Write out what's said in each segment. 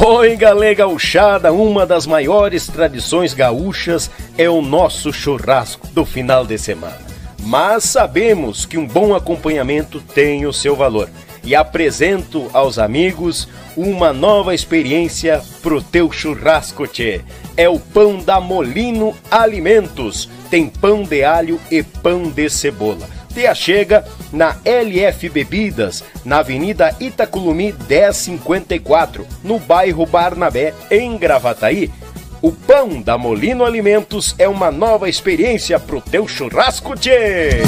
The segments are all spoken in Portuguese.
Oi, galera gauchada, uma das maiores tradições gaúchas é o nosso churrasco do final de semana. Mas sabemos que um bom acompanhamento tem o seu valor. E apresento aos amigos uma nova experiência pro teu churrasco, tchê. É o pão da Molino Alimentos. Tem pão de alho e pão de cebola. Te achega na LF Bebidas, na Avenida Itaculumi 1054, no bairro Barnabé, em Gravataí. O pão da Molino Alimentos é uma nova experiência pro teu churrasco, tchê!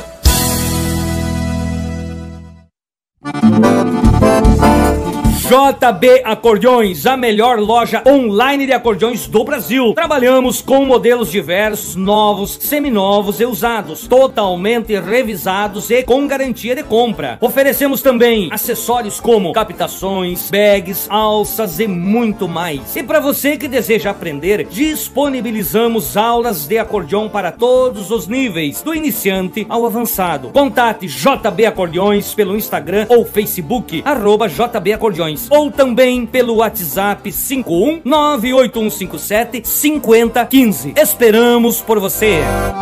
JB Acordeões, a melhor loja online de acordeões do Brasil. Trabalhamos com modelos diversos, novos, seminovos e usados, totalmente revisados e com garantia de compra. Oferecemos também acessórios como captações, bags, alças e muito mais. E para você que deseja aprender, disponibilizamos aulas de acordeão para todos os níveis, do iniciante ao avançado. Contate JB Acordeões pelo Instagram ou Facebook, @JB Acordeões. Ou também pelo WhatsApp 51981575015. Esperamos por você!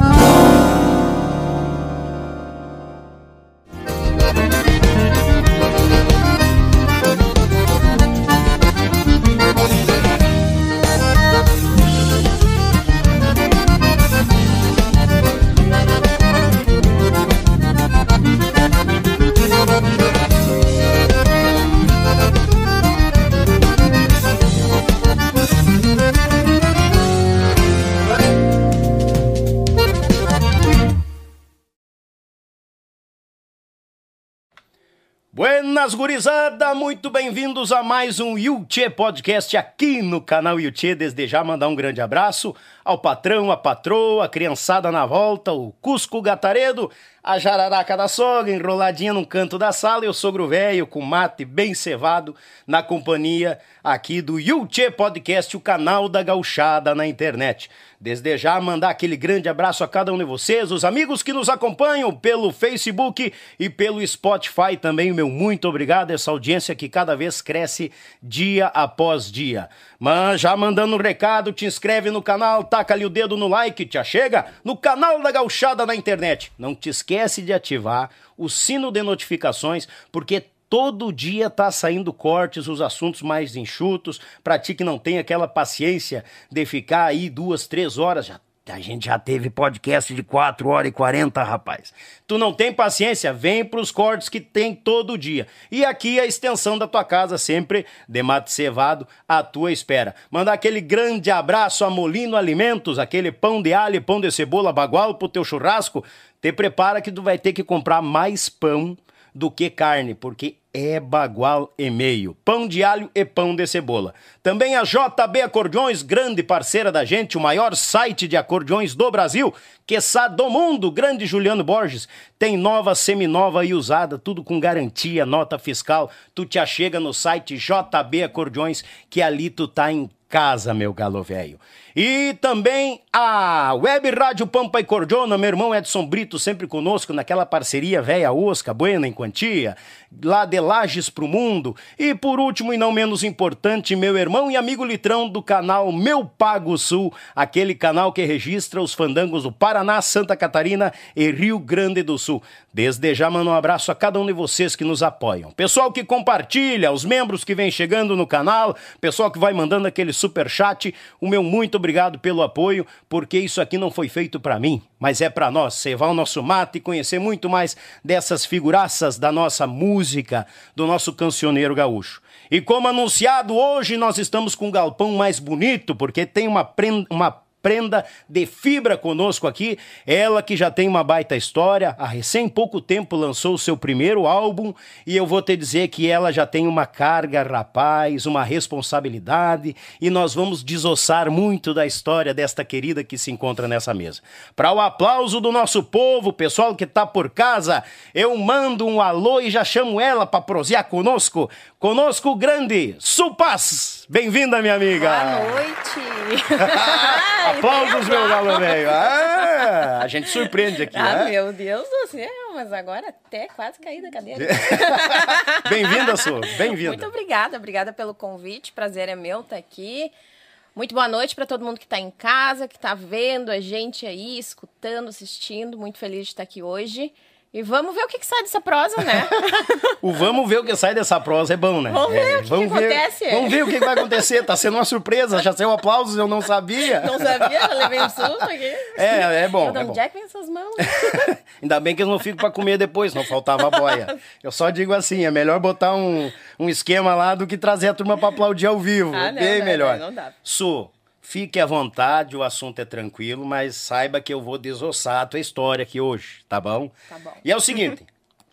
Buenas gurizada, muito bem-vindos a mais um Yuchê Podcast aqui no canal Yuchê. Desde já mandar um grande abraço ao patrão, a patroa, a criançada na volta, o Cusco Gataredo, a jararaca da sogra enroladinha num canto da sala e o sogro velho com mate bem cevado na companhia aqui do Yuchê Podcast, o canal da gauchada na internet. Desde já mandar aquele grande abraço a cada um de vocês, os amigos que nos acompanham pelo Facebook e pelo Spotify também, meu muito obrigado, essa audiência que cada vez cresce dia após dia. Mas já mandando um recado, te inscreve no canal, taca ali o dedo no like, te achega no canal da gauchada na internet. Não te esquece de ativar o sino de notificações, porque todo dia tá saindo cortes, os assuntos mais enxutos, pra ti que não tem aquela paciência de ficar aí 2, 3 horas, a gente já teve podcast de 4 horas e 40, rapaz. Tu não tem paciência? Vem pros cortes que tem todo dia. E aqui a extensão da tua casa, sempre de mate cevado, à tua espera. Mandar aquele grande abraço a Molino Alimentos, aquele pão de alho e pão de cebola bagual pro teu churrasco. Te prepara que tu vai ter que comprar mais pão do que carne, porque é bagual e meio. Pão de alho e pão de cebola. Também a JB Acordeões, grande parceira da gente, o maior site de acordeões do Brasil, quiçá do mundo, grande Juliano Borges. Tem nova, seminova e usada, tudo com garantia, nota fiscal. Tu te achega no site JB Acordeões, que ali tu tá em casa, meu galo velho. E também a Web Rádio Pampa e Cordiona, meu irmão Edson Brito sempre conosco naquela parceria velha osca, buena em quantia, lá de Lages pro mundo. E por último e não menos importante, meu irmão e amigo Litrão do canal Meu Pago Sul, aquele canal que registra os fandangos do Paraná, Santa Catarina e Rio Grande do Sul. Desde já mando um abraço a cada um de vocês que nos apoiam. Pessoal que compartilha, os membros que vêm chegando no canal, pessoal que vai mandando aquele superchat, o meu muito obrigado pelo apoio, porque isso aqui não foi feito pra mim, mas é pra nós, cevar o nosso mate e conhecer muito mais dessas figuraças da nossa música, do nosso cancioneiro gaúcho. E como anunciado, hoje nós estamos com um galpão mais bonito, porque tem uma prenda de fibra conosco aqui, ela que já tem uma baita história, há recém pouco tempo lançou o seu primeiro álbum e eu vou te dizer que ela já tem uma carga, rapaz, uma responsabilidade e nós vamos desossar muito da história desta querida que se encontra nessa mesa. Para o aplauso do nosso povo, pessoal que tá por casa, eu mando um alô e já chamo ela para prosear conosco o grande Supaz. Bem-vinda, minha amiga. Boa noite. Aplausos, meu galo velho. A gente surpreende aqui, Ah, né? meu Deus do céu, mas agora até quase caí da cadeira. Bem-vinda, Su, bem-vinda. Muito obrigada pelo convite, prazer é meu estar aqui. Muito boa noite para todo mundo que está em casa, que está vendo a gente aí, escutando, assistindo. Muito feliz de estar aqui hoje. E vamos ver o que sai dessa prosa, né? O vamos ver o que sai dessa prosa é bom, né? Vamos ver o que acontece. Vamos ver o que vai acontecer. Tá sendo uma surpresa, já saiu aplausos, eu não sabia. Não sabia, já levei um susto aqui. É bom. Onde bom. é que vem essas mãos? Ainda bem que eu não fico pra comer depois, não faltava boia. Eu só digo assim, é melhor botar um esquema lá do que trazer a turma pra aplaudir ao vivo. Ah, não, bem não, melhor. não dá. Su, fique à vontade, o assunto é tranquilo, mas saiba que eu vou desossar a tua história aqui hoje, tá bom? Tá bom. E é o seguinte,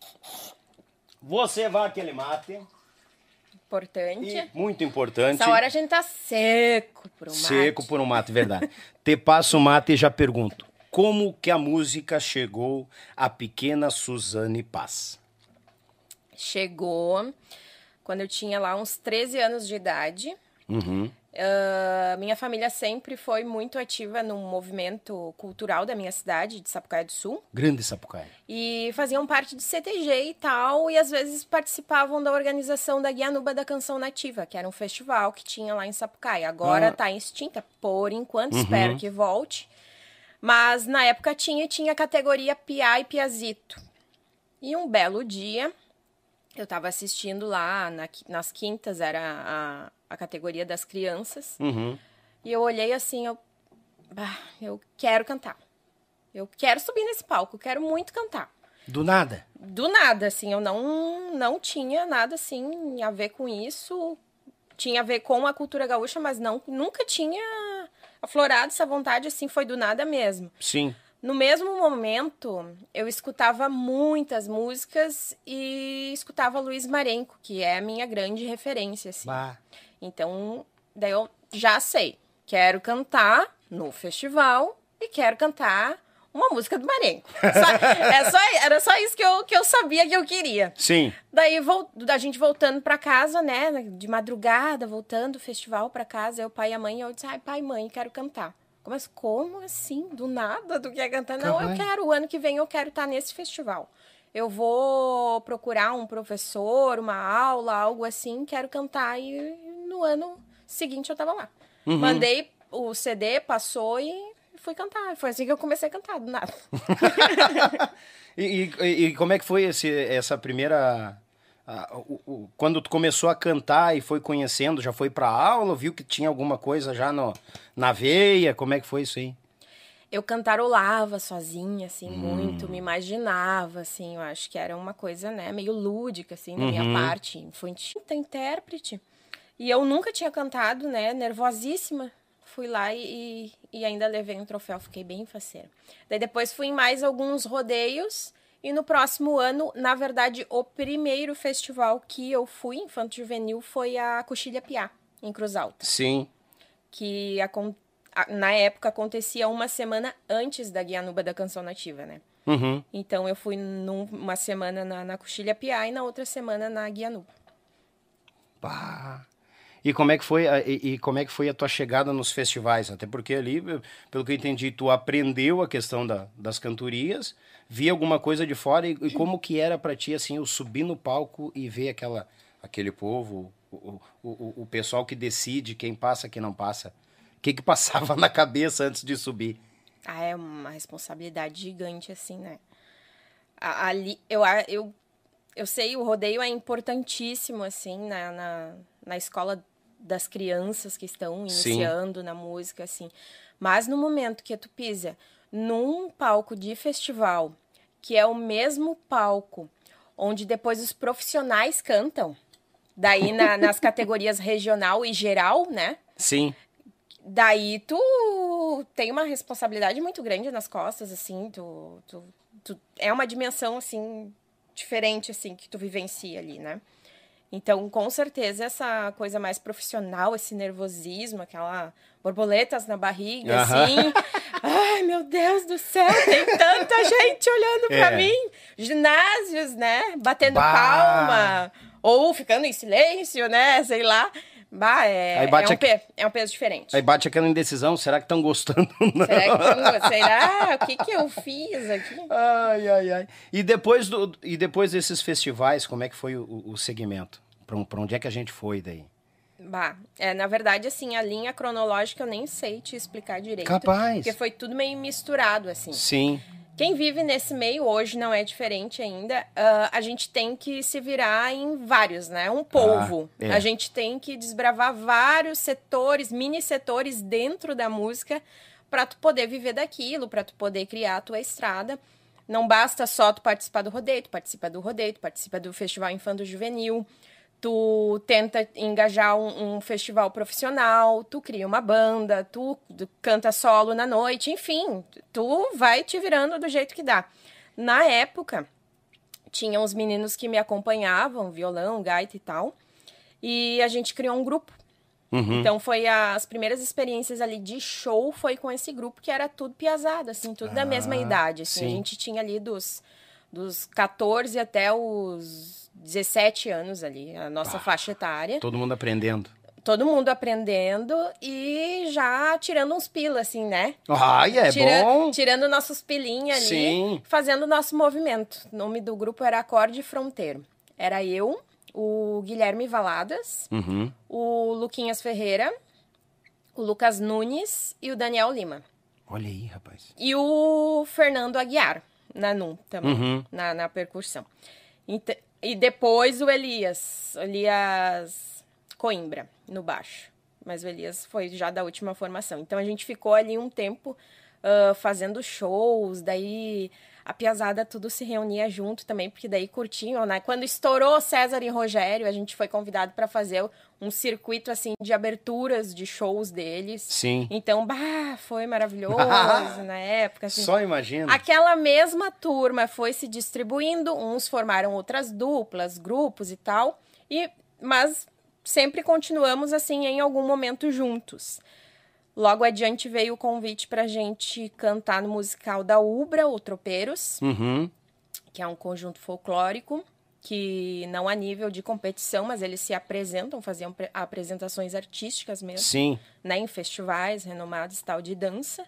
você vai aquele mate, Importante. e, muito importante, Essa hora a gente tá seco por um mate. seco por um mate, verdade. Te passo o mate e já pergunto, como que a música chegou à pequena Suzane Paz? Chegou quando eu tinha lá uns 13 anos de idade. Uhum. Minha família sempre foi muito ativa no movimento cultural da minha cidade, de Sapucaia do Sul. Grande Sapucaia. E faziam parte de CTG e tal, e às vezes participavam da organização da Guianuba da Canção Nativa, que era um festival que tinha lá em Sapucaia. Agora tá extinta, por enquanto, espero que volte. Mas na época tinha a categoria Piá e Piazito. E um belo dia, eu tava assistindo lá, nas quintas, era a categoria das crianças. Uhum. E eu olhei assim, eu quero cantar. Eu quero subir nesse palco, eu quero muito cantar. Do nada? Do nada, assim, eu não tinha nada, assim, a ver com isso. Tinha a ver com a cultura gaúcha, mas nunca tinha aflorado essa vontade, assim, foi do nada mesmo. Sim. No mesmo momento, eu escutava muitas músicas e escutava Luiz Marenco, que é a minha grande referência, assim. Bah. Então, daí eu já sei, quero cantar no festival e quero cantar uma música do Marenco. Era só isso que eu sabia que eu queria. Sim. Daí a gente voltando pra casa, né, de madrugada, voltando do festival pra casa, eu, pai e a mãe, eu disse, pai e mãe, quero cantar. Mas como assim? Do nada tu quer cantar? Não, eu quero, o ano que vem eu quero estar nesse festival. Eu vou procurar um professor, uma aula, algo assim, quero cantar. E no ano seguinte eu tava lá. Uhum. Mandei o CD, passou e fui cantar. Foi assim que eu comecei a cantar, do nada. E como é que foi essa primeira... quando tu começou a cantar e foi conhecendo, já foi pra aula, viu que tinha alguma coisa já na veia? Como é que foi isso aí? Eu cantarolava sozinha, assim, muito, me imaginava, assim, eu acho que era uma coisa, né, meio lúdica, assim, da minha parte, infantil, intérprete. E eu nunca tinha cantado, né, nervosíssima, fui lá e ainda levei um troféu, fiquei bem faceira. Daí depois fui em mais alguns rodeios e no próximo ano, na verdade, o primeiro festival que eu fui, Infanto Juvenil, foi a Coxilha Piá, em Cruz Alta. Sim. Que na época acontecia uma semana antes da Guianuba da Canção Nativa, né? Uhum. Então eu fui uma semana na Coxilha Piá e na outra semana na Guianuba. Bah. E como é que foi a tua chegada nos festivais? Até porque ali, pelo que eu entendi, tu aprendeu a questão das cantorias, via alguma coisa de fora e como que era pra ti, assim, eu subir no palco e ver aquele povo, o pessoal que decide quem passa, quem não passa. O que passava na cabeça antes de subir? É uma responsabilidade gigante, assim, né? Ali, eu sei, o rodeio é importantíssimo, assim, na escola das crianças que estão iniciando na música, assim. Mas no momento que tu pisa num palco de festival, que é o mesmo palco onde depois os profissionais cantam, daí nas categorias regional e geral, né? Sim. Daí tu tem uma responsabilidade muito grande nas costas, assim, é uma dimensão, assim, diferente, assim, que tu vivencia ali, né? Então, com certeza, essa coisa mais profissional, esse nervosismo, aquela borboletas na barriga, assim. Ai, meu Deus do céu, tem tanta gente olhando pra mim. Ginásios, né? Batendo palma. Ou ficando em silêncio, né? Sei lá. Bah, Aí bate é um peso diferente. Aí bate aquela indecisão, será que estão gostando? Será? O que eu fiz aqui? Ai, ai, ai. E depois desses festivais, como é que foi o segmento? Pra onde é que a gente foi daí? Bah, na verdade, assim, a linha cronológica eu nem sei te explicar direito. Capaz. Porque foi tudo meio misturado, assim. Sim. Quem vive nesse meio hoje não é diferente ainda. A gente tem que se virar em vários, né? Um polvo. A gente tem que desbravar vários setores, mini setores dentro da música para tu poder viver daquilo, para tu poder criar a tua estrada. Não basta só tu participar do rodeio, tu participa do Festival Infanto Juvenil, tu tenta engajar um festival profissional, tu cria uma banda, tu canta solo na noite, enfim, tu vai te virando do jeito que dá. Na época, tinha uns meninos que me acompanhavam, violão, gaita e tal, e a gente criou um grupo. Então, foi as primeiras experiências ali de show foi com esse grupo, que era tudo piazada, assim, tudo da mesma idade. Assim, a gente tinha ali dos 14 até os 17 anos ali, a nossa faixa etária. Todo mundo aprendendo. Todo mundo aprendendo e já tirando uns pila, assim, né? Ai, bom! Tirando nossos pilinhos ali, Sim. Fazendo o nosso movimento. O nome do grupo era Acorde Fronteiro. Era eu, o Guilherme Valadas, o Luquinhas Ferreira, o Lucas Nunes e o Daniel Lima. Olha aí, rapaz. E o Fernando Aguiar, na NUM também, na percussão. E depois o Elias Coimbra, no baixo. Mas o Elias foi já da última formação. Então, a gente ficou ali um tempo fazendo shows, daí a piazada tudo se reunia junto também, porque daí curtiam, né? Quando estourou César e Rogério, a gente foi convidado para fazer um circuito, assim, de aberturas de shows deles. Sim. Então, foi maravilhoso na época. Assim. Só imagina. Aquela mesma turma foi se distribuindo, uns formaram outras duplas, grupos e tal, mas sempre continuamos, assim, em algum momento juntos. Logo adiante veio o convite pra gente cantar no musical da Ubra, o Tropeiros, que é um conjunto folclórico, que não a nível de competição, mas eles se apresentam, faziam apresentações artísticas mesmo. Sim. Né, em festivais renomados tal de dança.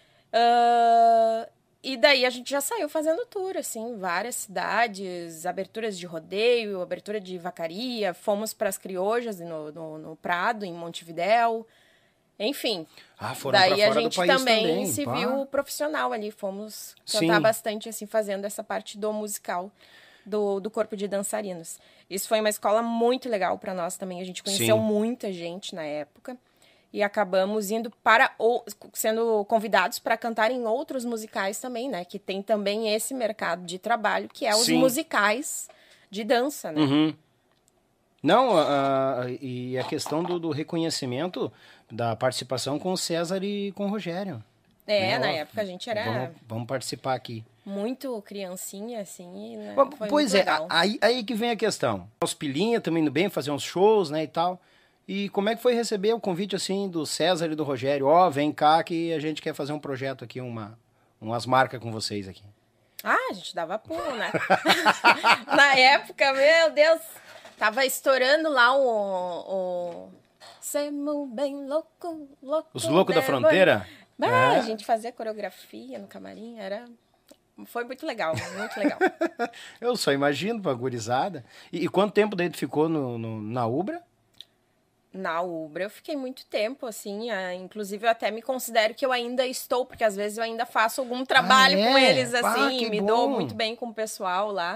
E daí a gente já saiu fazendo tour, assim, várias cidades, aberturas de rodeio, abertura de vacaria, fomos para as Criojas no Prado, em Montevidéu. Enfim, foram daí pra fora a gente do país também se viu profissional ali, fomos cantar bastante, assim, fazendo essa parte do musical do corpo de dançarinos. Isso foi uma escola muito legal para nós também, a gente conheceu muita gente na época e acabamos indo sendo convidados para cantar em outros musicais também, né, que tem também esse mercado de trabalho, que é os musicais de dança, né. Não, e a questão do reconhecimento da participação com o César e com o Rogério. Na época a gente era... Vamos participar aqui. Muito criancinha, assim, né? Foi Pois muito legal. Aí que vem a questão. Os pilinha também indo bem, fazer uns shows, né, e tal. E como é que foi receber o convite, assim, do César e do Rogério? Vem cá que a gente quer fazer um projeto aqui, umas marcas com vocês aqui. A gente dava pulo, né? Na época, meu Deus... Tava estourando lá o Semo bem louco. Os loucos da fronteira? A gente fazia coreografia no camarim, foi muito legal, muito legal. Eu só imagino, pra gurizada. E quanto tempo daí tu ficou na Ubra? Na Ubra eu fiquei muito tempo, assim, inclusive eu até me considero que eu ainda estou, porque às vezes eu ainda faço algum trabalho com eles, assim, me dou muito bem com o pessoal lá.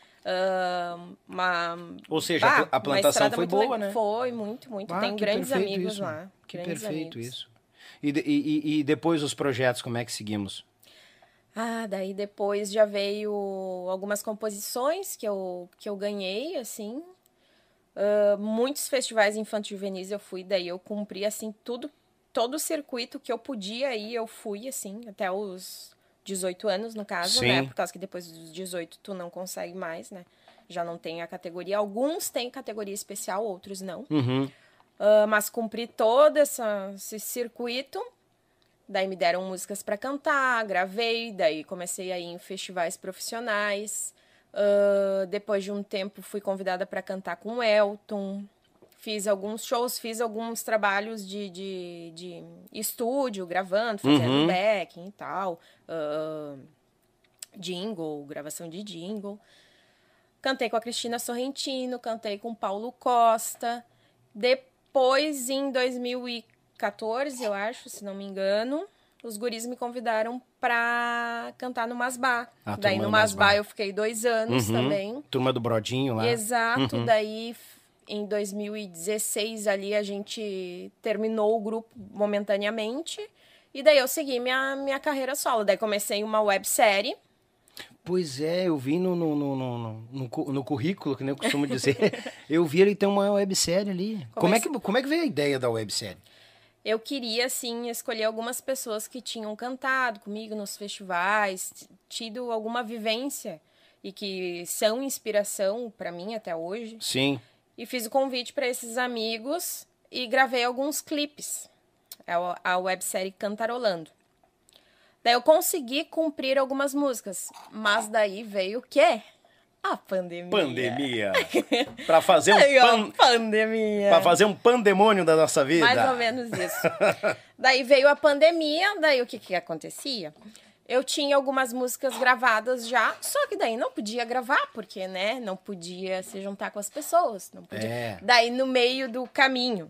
Ou seja, a plantação foi boa, né? Foi, muito. Tem grandes amigos isso. lá. Que perfeito isso. E depois os projetos, como é que seguimos? Daí depois já veio algumas composições que eu ganhei, assim. Muitos festivais infanto-juvenis eu fui, daí eu cumpri, assim, todo o circuito que eu podia ir, eu fui, assim, até os 18 anos, no caso, né? Por causa que depois dos 18 tu não consegue mais, né? Já não tem a categoria. Alguns têm categoria especial, outros não. Mas cumpri todo esse circuito. Daí me deram músicas para cantar, gravei. Daí comecei a ir em festivais profissionais. Depois de um tempo fui convidada para cantar com o Elton. Fiz alguns shows, fiz alguns trabalhos de estúdio, gravando, fazendo backing e tal. Jingle, gravação de jingle. Cantei com a Cristina Sorrentino, cantei com o Paulo Costa. Depois, em 2014, eu acho, se não me engano, os guris me convidaram pra cantar no Masbá. Daí no Masbá eu fiquei 2 anos também. Turma do Brodinho lá. Exato, daí em 2016 ali a gente terminou o grupo momentaneamente. E daí eu segui minha carreira solo. Daí comecei uma websérie. Pois é, eu vi no currículo, que nem eu costumo dizer. Eu vi ele tem uma websérie ali. Como é que veio a ideia da websérie? Eu queria, assim, escolher algumas pessoas que tinham cantado comigo nos festivais, tido alguma vivência e que são inspiração para mim até hoje. Sim. E fiz o convite para esses amigos e gravei alguns clipes. É a websérie Cantarolando. Daí eu consegui cumprir algumas músicas, mas daí veio o quê? A pandemia. Pandemia. Pra fazer pandemia. Pra fazer um pandemônio da nossa vida. Mais ou menos isso. Daí veio a pandemia, daí o que acontecia? Eu tinha algumas músicas gravadas já, só que daí não podia gravar, porque, né, não podia se juntar com as pessoas. Não podia. Daí, no meio do caminho,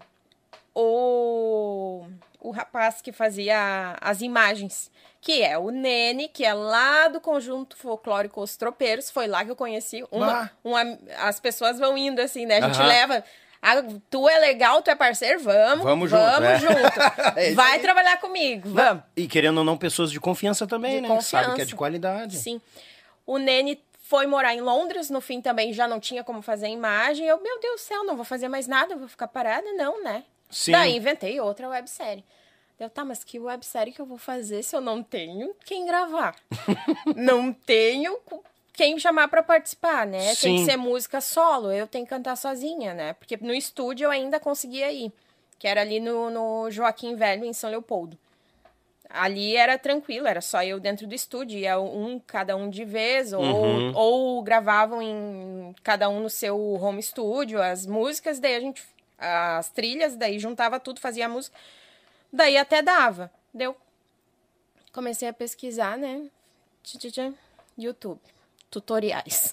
o rapaz que fazia as imagens, que é o Nene, que é lá do Conjunto Folclórico Os Tropeiros, foi lá que eu conheci. As pessoas vão indo assim, né? A gente leva... tu é legal, tu é parceiro, vamos junto. Vai trabalhar comigo, vamos. E querendo ou não, pessoas de confiança também, né? Confiança. Sabe que é de qualidade. Sim. O Nene foi morar em Londres, no fim também já não tinha como fazer imagem. Eu, meu Deus do céu, não vou fazer mais nada, vou ficar parada, não, né? Sim. Daí inventei outra websérie. Eu, tá, mas que websérie que eu vou fazer se eu não tenho quem gravar? Não tenho quem chamar pra participar, né? Sim. Tem que ser música solo, eu tenho que cantar sozinha, né? Porque no estúdio eu ainda conseguia ir, que era ali no Joaquim Velho, em São Leopoldo. Ali era tranquilo, era só eu dentro do estúdio, ia cada um de vez, ou gravavam cada um no seu home studio, as músicas, daí as trilhas, daí juntava tudo, fazia a música, daí até dava. Comecei a pesquisar, né? YouTube. Tutoriais.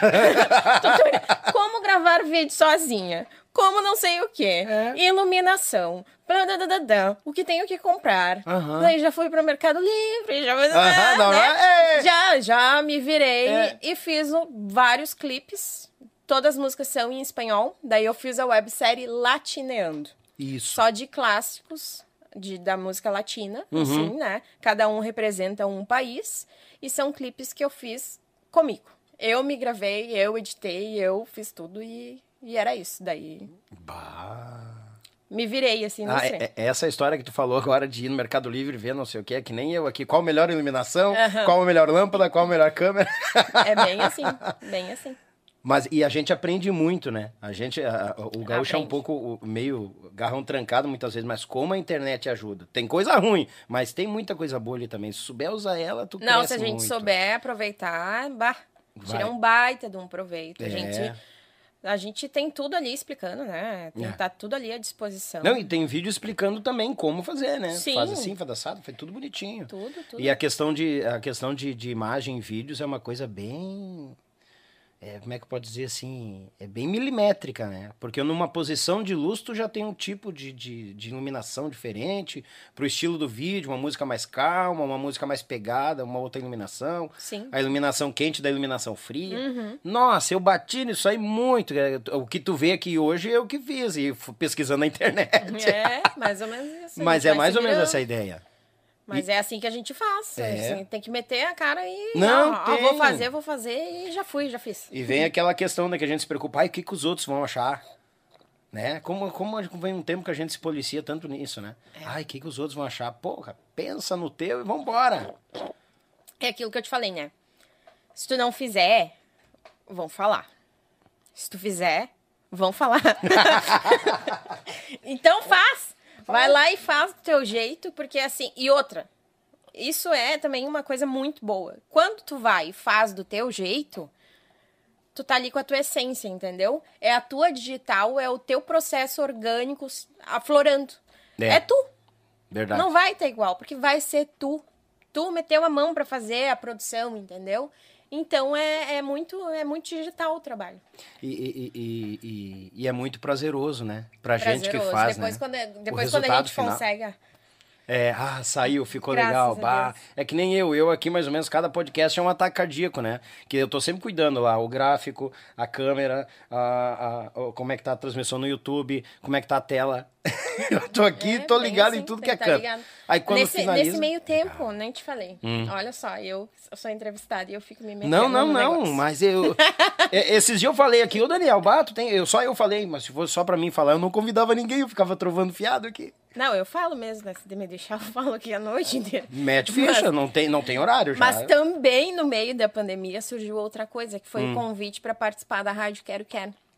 Como gravar vídeo sozinha. Como não sei o quê. Iluminação. O que tenho que comprar. Daí já fui pro Mercado Livre. Já me virei e fiz vários clipes. Todas as músicas são em espanhol. Daí eu fiz a websérie Latineando. Isso. Só de clássicos da música latina. Assim, né? Cada um representa um país. E são clipes que eu fiz comigo. Eu me gravei, eu editei, eu fiz tudo e era isso. Daí me virei assim, não sei. Essa história que tu falou agora de ir no Mercado Livre ver não sei o que, é que nem eu aqui. Qual a melhor iluminação, qual a melhor lâmpada, qual a melhor câmera. É bem assim, bem assim. E a gente aprende muito, né? O gaúcho é um pouco meio garrão trancado muitas vezes, mas como a internet ajuda. Tem coisa ruim, mas tem muita coisa boa ali também. Se souber usar ela, tu cresce muito. Não, se a gente souber aproveitar, tira um baita de um proveito. A gente tem tudo ali explicando, né? Tá tudo ali à disposição. Não, e tem vídeo explicando também como fazer, né? Sim. Faz assim, faz assado, faz tudo bonitinho. Tudo. E a questão de imagem e vídeos é uma coisa bem... como é que eu posso dizer assim? É bem milimétrica, né? Porque numa posição de luz tu já tem um tipo de iluminação diferente pro estilo do vídeo, uma música mais calma, uma música mais pegada, uma outra iluminação. Sim. A iluminação quente da iluminação fria. Nossa, eu bati nisso aí muito. O que tu vê aqui hoje é o que fiz, e pesquisando na internet. Mais ou menos isso. Mas é mais ou menos essa ideia. Mas é assim que a gente faz. Assim, tem que meter a cara e... Vou fazer e já fiz. E vem aquela questão, né, que a gente se preocupa. O que os outros vão achar? Né? Como vem um tempo que a gente se policia tanto nisso, né? O que os outros vão achar? Porra, pensa no teu e vambora. É aquilo que eu te falei, né? Se tu não fizer, vão falar. Se tu fizer, vão falar. Então faz! Vai lá e faz do teu jeito, porque assim... E outra, isso é também uma coisa muito boa. Quando tu vai e faz do teu jeito, tu tá ali com a tua essência, entendeu? É a tua digital, é o teu processo orgânico aflorando. É tu. Verdade. Não vai ter igual, porque vai ser tu. Tu meteu a mão pra fazer a produção, entendeu? Então é muito digital o trabalho. E é muito prazeroso, né? Pra gente que faz, depois, né? Depois quando a gente final. consegue... Saiu, ficou Graças legal. a Bah. Deus. É que nem eu aqui, mais ou menos, cada podcast é um ataque cardíaco, né? Que eu tô sempre cuidando lá, o gráfico, a câmera, como é que tá a transmissão no YouTube, como é que tá a tela. Eu tô aqui, tô ligado em tudo que é canto. Aí quando finaliza... Nesse meio tempo, nem te falei. Olha só, eu sou entrevistada e eu fico me metendo Não, no negócio. mas esses dias eu falei aqui, ô Daniel, Bato, só eu falei, mas se fosse só pra mim falar, eu não convidava ninguém, eu ficava trovando fiado aqui. Não, eu falo mesmo, né? Se me deixar, eu falo aqui a noite inteira. Mete ficha, não tem horário já. Mas também no meio da pandemia surgiu outra coisa, que foi o convite pra participar da Rádio Quero.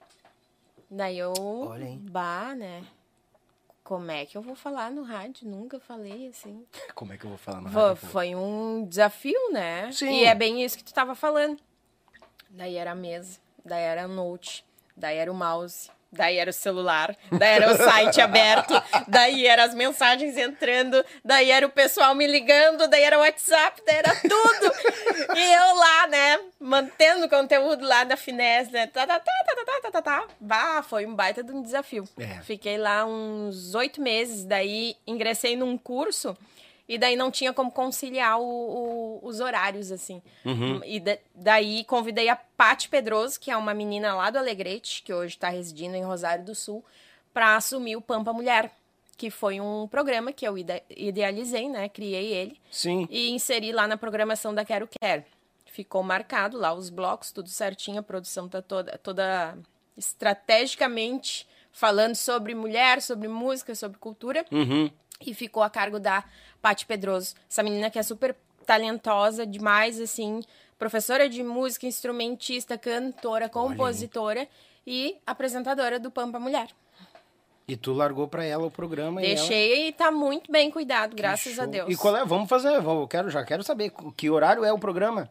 Daí eu... Olha aí. né? Como é que eu vou falar no rádio? Nunca falei assim. Como é que eu vou falar no rádio? Foi um desafio, né? Sim. E é bem isso que tu tava falando. Daí era a mesa, daí era o note, daí era o mouse, daí era o celular, daí era o site aberto, daí eram as mensagens entrando, daí era o pessoal me ligando, daí era o WhatsApp, daí era tudo. E eu lá, né, mantendo o conteúdo lá da finesse, né, Bah, foi um baita de um desafio. Fiquei lá uns 8 meses, daí ingressei num curso e daí não tinha como conciliar os horários, assim. E daí convidei a Paty Pedroso, que é uma menina lá do Alegrete, que hoje está residindo em Rosário do Sul, para assumir o Pampa Mulher, que foi um programa que eu idealizei, né? Criei ele. Sim. E inseri lá na programação da Quero. Ficou marcado lá os blocos, tudo certinho, a produção tá toda estrategicamente falando sobre mulher, sobre música, sobre cultura. E ficou a cargo da Paty Pedroso. Essa menina que é super talentosa demais, assim, professora de música, instrumentista, cantora, compositora e apresentadora do Pampa Mulher. E tu largou pra ela o programa Deixei e tá muito bem cuidado, graças a Deus. E qual é? Vamos fazer, já quero saber que horário é o programa.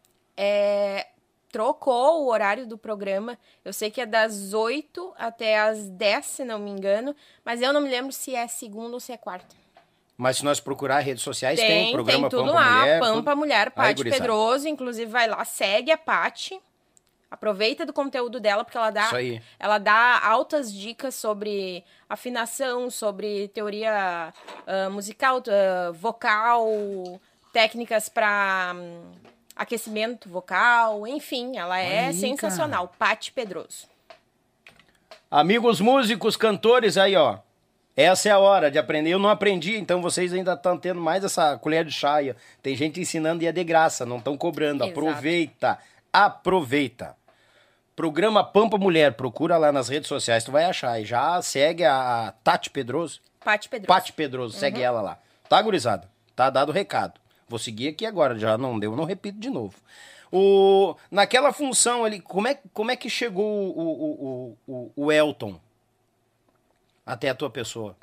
Trocou o horário do programa. Eu sei que é das 8 até as 10, se não me engano. Mas eu não me lembro se é segunda ou se é quarta. Mas se nós procurar redes sociais, tem programa tem tudo Pampa lá. Mulher. Pampa Mulher, Paty gurizada. Pedroso. Inclusive, vai lá, segue a Paty. Aproveita do conteúdo dela, porque ela dá altas dicas sobre afinação, sobre teoria musical, vocal, técnicas para... aquecimento vocal, enfim, ela é sensacional. Paty Pedroso. Amigos músicos, cantores aí, ó. Essa é a hora de aprender. Eu não aprendi, então vocês ainda estão tendo mais essa colher de chá aí. Tem gente ensinando e é de graça, não estão cobrando. Exato. Aproveita. Programa Pampa Mulher, procura lá nas redes sociais, tu vai achar. E já segue a Tati Pedroso. Paty Pedroso, segue ela lá. Tá, gurizada? Tá dado o recado. Vou seguir aqui agora, já não deu, não repito de novo. Naquela função ali, como é que chegou o Elton até a tua pessoa?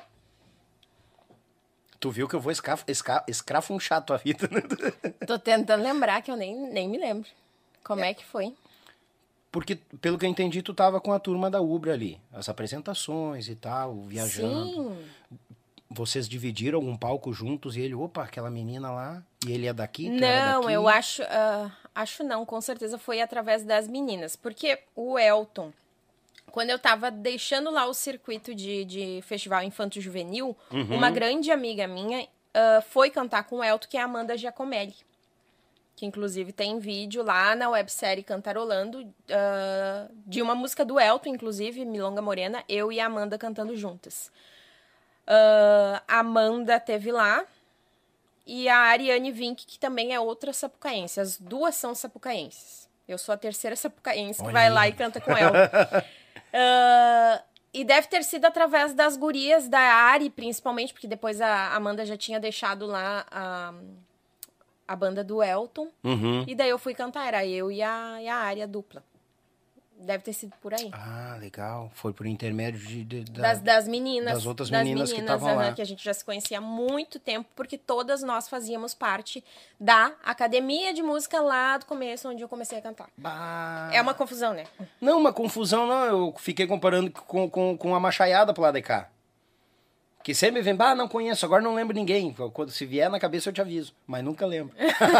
Tu viu que eu vou escrafunchar a tua vida, né? Tô tentando lembrar, que eu nem me lembro. Como é que foi? Porque, pelo que eu entendi, tu tava com a turma da Ubra ali. As apresentações e tal, viajando. Sim. Vocês dividiram algum palco juntos e ele, aquela menina lá, e ele é daqui? Tu Não, daqui? eu acho não, com certeza foi através das meninas. Porque o Elton, quando eu tava deixando lá o circuito de festival infanto-juvenil, uma grande amiga minha foi cantar com o Elton, que é a Amanda Giacomelli. Que inclusive tem vídeo lá na websérie Cantarolando, de uma música do Elton, inclusive, Milonga Morena, eu e a Amanda cantando juntas. A Amanda teve lá, e a Ariane Vink, que também é outra sapucaense. As duas são sapucaenses. Eu sou a terceira sapucaense que vai lá e canta com ela. E deve ter sido através das gurias da Ari, principalmente, porque depois a Amanda já tinha deixado lá a banda do Elton. E daí eu fui cantar, era eu e a Ari, a dupla. Deve ter sido por aí. Ah, legal. Foi por intermédio Das meninas. Das outras meninas que estavam lá. Que a gente já se conhecia há muito tempo, porque todas nós fazíamos parte da academia de música lá do começo, onde eu comecei a cantar. Bah. É uma confusão, né? Não, uma confusão não. Eu fiquei comparando com a machaiada pro lado de cá. Que sempre vem, não conheço, agora não lembro ninguém. Quando se vier na cabeça eu te aviso, mas nunca lembro.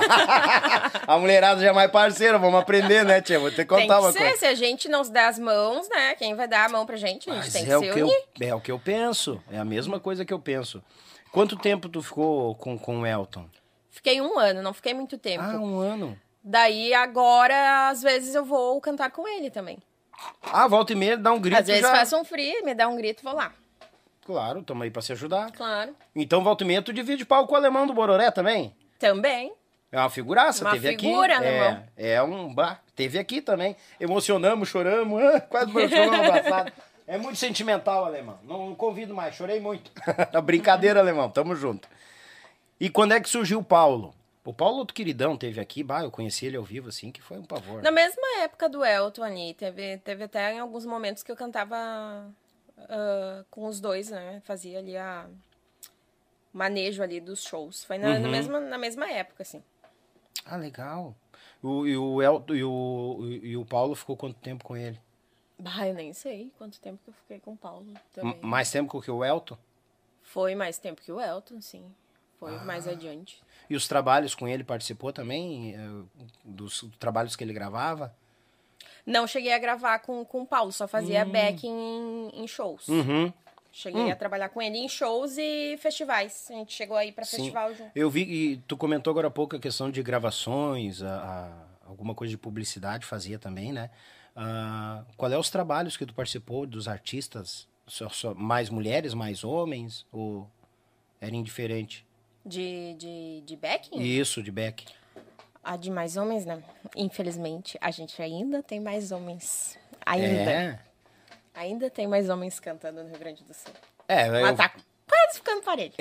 A mulherada já é mais parceira, vamos aprender, né, tia? Vou ter que contar uma coisa. Tem que ser, se a gente não se der as mãos, né? Quem vai dar a mão pra gente? A gente tem que se unir. É o que eu penso, é a mesma coisa que eu penso. Quanto tempo tu ficou com o Elton? Fiquei 1 ano, não fiquei muito tempo. Ah, 1 ano. Daí agora, às vezes eu vou cantar com ele também. Ah, volta e meia, dá um grito. Às vezes faço um free, me dá um grito, vou lá. Claro, tamo aí pra se ajudar. Claro. Então, volta e meia, tu divide palco com o Alemão do Bororé também? Também. É uma figuraça, teve aqui. Uma figura, Alemão. Teve aqui também. Emocionamos, choramos, quase choramos abraçado. É muito sentimental, Alemão. Não convido mais, chorei muito. Brincadeira, Alemão, tamo junto. E quando é que surgiu o Paulo? O Paulo, outro queridão, teve aqui, eu conheci ele ao vivo, assim, que foi um pavor. Na mesma época do Elton ali, teve até em alguns momentos que eu cantava com os dois, né? Fazia ali manejo ali dos shows. Foi na mesma época, assim. Ah, legal. E o Elton e o Paulo ficou quanto tempo com ele? Eu nem sei quanto tempo que eu fiquei com o Paulo também. Mais tempo que o Elton? Foi mais tempo que o Elton, sim. Foi mais adiante. E os trabalhos com ele, participou também? Dos trabalhos que ele gravava? Não cheguei a gravar com o Paulo, só fazia backing em shows. Cheguei a trabalhar com ele em shows e festivais. A gente chegou aí pra festival junto. Eu vi, e tu comentou agora há pouco a questão de gravações, alguma coisa de publicidade fazia também, né? Qual é os trabalhos que tu participou dos artistas? Mais mulheres, mais homens? Ou era indiferente? De backing? Isso, de backing. De mais homens, né? Infelizmente, a gente ainda tem mais homens. Ainda. Ainda tem mais homens cantando no Rio Grande do Sul. Mas tá quase ficando parede.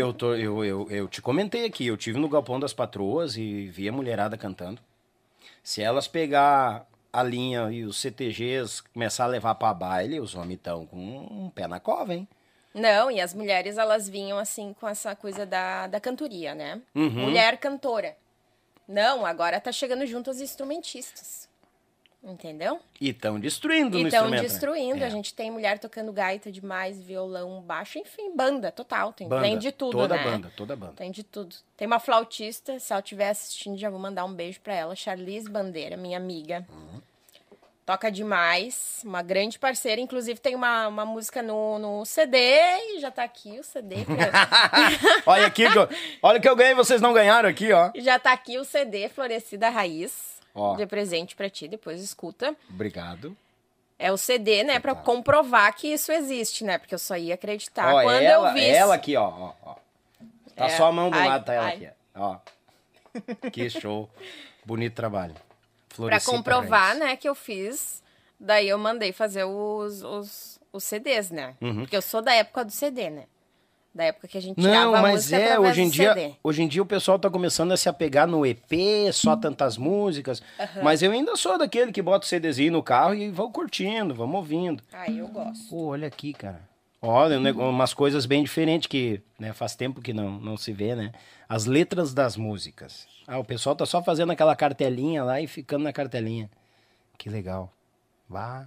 Eu te comentei aqui, eu tive no Galpão das Patroas e vi a mulherada cantando. Se elas pegar a linha e os CTGs começar a levar pra baile, os homens estão com um pé na cova, hein? Não, e as mulheres, elas vinham assim com essa coisa da cantoria, né? Mulher cantora. Não, agora tá chegando junto os instrumentistas. Entendeu? E estão destruindo no instrumento. Estão destruindo. A gente tem mulher tocando gaita demais, violão, baixo, enfim, banda total. Tem de tudo, toda né? Toda banda. Tem de tudo. Tem uma flautista, se ela estiver assistindo, já vou mandar um beijo pra ela. Charlize Bandeira, minha amiga. Toca demais, uma grande parceira. Inclusive tem uma música no CD e já tá aqui o CD. Olha aqui, olha o que eu ganhei, vocês não ganharam aqui, ó. Já tá aqui o CD Florescida Raiz. Ó. De presente pra ti, depois escuta. Obrigado. É o CD, né, pra comprovar que isso existe, né? Porque eu só ia acreditar quando ela, eu vi. Ela aqui, ó. Tá só a mão do lado, tá ela aqui, ó. Que show. Bonito trabalho. Pra comprovar, né, que eu fiz. Daí eu mandei fazer os CDs, né? Porque eu sou da época do CD, né? Da época que a gente tirava a música através do CD. Hoje em dia o pessoal tá começando a se apegar no EP, só tantas músicas. Mas eu ainda sou daquele que bota o CDzinho no carro e vou curtindo, vamos ouvindo. Eu gosto. Pô, olha aqui, cara. Olha, umas coisas bem diferentes que, né, faz tempo que não se vê, né? As letras das músicas. O pessoal tá só fazendo aquela cartelinha lá e ficando na cartelinha. Que legal. Vá.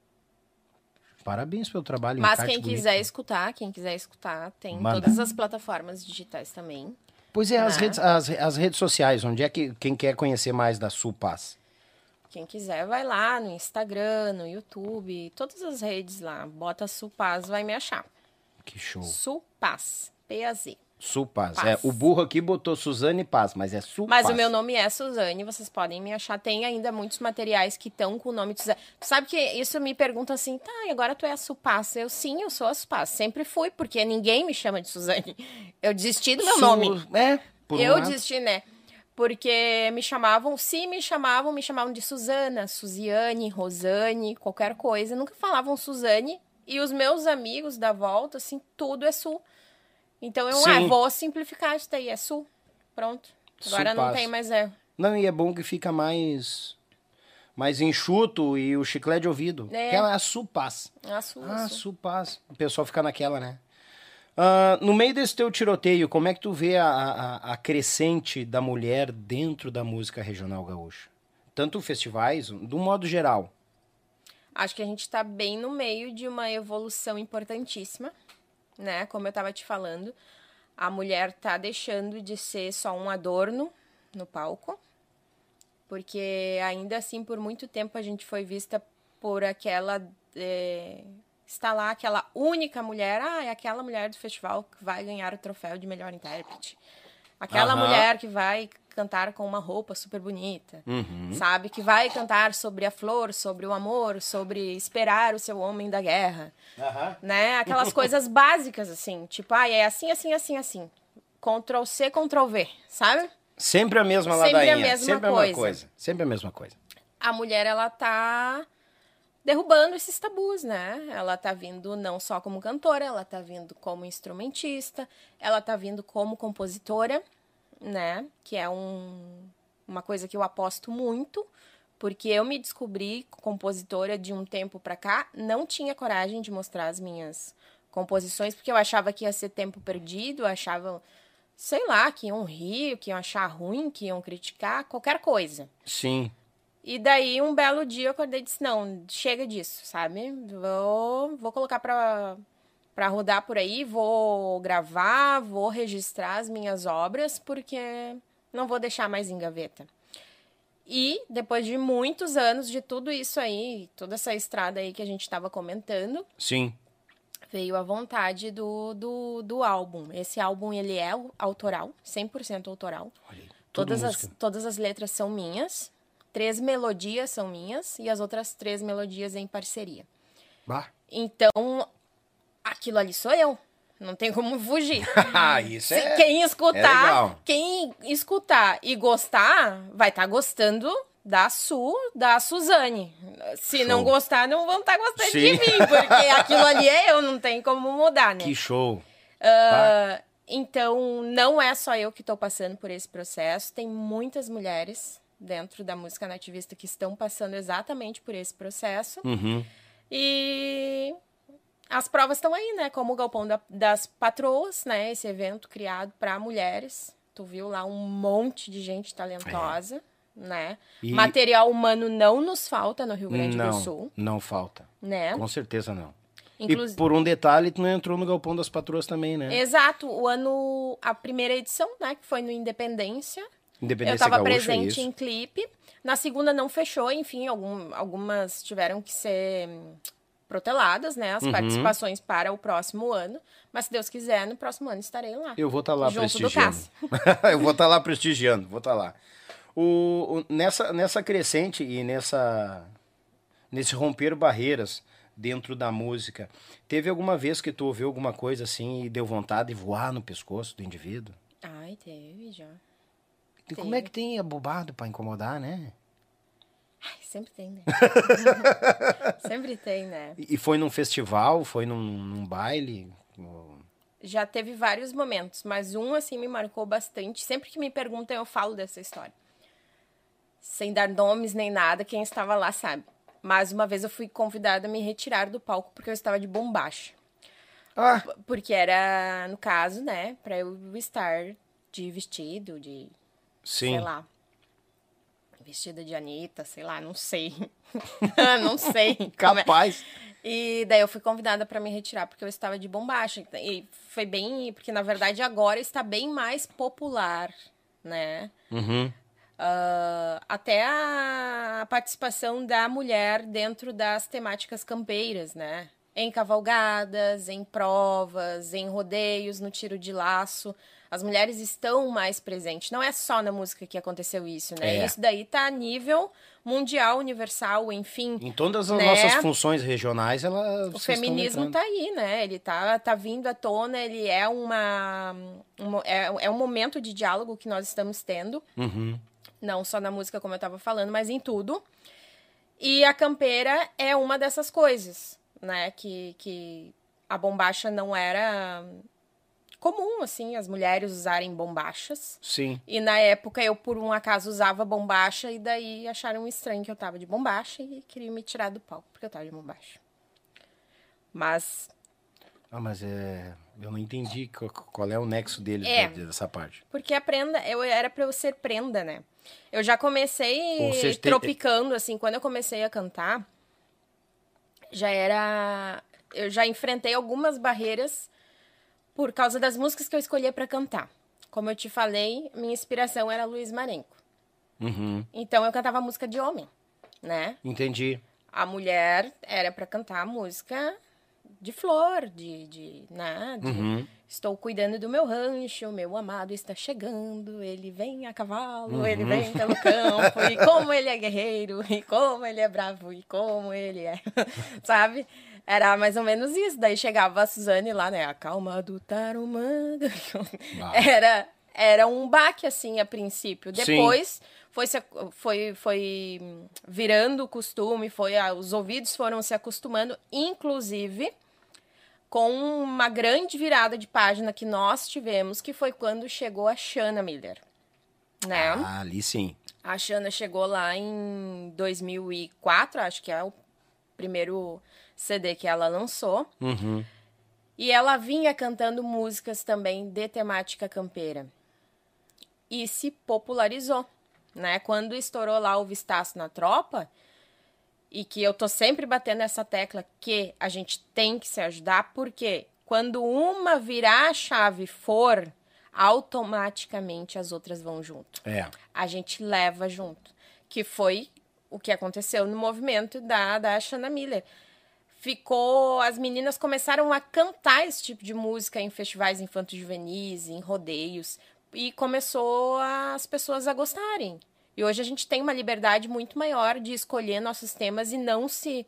Parabéns pelo trabalho. Mas quem quiser escutar, tem todas as plataformas digitais também. Pois é, as redes sociais, onde é que quem quer conhecer mais da Su Paz? Quem quiser vai lá no Instagram, no YouTube, todas as redes lá. Bota Su Paz, vai me achar. Que show. Su Paz, P-A-Z. Su Paz. O burro aqui botou Suzane Paz, mas é Su Mas Paz. o meu nome é Suzane, vocês podem me achar. Tem ainda muitos materiais que estão com o nome de Suzane. Tu sabe que isso me pergunta assim, tá, e agora tu é a Su Paz? Sim, eu sou a Su Paz. Sempre fui, porque ninguém me chama de Suzane. Eu desisti do meu nome. Eu desisti, né? Porque me chamavam de Suzana, Suziane, Rosane, qualquer coisa. Nunca falavam Suzane. E os meus amigos da volta, assim, tudo é Su. Então eu vou simplificar isso daí, é Su. Pronto. Agora não tem mais Não, e é bom que fica mais mais enxuto e o chiclete de ouvido. É. Aquela é a Supaz. Açu. Supaz. O pessoal fica naquela, né? No meio desse teu tiroteio, como é que tu vê a crescente da mulher dentro da música regional gaúcha? Tanto festivais, do modo geral. Acho que a gente tá bem no meio de uma evolução importantíssima, né? Como eu tava te falando, a mulher tá deixando de ser só um adorno no palco, porque ainda assim, por muito tempo, a gente foi vista por aquela... está lá aquela única mulher, é aquela mulher do festival que vai ganhar o troféu de melhor intérprete. Aquela mulher que vai cantar com uma roupa super bonita, sabe? Que vai cantar sobre a flor, sobre o amor, sobre esperar o seu homem da guerra, né? Aquelas coisas básicas, assim, tipo, é assim, assim, assim, assim. Ctrl C, Ctrl V, sabe? Sempre a mesma ladainha. Sempre a mesma coisa. Sempre a mesma coisa. A mulher, ela tá derrubando esses tabus, né? Ela tá vindo não só como cantora, ela tá vindo como instrumentista, ela tá vindo como compositora, né? Que é uma coisa que eu aposto muito, porque eu me descobri compositora de um tempo pra cá, não tinha coragem de mostrar as minhas composições, porque eu achava que ia ser tempo perdido, eu achava, sei lá, que iam rir, que iam achar ruim, que iam criticar, qualquer coisa. Sim. E daí, um belo dia, eu acordei e disse, não, chega disso, sabe? Vou colocar pra rodar por aí, vou gravar, vou registrar as minhas obras, porque não vou deixar mais em gaveta. E, depois de muitos anos de tudo isso aí, toda essa estrada aí que a gente estava comentando... Sim. Veio a vontade do álbum. Esse álbum, ele é autoral, 100% autoral. Olha aí, Todas as letras são minhas. 3 melodias são minhas e as outras 3 melodias em parceria. Bah. Então, aquilo ali sou eu. Não tem como fugir. Isso Quem legal. Quem escutar e gostar, vai estar gostando da Suzane. Se Show. não gostar, não vão estar gostando Sim. de mim, porque aquilo ali é eu, não tem como mudar, né? Que show. Então, não é só eu que estou passando por esse processo, tem muitas mulheres dentro da música nativista que estão passando exatamente por esse processo. E as provas estão aí, né? Como o Galpão das Patroas, né? Esse evento criado para mulheres. Tu viu lá um monte de gente talentosa, né? E... Material humano não nos falta no Rio Grande do Sul. Não falta. Né? Com certeza não. E por um detalhe, tu não entrou no Galpão das Patroas também, né? Exato. A primeira edição, né? Que foi no Independência. Independência Eu estava Gaúcha, presente isso. em clipe. Na segunda não fechou, enfim, algumas tiveram que ser proteladas, né? As participações para o próximo ano. Mas se Deus quiser, no próximo ano estarei lá. Eu vou estar lá junto prestigiando. do Cássio. Eu vou estar lá prestigiando, vou estar lá. Nessa crescente e nesse romper barreiras dentro da música, teve alguma vez que tu ouviu alguma coisa assim e deu vontade de voar no pescoço do indivíduo? Ai, teve já. E como é que tem abobado pra incomodar, né? Ai, sempre tem, né? Sempre tem, né? E foi num festival, foi num baile? Já teve vários momentos, mas um, assim, me marcou bastante. Sempre que me perguntam, eu falo dessa história. Sem dar nomes nem nada, quem estava lá sabe. Mas uma vez eu fui convidada a me retirar do palco porque eu estava de bombacha. Porque era, no caso, né, pra eu estar de vestido, de... Sim. Sei lá. Vestida de Anitta, sei lá, não sei. Não sei. Capaz. E daí eu fui convidada para me retirar porque eu estava de bombacha. E foi bem... Porque, na verdade, agora está bem mais popular, né? Até a participação da mulher dentro das temáticas campeiras, né? Em cavalgadas, em provas, em rodeios, no tiro de laço. As mulheres estão mais presentes. Não é só na música que aconteceu isso, né? Isso daí tá a nível mundial, universal, enfim. Em todas as né? nossas funções regionais, O feminismo tá aí, né? Ele tá vindo à tona, ele é é um momento de diálogo que nós estamos tendo. Não só na música, como eu tava falando, mas em tudo. E a campeira é uma dessas coisas, né? Que a bombacha não era comum, assim, as mulheres usarem bombachas. Sim. E na época eu, por um acaso, usava bombacha e daí acharam estranho que eu tava de bombacha e queriam me tirar do palco porque eu tava de bombacha. Mas... Mas eu não entendi qual é o nexo deles dessa parte. Porque a prenda, era pra eu ser prenda, né? Eu já comecei tropicando, assim, quando eu comecei a cantar, eu já enfrentei algumas barreiras por causa das músicas que eu escolhia pra cantar. Como eu te falei, minha inspiração era Luiz Marenco. Uhum. Então eu cantava música de homem, né? Entendi. A mulher era pra cantar música de flor, estou cuidando do meu rancho, meu amado está chegando, ele vem a cavalo, ele vem pelo campo, e como ele é guerreiro, e como ele é bravo, e como ele é, sabe? Era mais ou menos isso. Daí chegava a Suzane lá, né? A calma do tarumã. Era um baque, assim, a princípio. Depois foi virando o costume, os ouvidos foram se acostumando, inclusive com uma grande virada de página que nós tivemos, que foi quando chegou a Shanna Miller, né? Ah, ali sim. A Shanna chegou lá em 2004, acho que é o primeiro CD que ela lançou. Uhum. E ela vinha cantando músicas também de temática campeira. E se popularizou, né? Quando estourou lá o Vistaço na Tropa, e que eu tô sempre batendo essa tecla que a gente tem que se ajudar, porque quando uma virar a chave for, automaticamente as outras vão junto. A gente leva junto. Que foi o que aconteceu no movimento da Shanna Miller. As meninas começaram a cantar esse tipo de música em festivais infanto-juvenis, em rodeios, e começou as pessoas a gostarem. E hoje a gente tem uma liberdade muito maior de escolher nossos temas e não se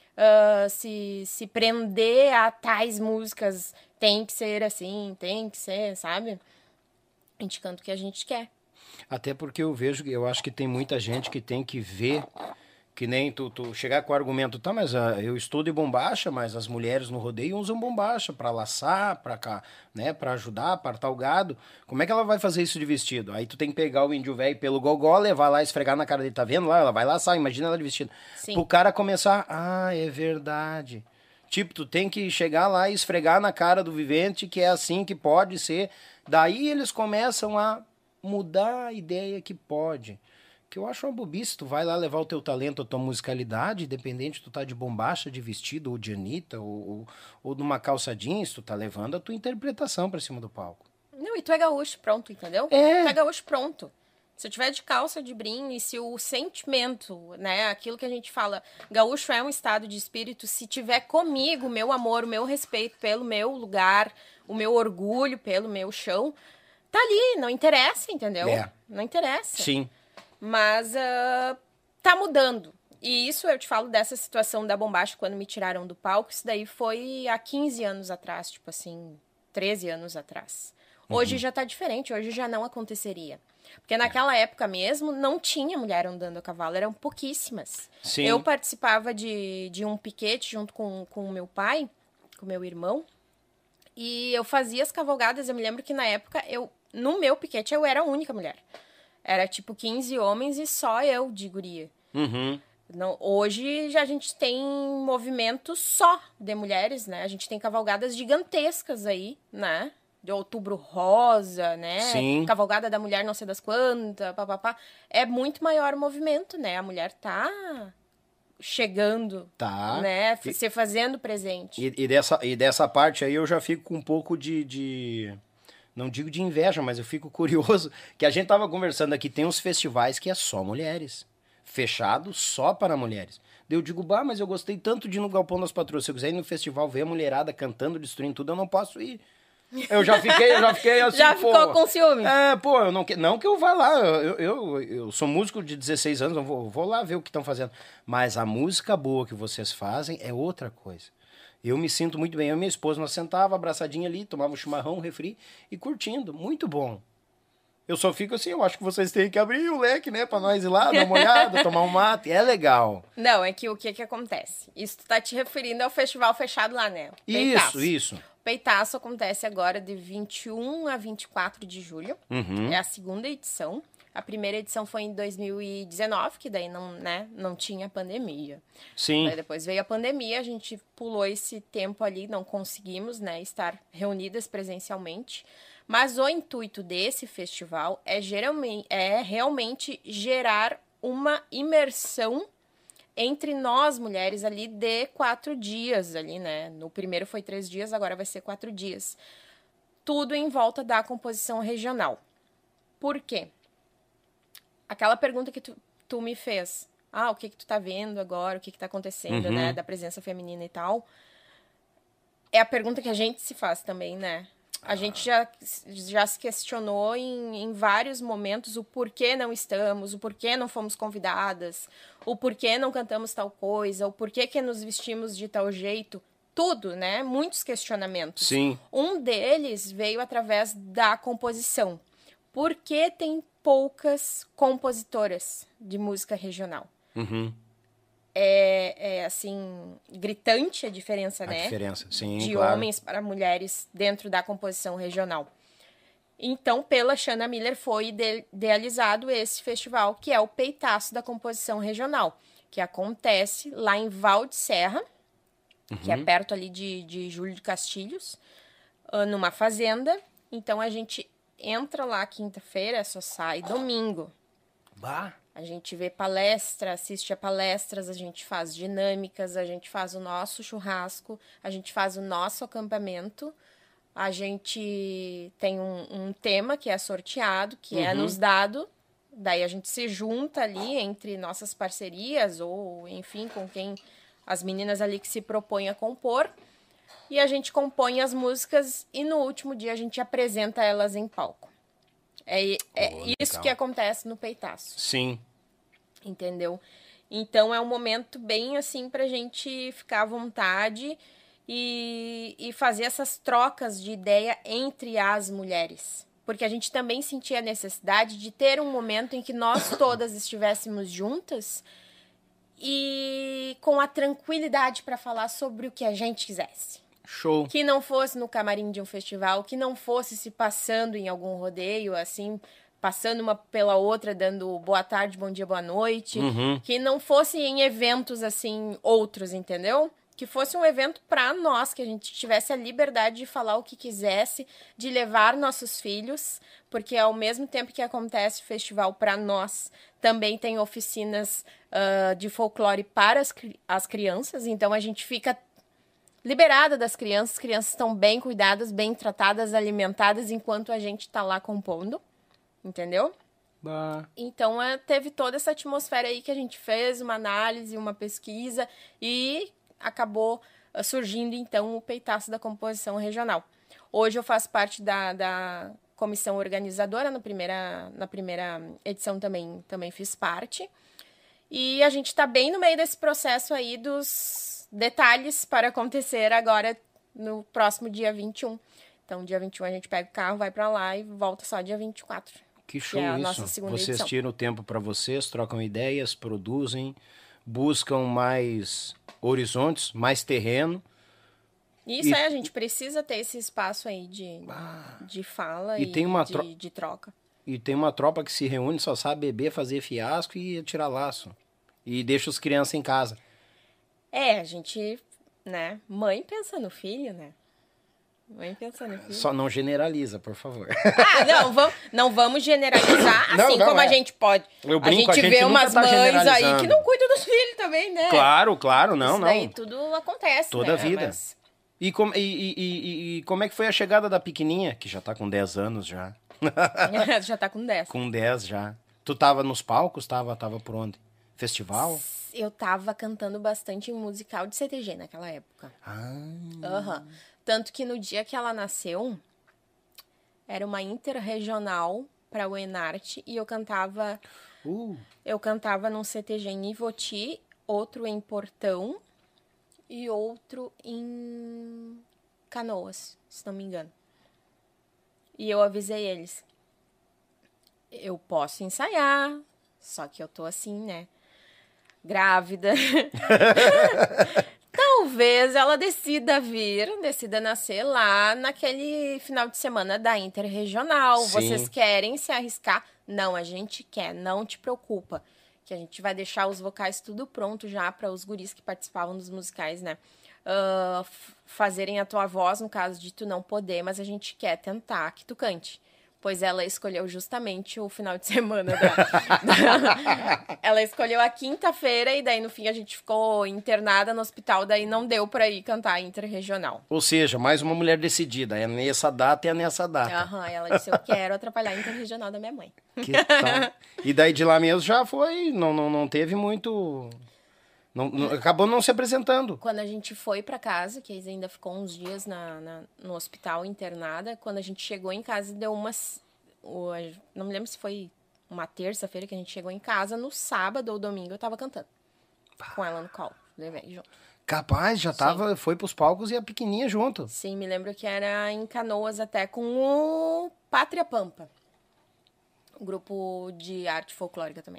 prender a tais músicas. Tem que ser assim, tem que ser, sabe? A gente canta o que a gente quer. Até porque eu acho que tem muita gente que tem que ver, que nem tu chegar com o argumento, tá, mas eu estudo em bombacha, mas as mulheres no rodeio usam bombacha para laçar, para ajudar, apartar o gado. Como é que ela vai fazer isso de vestido? Aí tu tem que pegar o índio velho pelo gogó, levar lá, esfregar na cara dele, tá vendo lá? Ela vai laçar, imagina ela de vestido. Sim. Pro cara começar, é verdade. Tipo, tu tem que chegar lá e esfregar na cara do vivente que é assim que pode ser. Daí eles começam a mudar a ideia que pode. Que eu acho uma bobice, tu vai lá levar o teu talento, a tua musicalidade, independente tu tá de bombacha, de vestido, ou de Anitta, ou de uma calça jeans, tu tá levando a tua interpretação pra cima do palco. Não, e tu é gaúcho, pronto, entendeu? Tu é gaúcho, pronto. Se eu tiver de calça, de brim, e se o sentimento, né, aquilo que a gente fala, gaúcho é um estado de espírito, se tiver comigo, meu amor, o meu respeito pelo meu lugar, o meu orgulho pelo meu chão, tá ali, não interessa, entendeu? Não interessa. Sim. Mas tá mudando. E isso eu te falo dessa situação da bombacha quando me tiraram do palco. Isso daí foi há 15 anos atrás, tipo assim, 13 anos atrás. Hoje já tá diferente, hoje já não aconteceria. Porque naquela época mesmo não tinha mulher andando a cavalo, eram pouquíssimas. Sim. Eu participava de um piquete junto com o meu pai, com o meu irmão. E eu fazia as cavalgadas. Eu me lembro que na época, no meu piquete, eu era a única mulher. Era tipo 15 homens e só eu de guria. Uhum. Não, hoje a gente tem movimento só de mulheres, né? A gente tem cavalgadas gigantescas aí, né? De Outubro Rosa, né? Sim. Cavalgada da mulher não sei das quantas, papapá. É muito maior o movimento, né? A mulher tá chegando, né? Se fazendo presente. E dessa parte aí eu já fico com um pouco de... Não digo de inveja, mas eu fico curioso que a gente tava conversando aqui, tem uns festivais que é só mulheres. Fechado só para mulheres. Daí eu digo, mas eu gostei tanto de ir no Galpão das Patroas. Se eu quiser ir no festival, ver a mulherada cantando, destruindo tudo, eu não posso ir. Eu já fiquei assim, já ficou com ciúme? Eu não que eu vá lá. Eu sou músico de 16 anos, eu vou lá ver o que estão fazendo. Mas a música boa que vocês fazem é outra coisa. Eu me sinto muito bem. Eu e minha esposa, nós sentava abraçadinha ali, tomava um chimarrão, um refri e curtindo. Muito bom. Eu só fico assim, eu acho que vocês têm que abrir o leque, né? Pra nós ir lá, dar uma olhada, tomar um mate. É legal. Não, é que o que acontece? Isso tu tá te referindo ao festival fechado lá, né? Isso. Peitaço acontece agora de 21 a 24 de julho. É a segunda edição. A primeira edição foi em 2019, que daí não tinha pandemia. Sim. Daí depois veio a pandemia, a gente pulou esse tempo ali, não conseguimos, né, estar reunidas presencialmente. Mas o intuito desse festival é realmente gerar uma imersão entre nós, mulheres, ali de 4 dias ali, né? No primeiro foi 3 dias, agora vai ser 4 dias. Tudo em volta da composição regional. Por quê? Aquela pergunta que tu me fez. O que tu tá vendo agora? O que tá acontecendo, né? Da presença feminina e tal. É a pergunta que a gente se faz também, né? A gente já se questionou em vários momentos o porquê não estamos, o porquê não fomos convidadas, o porquê não cantamos tal coisa, o porquê que nos vestimos de tal jeito. Tudo, né? Muitos questionamentos. Sim. Um deles veio através da composição. Por que tem poucas compositoras de música regional? É assim, gritante a diferença, né? A diferença, sim, de claro. homens para mulheres dentro da composição regional. Então, pela Xana Miller, foi idealizado esse festival, que é o Peitaço da Composição Regional, que acontece lá em Val de Serra, que é perto ali de Júlio de Castilhos, numa fazenda. Então, a gente entra lá quinta-feira, só sai domingo. Bah! A gente vê palestra, assiste a palestras, a gente faz dinâmicas, a gente faz o nosso churrasco, a gente faz o nosso acampamento. A gente tem um tema que é sorteado, que é nos dado. Daí a gente se junta ali entre nossas parcerias ou, enfim, com quem as meninas ali que se propõem a compor. E a gente compõe as músicas e no último dia a gente apresenta elas em palco. É isso que acontece no Peitaço. Sim. Entendeu? Então é um momento bem assim pra gente ficar à vontade e fazer essas trocas de ideia entre as mulheres. Porque a gente também sentia a necessidade de ter um momento em que nós todas estivéssemos juntas e com a tranquilidade para falar sobre o que a gente quisesse. Show. Que não fosse no camarim de um festival, que não fosse se passando em algum rodeio, assim, passando uma pela outra, dando boa tarde, bom dia, boa noite. Que não fosse em eventos, assim, outros, entendeu? Que fosse um evento para nós, que a gente tivesse a liberdade de falar o que quisesse, de levar nossos filhos, porque ao mesmo tempo que acontece o festival para nós, também tem oficinas de folclore para as crianças, então a gente fica liberada das crianças, as crianças estão bem cuidadas, bem tratadas, alimentadas, enquanto a gente tá lá compondo, entendeu? Bah. Então, teve toda essa atmosfera aí que a gente fez, uma análise, uma pesquisa, e acabou surgindo, então, o Peitaço da Composição Regional. Hoje eu faço parte da comissão organizadora, na primeira edição também fiz parte, e a gente tá bem no meio desse processo aí dos detalhes para acontecer agora no próximo dia 21. Então, dia 21 a gente pega o carro, vai pra lá e volta só dia 24. Que show é a isso. nossa segunda Vocês edição. tiram o tempo para vocês, trocam ideias, produzem, buscam mais horizontes, mais terreno. Isso aí, a gente precisa ter esse espaço aí de fala e tem uma de troca. E tem uma tropa que se reúne, só sabe beber, fazer fiasco e tirar laço. E deixa as crianças em casa. A gente, né, mãe pensa no filho, né? Mãe pensa no filho. Só não generaliza, por favor. Não vamos generalizar, assim como a gente pode. Eu A brinco, gente vê umas nunca tá mães aí generalizando. que não cuidam dos filhos também, né? Claro, não, Isso daí tudo acontece, Toda né? a vida. Mas... E como é que foi a chegada da pequenininha, que já tá com 10 anos já? Já tá com 10. Com 10 já. Tu tava nos palcos? Tava por onde? Festival? Eu tava cantando bastante em musical de CTG naquela época. Tanto que no dia que ela nasceu, era uma interregional para o Enarte e eu cantava num CTG em Ivoti, outro em Portão e outro em Canoas, se não me engano. E eu avisei eles, eu posso ensaiar, só que eu tô assim, né? Grávida. talvez ela decida nascer lá naquele final de semana da Interregional. Sim. Vocês querem se arriscar? Não, a gente quer, não te preocupa. Que a gente vai deixar os vocais tudo pronto já para os guris que participavam dos musicais, né? Fazerem a tua voz, no caso de tu não poder, mas a gente quer tentar que tu cante. Pois ela escolheu justamente o final de semana Ela escolheu a quinta-feira e daí no fim a gente ficou internada no hospital, daí não deu pra ir cantar Interregional. Ou seja, mais uma mulher decidida, é nessa data e é nessa data. Aham, ela disse, eu quero atrapalhar a Interregional da minha mãe. Que tal? E daí de lá mesmo já foi, não teve muito... acabou não se apresentando. Quando a gente foi pra casa, que ainda ficou uns dias no hospital internada, quando a gente chegou em casa, deu não me lembro se foi uma terça-feira que a gente chegou em casa, no sábado ou domingo eu tava cantando. Com ela no colo, levei junto. Capaz, já tava, foi pros palcos e a pequenininha junto. Sim, me lembro que era em Canoas até com o Pátria Pampa. O grupo de arte folclórica também.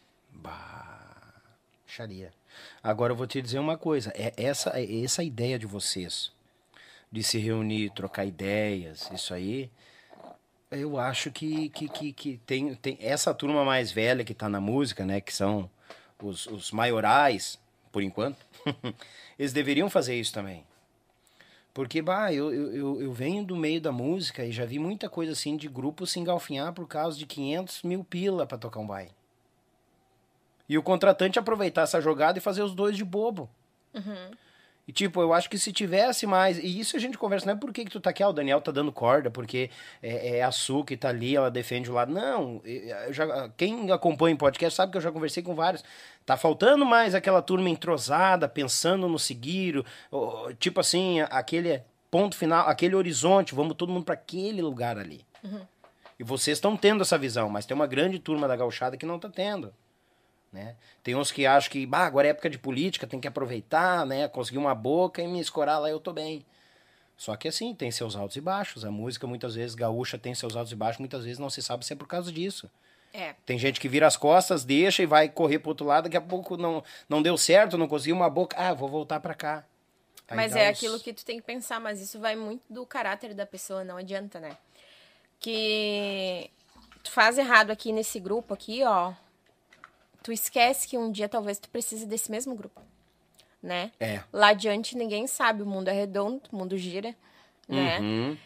Xaria. Agora eu vou te dizer uma coisa, essa ideia de vocês, de se reunir, trocar ideias, isso aí, eu acho que tem essa turma mais velha que tá na música, né, que são os maiorais, por enquanto, eles deveriam fazer isso também. Porque, eu venho do meio da música e já vi muita coisa assim de grupo se engalfinhar por causa de 500 mil pila pra tocar um baile. E o contratante aproveitar essa jogada e fazer os dois de bobo. Uhum. E tipo, eu acho que se tivesse mais... E isso a gente conversa, não é porque que tu tá aqui, o Daniel tá dando corda, porque é a Su que tá ali, ela defende o lado. Não, quem acompanha o podcast sabe que eu já conversei com vários. Tá faltando mais aquela turma entrosada, pensando no seguir, tipo assim, aquele ponto final, aquele horizonte, vamos todo mundo para aquele lugar ali. Uhum. E vocês estão tendo essa visão, mas tem uma grande turma da gauchada que não tá tendo. Né? Tem uns que acham que agora é época de política, tem que aproveitar, né? Conseguir uma boca e me escorar lá, eu tô bem. Só que assim, tem seus altos e baixos. A música, muitas vezes, gaúcha tem seus altos e baixos, muitas vezes não se sabe se é por causa disso. Tem gente que vira as costas, deixa e vai correr pro outro lado, daqui a pouco não deu certo, não conseguiu uma boca, vou voltar pra cá. Aí mas é aquilo que tu tem que pensar, mas isso vai muito do caráter da pessoa, não adianta, né? Que tu faz errado aqui nesse grupo aqui, ó, tu esquece que um dia talvez tu precise desse mesmo grupo, né? Lá adiante ninguém sabe, o mundo é redondo, o mundo gira, né? Uhum.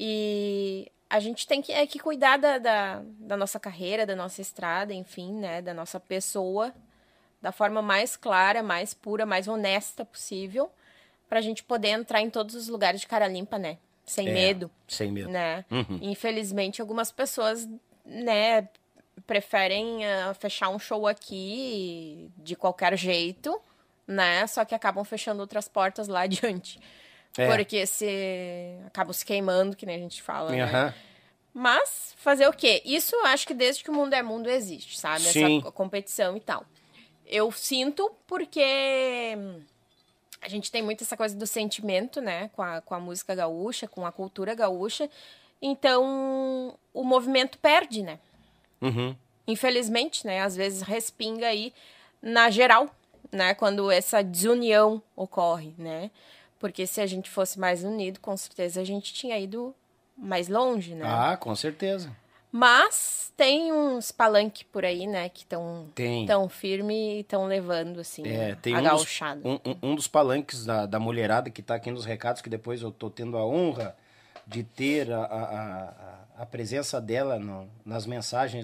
E a gente tem que cuidar da nossa carreira, da nossa estrada, enfim, né? Da nossa pessoa, da forma mais clara, mais pura, mais honesta possível, pra gente poder entrar em todos os lugares de cara limpa, né? Sem medo. Sem medo. Né? Uhum. Infelizmente, algumas pessoas, né, preferem fechar um show aqui de qualquer jeito, né? Só que acabam fechando outras portas lá adiante. Porque acabam se queimando, que nem a gente fala, Uhum. né? Mas, fazer o quê? Isso eu acho que desde que o mundo é mundo existe, sabe? Sim. Essa competição e tal. Eu sinto porque a gente tem muito essa coisa do sentimento, né? Com a música gaúcha, com a cultura gaúcha. Então, o movimento perde, né? Uhum. Infelizmente, né? Às vezes respinga aí na geral, né? Quando essa desunião ocorre, né? Porque se a gente fosse mais unido, com certeza a gente tinha ido mais longe, né? Ah, com certeza. Mas tem uns palanques por aí, né? Que estão Tem. tão firme e estão levando, assim, Tem a gauchada. um dos palanques da mulherada que tá aqui nos recados, que depois eu tô tendo a honra de ter a presença dela nas mensagens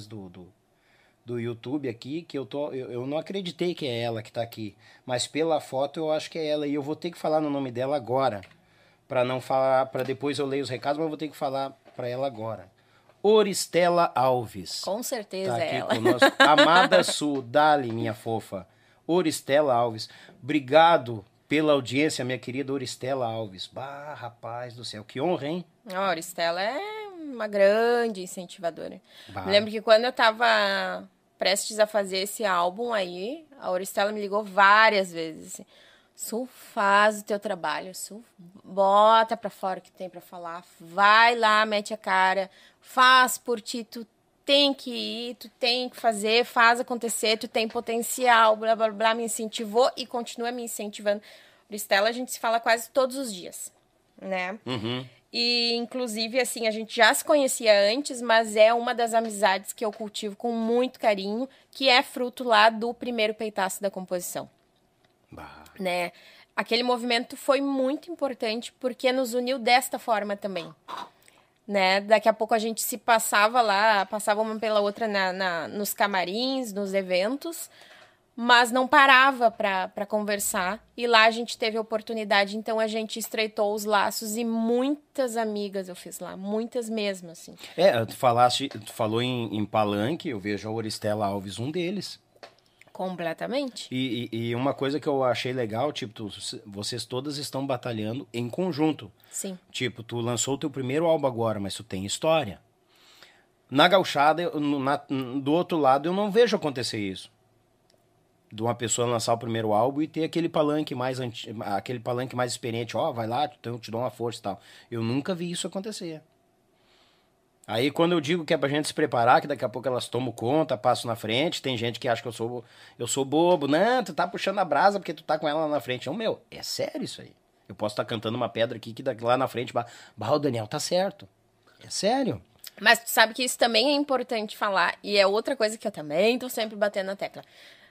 do YouTube aqui, que eu não acreditei que é ela que tá aqui, mas pela foto eu acho que é ela, e eu vou ter que falar no nome dela agora, para não falar, para depois eu ler os recados, mas eu vou ter que falar para ela agora. Oristela Alves. Com certeza Tá é aqui ela. conosco. Amada Su, dali, minha fofa. Oristela Alves. Obrigado pela audiência, minha querida Oristela Alves. Rapaz do céu, que honra, hein? A Oristela é uma grande incentivadora. Bah. Me lembro que quando eu tava prestes a fazer esse álbum aí, a Oristela me ligou várias vezes, assim, Su, faz o teu trabalho, Su, bota pra fora o que tem pra falar, vai lá, mete a cara, faz por ti, tu tem que ir, tu tem que fazer, faz acontecer, tu tem potencial, blá, blá, blá, me incentivou e continua me incentivando, Oristela a gente se fala quase todos os dias, né? E, inclusive, assim, a gente já se conhecia antes, mas é uma das amizades que eu cultivo com muito carinho, que é fruto lá do primeiro peitaço da composição, né? Aquele movimento foi muito importante porque nos uniu desta forma também, né? Daqui a pouco a gente se passava lá, passava uma pela outra nos camarins, nos eventos, mas não parava para conversar. E lá a gente teve a oportunidade, então a gente estreitou os laços e muitas amigas eu fiz lá, muitas mesmo, assim. Tu falou em palanque, eu vejo a Oristela Alves, um deles. Completamente. E uma coisa que eu achei legal, tipo, vocês todas estão batalhando em conjunto. Sim. Tipo, tu lançou o teu primeiro álbum agora, mas tu tem história. Na gauchada, do outro lado, eu não vejo acontecer isso. De uma pessoa lançar o primeiro álbum e ter aquele palanque mais experiente, vai lá, então eu te dou uma força e tal. Eu nunca vi isso acontecer. Aí quando eu digo que é pra gente se preparar, que daqui a pouco elas tomam conta, passam na frente, tem gente que acha que eu sou bobo. Não, tu tá puxando a brasa porque tu tá com ela lá na frente. Não, é sério isso aí. Eu posso estar cantando uma pedra aqui que daqui lá na frente, o Daniel tá certo. É sério. Mas tu sabe que isso também é importante falar, e é outra coisa que eu também tô sempre batendo na tecla.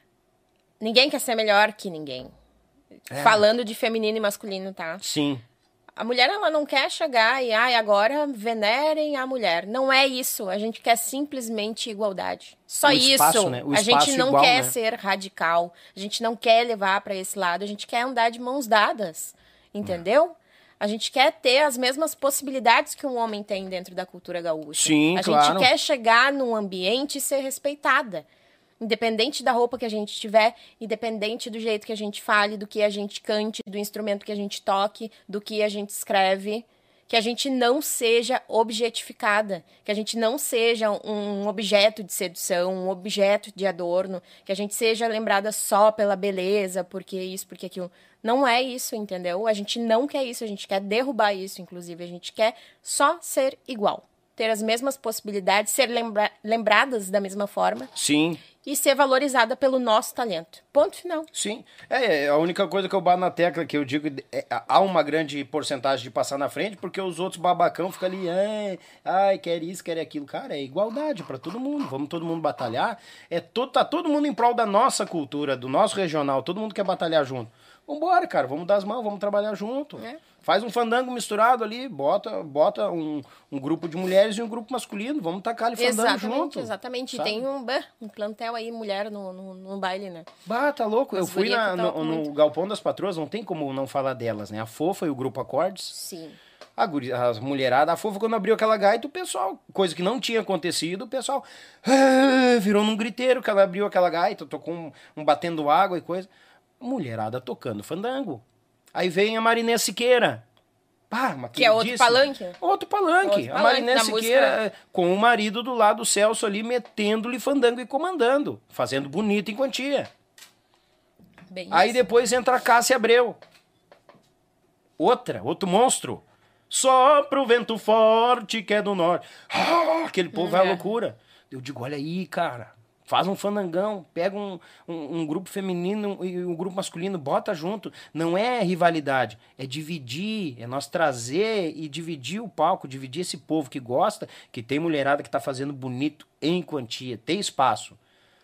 Ninguém quer ser melhor que ninguém. Falando de feminino e masculino, tá? Sim. A mulher, ela não quer chegar e, agora venerem a mulher. Não é isso. A gente quer simplesmente igualdade. Só isso. Espaço, né? A gente não igual, quer né? ser radical. A gente não quer levar para esse lado. A gente quer andar de mãos dadas. Entendeu? A gente quer ter as mesmas possibilidades que um homem tem dentro da cultura gaúcha. Sim, claro. A gente quer chegar num ambiente e ser respeitada. Independente da roupa que a gente tiver, independente do jeito que a gente fale, do que a gente cante, do instrumento que a gente toque, do que a gente escreve, que a gente não seja objetificada, que a gente não seja um objeto de sedução, um objeto de adorno, que a gente seja lembrada só pela beleza, porque isso, porque aquilo. Não é isso, entendeu? A gente não quer isso, a gente quer derrubar isso, inclusive. A gente quer só ser igual. Ter as mesmas possibilidades, ser lembradas da mesma forma. Sim. E ser valorizada pelo nosso talento. Ponto final. Sim. A única coisa que eu bato na tecla, que eu digo, há uma grande porcentagem de passar na frente, porque os outros babacão ficam ali, quer isso, quer aquilo. Cara, é igualdade pra todo mundo. Vamos todo mundo batalhar. Tá todo mundo em prol da nossa cultura, do nosso regional. Todo mundo quer batalhar junto. Vambora, cara. Vamos dar as mãos, vamos trabalhar junto. Faz um fandango misturado ali, bota um grupo de mulheres e um grupo masculino. Vamos tacar ali fandango junto. Exatamente. Sabe? E tem um plantel aí, mulher no baile, né? Tá louco. Eu fui no Galpão das Patroas, não tem como não falar delas, né? A Fofa e o Grupo Acordes. Sim. As mulheradas, a Fofa, quando abriu aquela gaita, o pessoal, coisa que não tinha acontecido, o pessoal virou num griteiro que ela abriu aquela gaita, tocou um batendo água e coisa. Mulherada tocando fandango. Aí vem a Marinês Siqueira. Que é outro palanque? Outro palanque. A Marinês Siqueira com o marido do lado, o Celso ali, metendo-lhe fandango e comandando. Fazendo bonito em quantia. Bem aí isso. Depois entra a Cássia Abreu. Outro monstro. Sopra o vento forte que é do norte. Aquele povo vai à loucura. Eu digo, olha aí, cara. Faz um fandangão, pega um grupo feminino e um grupo masculino, bota junto. Não é rivalidade, é dividir, é nós trazer e dividir o palco, dividir esse povo que gosta, que tem mulherada que tá fazendo bonito em quantia, tem espaço.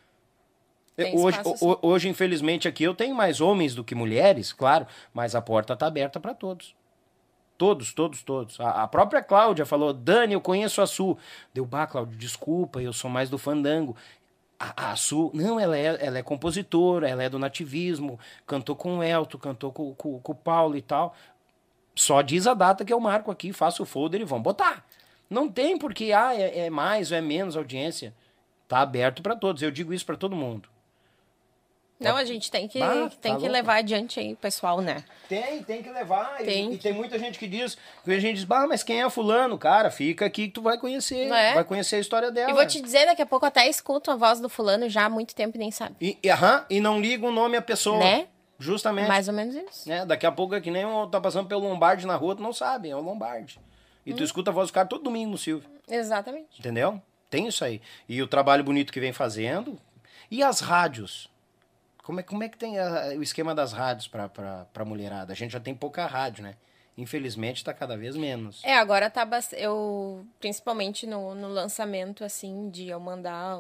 Hoje, infelizmente, aqui eu tenho mais homens do que mulheres, claro, mas a porta tá aberta para todos. Todos. A própria Cláudia falou, Dani, eu conheço a Su. Deu, Cláudia, desculpa, eu sou mais do fandango. A Su, não, ela é compositora, ela é do nativismo, cantou com o Elton, cantou com o Paulo e tal. Só diz a data que eu marco aqui, faço o folder e vamos botar. Não tem porque é mais ou é menos audiência. Tá aberto para todos, eu digo isso para todo mundo. Não, a gente tem que levar adiante aí o pessoal, né? Tem que levar. E tem muita gente que diz, mas quem é fulano? Cara, fica aqui que tu vai conhecer. Vai conhecer a história dela. E vou te dizer, daqui a pouco até escuto a voz do fulano já há muito tempo e nem sabe. E não liga o nome à pessoa. Né? Justamente. Mais ou menos isso. Daqui a pouco é que nem tá passando pelo Lombardi na rua, tu não sabe, é o Lombardi. E tu escuta a voz do cara todo domingo no Silvio. Exatamente. Entendeu? Tem isso aí. E o trabalho bonito que vem fazendo. E as rádios? Como é que tem o esquema das rádios pra mulherada? A gente já tem pouca rádio, né? Infelizmente tá cada vez menos. Agora tá eu principalmente no lançamento, assim, de eu mandar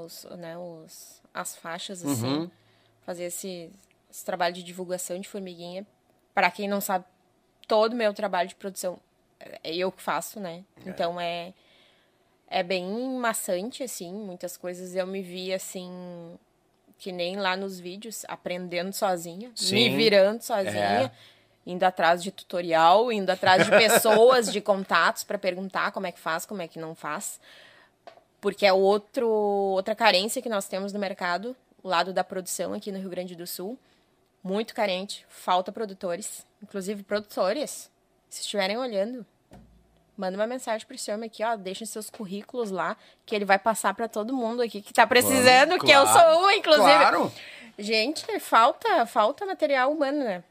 as faixas, assim, fazer esse trabalho de divulgação de Formiguinha. Pra quem não sabe, todo o meu trabalho de produção é eu que faço, né? Então é bem maçante, assim, muitas coisas eu me vi, assim, que nem lá nos vídeos, aprendendo sozinha, me virando sozinha, indo atrás de tutorial, indo atrás de pessoas, de contatos para perguntar como é que faz, como é que não faz. Porque é outra carência que nós temos no mercado, o lado da produção aqui no Rio Grande do Sul. Muito carente, falta produtores, inclusive produtores. Se estiverem olhando, manda uma mensagem pro senhor aqui, ó, deixem seus currículos lá, que ele vai passar para todo mundo aqui que tá precisando, que eu sou uma, inclusive. Claro. Gente, falta material humano, né?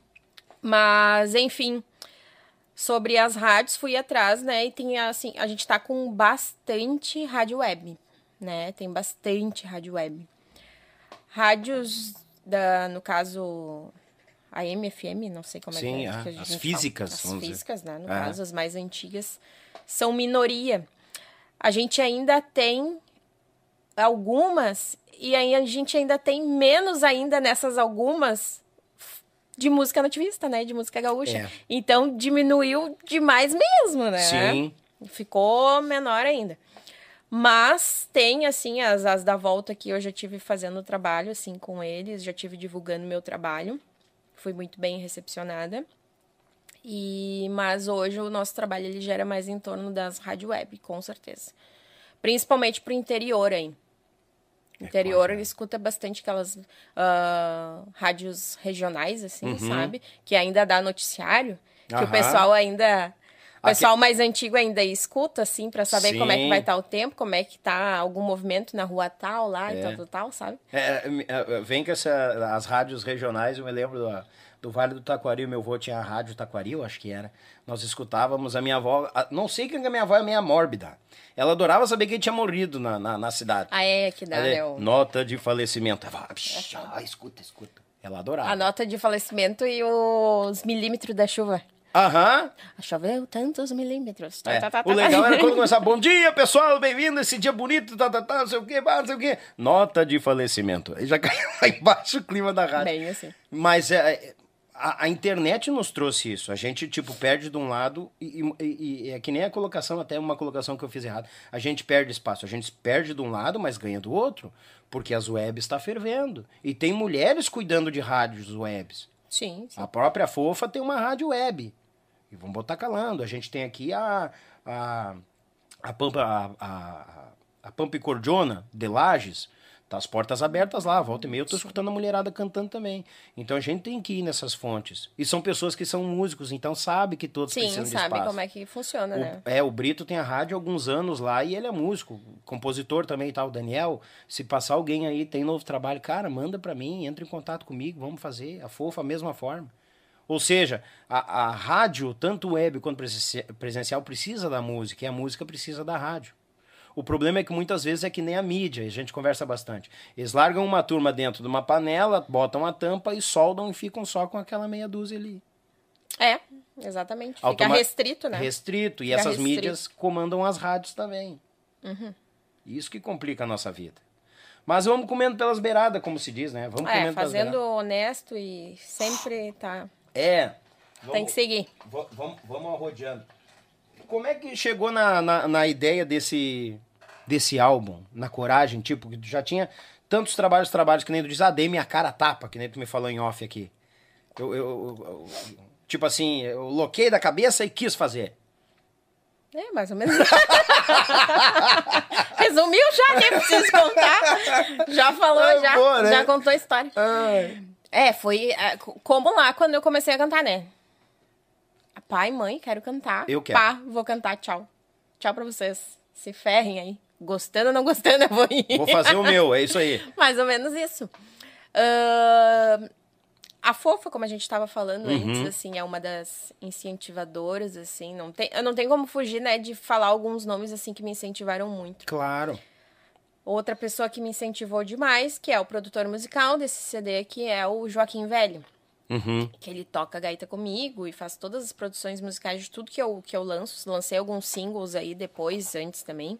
Mas, enfim, sobre as rádios, fui atrás, né? E tem, assim, a gente tá com bastante rádio web, né? Tem bastante rádio web. Rádios, no caso, a MFM, não sei como Sim, é que a gente as físicas. fala. As físicas, né? No caso, as mais antigas, são minoria. A gente ainda tem algumas, e aí a gente ainda tem menos ainda nessas algumas de música nativista, né? De música gaúcha. Então, diminuiu demais mesmo, né? Sim. Ficou menor ainda. Mas tem, assim, as da volta que eu já tive fazendo trabalho, assim, com eles. Já tive divulgando meu trabalho. Fui muito bem recepcionada. Mas hoje o nosso trabalho, ele gera mais em torno das rádio web, com certeza. Principalmente pro interior aí. Interior, ele escuta bastante aquelas rádios regionais, assim, sabe? Que ainda dá noticiário. Que o pessoal ainda... O pessoal mais antigo ainda escuta, assim, pra saber como é que vai estar o tempo, como é que tá algum movimento na rua tal, lá, e tal, sabe? Vem com as rádios regionais, eu me lembro do Vale do Taquari, meu avô tinha a rádio Taquari, eu acho que era. Nós escutávamos, a minha avó, não sei que a minha avó é meio mórbida. Ela adorava saber que ele tinha morrido na cidade. Que dá, né? Nota de falecimento. Escuta. Ela adorava. A nota de falecimento e os milímetros da chuva. Choveu tantos milímetros. O legal era quando começava, bom dia, pessoal, bem-vindo, esse dia bonito, não sei o quê. Nota de falecimento. Aí já caiu lá embaixo o clima da rádio. Bem assim. Mas a internet nos trouxe isso. A gente, perde de um lado e é que nem a colocação, até uma colocação que eu fiz errado. A gente perde espaço. A gente perde de um lado, mas ganha do outro. Porque as webs estão fervendo. E tem mulheres cuidando de rádios webs. Sim. A própria Fofa tem uma rádio web. E vamos botar calando. A gente tem aqui a Pampa e Cordiona de Lages. Tá as portas abertas lá. Volta e meia eu tô escutando a mulherada cantando também. Então a gente tem que ir nessas fontes. E são pessoas que são músicos, então sabe que todos precisam de espaço. Sim, sabe como é que funciona, né? O Brito tem a rádio há alguns anos lá e ele é músico. Compositor também e tal. O Daniel, se passar alguém aí, tem novo trabalho, cara, manda pra mim, entra em contato comigo, vamos fazer. A Fofa, a mesma forma. Ou seja, a rádio, tanto web quanto presencial, precisa da música, e a música precisa da rádio. O problema é que muitas vezes é que nem a mídia, a gente conversa bastante. Eles largam uma turma dentro de uma panela, botam a tampa e soldam e ficam só com aquela meia dúzia ali. Exatamente. Fica restrito, né? Restrito, e essas mídias comandam as rádios também. Isso que complica a nossa vida. Mas vamos comendo pelas beiradas, como se diz, né? Vamos comendo fazendo honesto e sempre tá... Tem que seguir. Vamos arrodeando. Como é que chegou na ideia desse álbum, na coragem, que tu já tinha tantos trabalhos que nem tu diz, dei minha cara a tapa, que nem tu me falou em off aqui. Eu loquei da cabeça e quis fazer. Mais ou menos. Resumiu já, nem preciso contar. Já falou, boa, né? Já contou a história. Foi como lá quando eu comecei a cantar, né? Pai, mãe, quero cantar. Eu quero. Pá, vou cantar, tchau. Tchau pra vocês. Se ferrem aí. Gostando ou não gostando, eu vou ir. Vou fazer o meu, é isso aí. Mais ou menos isso. A Fofa, como a gente estava falando antes, assim, é uma das incentivadoras, assim, eu não tenho como fugir, né, de falar alguns nomes, assim, que me incentivaram muito. Claro. Outra pessoa que me incentivou demais, que é o produtor musical desse CD, que é o Joaquim Velho. Que ele toca gaita comigo e faz todas as produções musicais de tudo que eu lanço. Lancei alguns singles aí depois, antes também.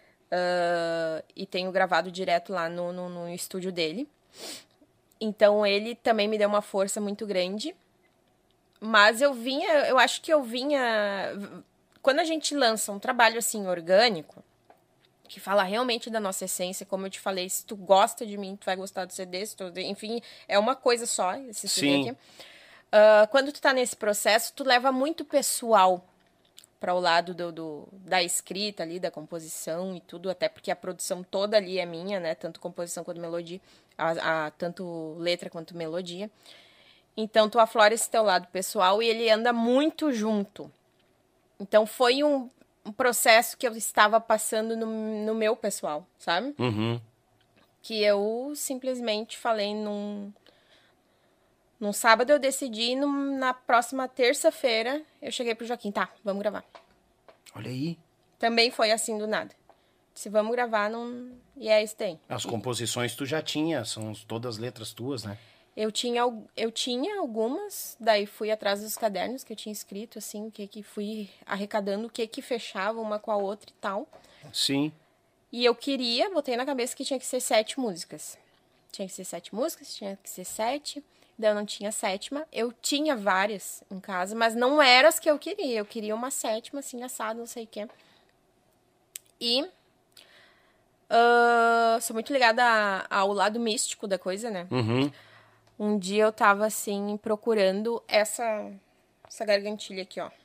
E tenho gravado direto lá no estúdio dele. Então ele também me deu uma força muito grande. Mas eu acho que eu vinha... Quando a gente lança um trabalho assim orgânico, que fala realmente da nossa essência, como eu te falei, se tu gosta de mim, tu vai gostar do CD, enfim, é uma coisa só, esse CD aqui. Quando tu tá nesse processo, tu leva muito pessoal para o lado da escrita ali, da composição e tudo, até porque a produção toda ali é minha, né, tanto composição quanto melodia, tanto letra quanto melodia. Então, tu aflora esse teu lado pessoal e ele anda muito junto. Então, foi um processo que eu estava passando no meu pessoal, sabe? Que eu simplesmente falei num sábado eu decidi, na próxima terça-feira eu cheguei pro Joaquim, tá, vamos gravar. Olha aí. Também foi assim do nada. Se vamos gravar, e é isso daí. As composições tu já tinha, são todas letras tuas, né? Eu tinha algumas, daí fui atrás dos cadernos que eu tinha escrito, assim, fui arrecadando o que fechava uma com a outra e tal. Sim. E eu botei na cabeça que tinha que ser 7 músicas. Tinha que ser 7 músicas, tinha que ser 7. Daí eu não tinha 7ª. Eu tinha várias em casa, mas não eram as que eu queria. Eu queria uma 7ª, assim, assada, não sei o quê. E sou muito ligada ao lado místico da coisa, né? Um dia eu tava, assim, procurando essa gargantilha aqui, ó.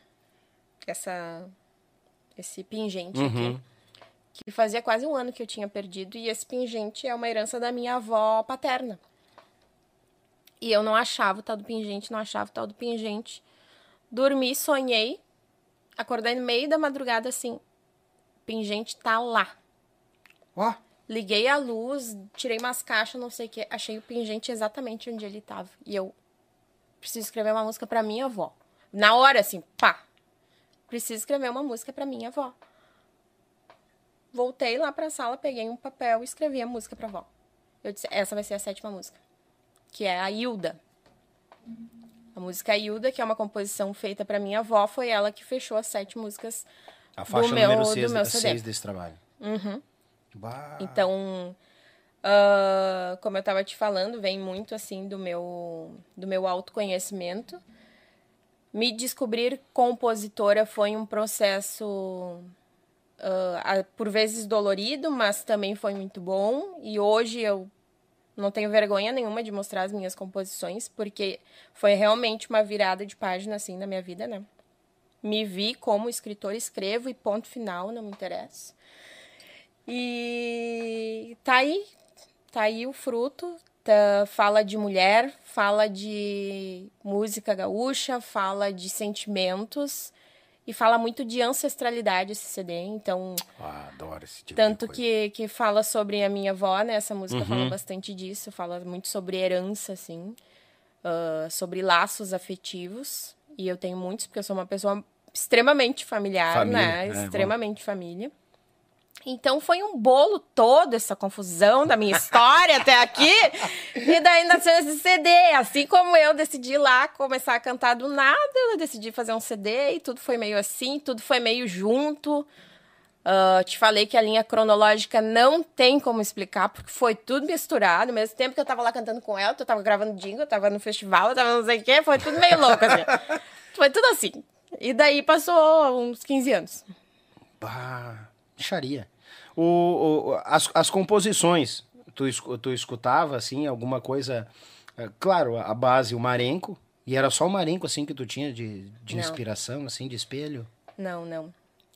Esse pingente aqui. Que fazia quase um ano que eu tinha perdido. E esse pingente é uma herança da minha avó paterna. E eu não achava o tal do pingente, Dormi, sonhei. Acordei no meio da madrugada, assim. Pingente tá lá. Ó. Liguei a luz, tirei umas caixas, não sei o que. Achei o pingente exatamente onde ele tava. E eu preciso escrever uma música pra minha avó. Na hora, assim, pá. Preciso escrever uma música pra minha avó. Voltei lá pra sala, peguei um papel e escrevi a música pra avó. Eu disse, essa vai ser a 7ª música. Que é a Hilda. A música Hilda, que é uma composição feita pra minha avó, foi ela que fechou as 7 músicas a faixa do número meu 6 desse trabalho. Então, como eu tava te falando, vem muito, assim, do meu autoconhecimento. Me descobrir compositora foi um processo, por vezes dolorido, mas também foi muito bom. E hoje eu não tenho vergonha nenhuma de mostrar as minhas composições, porque foi realmente uma virada de página, assim, na minha vida, né? Me vi como escritora, escrevo e ponto final, não me interessa. E tá aí o fruto. Fala de mulher, fala de música gaúcha, fala de sentimentos e fala muito de ancestralidade esse CD, então... adoro esse tipo tanto de coisa. que fala sobre a minha avó, né? Essa música fala bastante disso, fala muito sobre herança, assim, sobre laços afetivos, e eu tenho muitos, porque eu sou uma pessoa extremamente familiar, né? Extremamente família. Então foi um bolo todo, essa confusão da minha história até aqui. E daí nasceu esse CD. Assim como eu decidi lá começar a cantar do nada, eu decidi fazer um CD e tudo foi meio assim, tudo foi meio junto. Te falei que a linha cronológica não tem como explicar, porque foi tudo misturado. Ao mesmo tempo que eu tava lá cantando com ela, eu tava gravando jingle, eu tava no festival, eu tava não sei o quê, foi tudo meio louco, assim. Foi tudo assim. E daí passou uns 15 anos. Bicharia. As composições, tu escutava, assim, alguma coisa... Claro, a base, o marenco, e era só o marenco, assim, que tu tinha de inspiração, assim, de espelho? Não.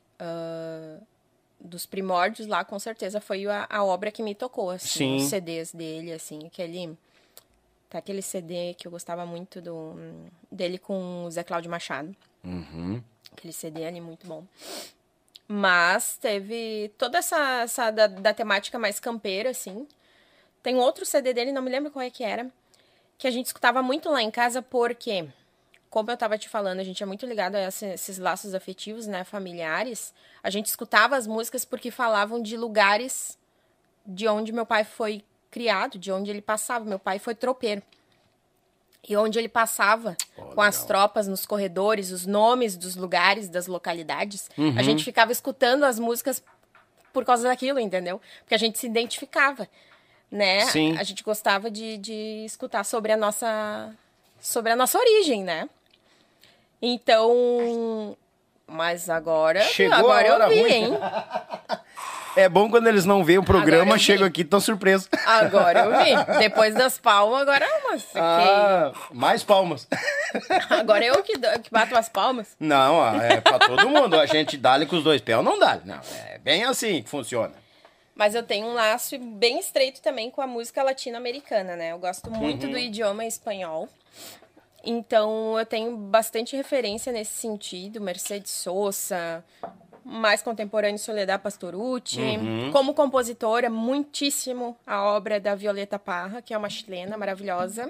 Dos primórdios lá, com certeza, foi a obra que me tocou, assim, os CDs dele, assim, aquele CD que eu gostava muito dele com o Zé Cláudio Machado. Aquele CD ali, muito bom. Mas teve toda essa da temática mais campeira, assim. Tem outro CD dele, não me lembro qual é que era, que a gente escutava muito lá em casa porque, como eu tava te falando, a gente é muito ligado a esses laços afetivos, né, familiares. A gente escutava as músicas porque falavam de lugares de onde meu pai foi criado, de onde ele passava. Meu pai foi tropeiro. E onde ele passava com as tropas nos corredores, os nomes dos lugares, das localidades, a gente ficava escutando as músicas por causa daquilo, entendeu? Porque a gente se identificava, né? Sim. A gente gostava de escutar sobre a nossa origem, né? Então... Mas agora eu vi, hein? É bom quando eles não veem o programa, chegam aqui e estão surpresos. Agora eu vi. Depois das palmas, agora mais palmas. Agora eu que bato as palmas. Não, é pra todo mundo. A gente dá-lhe com os 2 pés ou não dá. Não, é bem assim que funciona. Mas eu tenho um laço bem estreito também com a música latino-americana, né? Eu gosto muito do idioma espanhol. Então, eu tenho bastante referência nesse sentido. Mercedes Sosa, mais contemporâneo Soledad Pastorucci. Como compositora, muitíssimo a obra da Violeta Parra, que é uma chilena maravilhosa.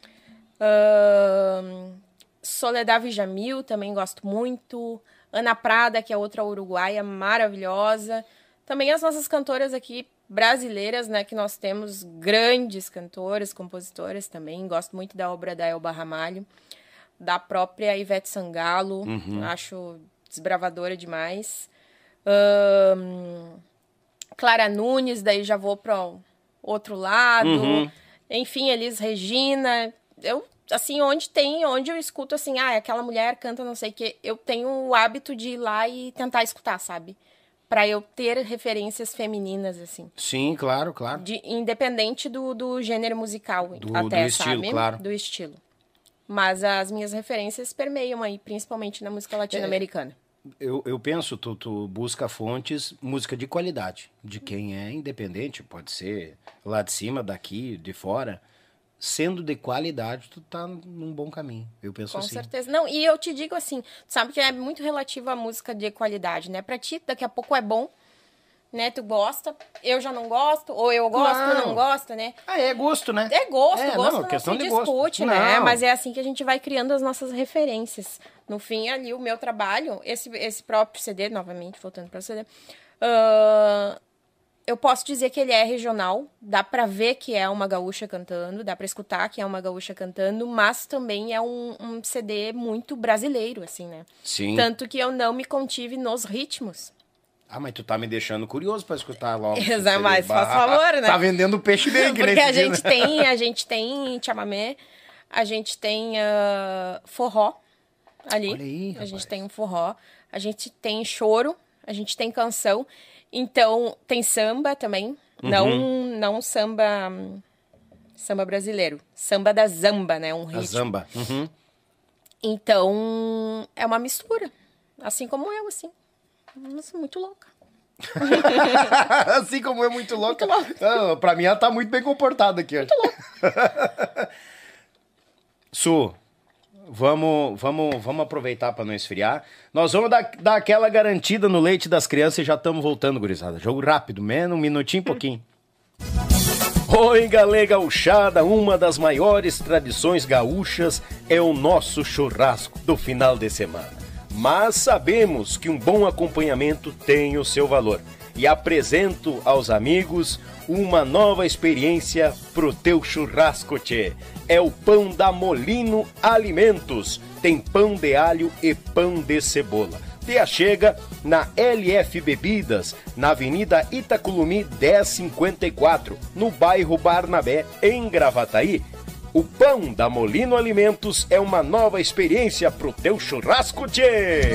Soledad Villamil, também gosto muito. Ana Prada, que é outra uruguaia maravilhosa. Também as nossas cantoras aqui brasileiras, né, que nós temos grandes cantoras, compositoras também. Gosto muito da obra da Elba Ramalho, da própria Ivete Sangalo, acho desbravadora demais. Clara Nunes, daí já vou para outro lado. Enfim, Elis Regina. Eu, assim, onde eu escuto assim, aquela mulher canta não sei o que, eu tenho o hábito de ir lá e tentar escutar, sabe? Pra eu ter referências femininas, assim. Sim, claro. Independente do gênero musical, do estilo, sabe? Claro. Do estilo. Mas as minhas referências permeiam aí, principalmente na música latino-americana. Eu penso, tu busca fontes, música de qualidade. De quem é independente, pode ser lá de cima, daqui, de fora. Sendo de qualidade, tu tá num bom caminho. Eu penso assim. Com certeza. Não, e eu te digo assim, sabe que é muito relativo à música de qualidade, né? Pra ti, daqui a pouco é bom, né? Tu gosta, eu já não gosto, ou eu gosto, tu não gosta, né? É gosto, né? É gosto, gosto não, questão se de discute, gosto. né? Não. Mas é assim que a gente vai criando as nossas referências. No fim, ali, o meu trabalho, esse próprio CD, novamente, voltando para o CD, eu posso dizer que ele é regional, dá pra ver que é uma gaúcha cantando, dá pra escutar que é uma gaúcha cantando, mas também é um CD muito brasileiro, assim, né? Sim. Tanto que eu não me contive nos ritmos. Mas tu tá me deixando curioso pra escutar logo. Exato, mas faz favor, né? Tá vendendo peixe bem, que porque a gente tem chamamé, a gente tem forró ali. Olha aí, rapaz. A gente tem um forró, a gente tem choro, a gente tem canção. Então, tem samba também, não samba brasileiro, samba da zamba, né, um ritmo. A zamba. Então, é uma mistura, assim como eu, assim. Eu sou muito louca. Assim como é muito louca. Pra mim, ela tá muito bem comportada aqui. Muito louca. Su, vamos aproveitar para não esfriar. Nós vamos dar aquela garantida no leite das crianças e já estamos voltando, gurizada. Jogo rápido, menos um minutinho e pouquinho. Oi, galera gauchada, uma das maiores tradições gaúchas é o nosso churrasco do final de semana. Mas sabemos que um bom acompanhamento tem o seu valor. E apresento aos amigos uma nova experiência pro teu churrasco, tchê. É o pão da Molino Alimentos. Tem pão de alho e pão de cebola. Te achega na LF Bebidas, na Avenida Itaculumi 1054, no bairro Barnabé, em Gravataí. O pão da Molino Alimentos é uma nova experiência pro teu churrasco, tchê!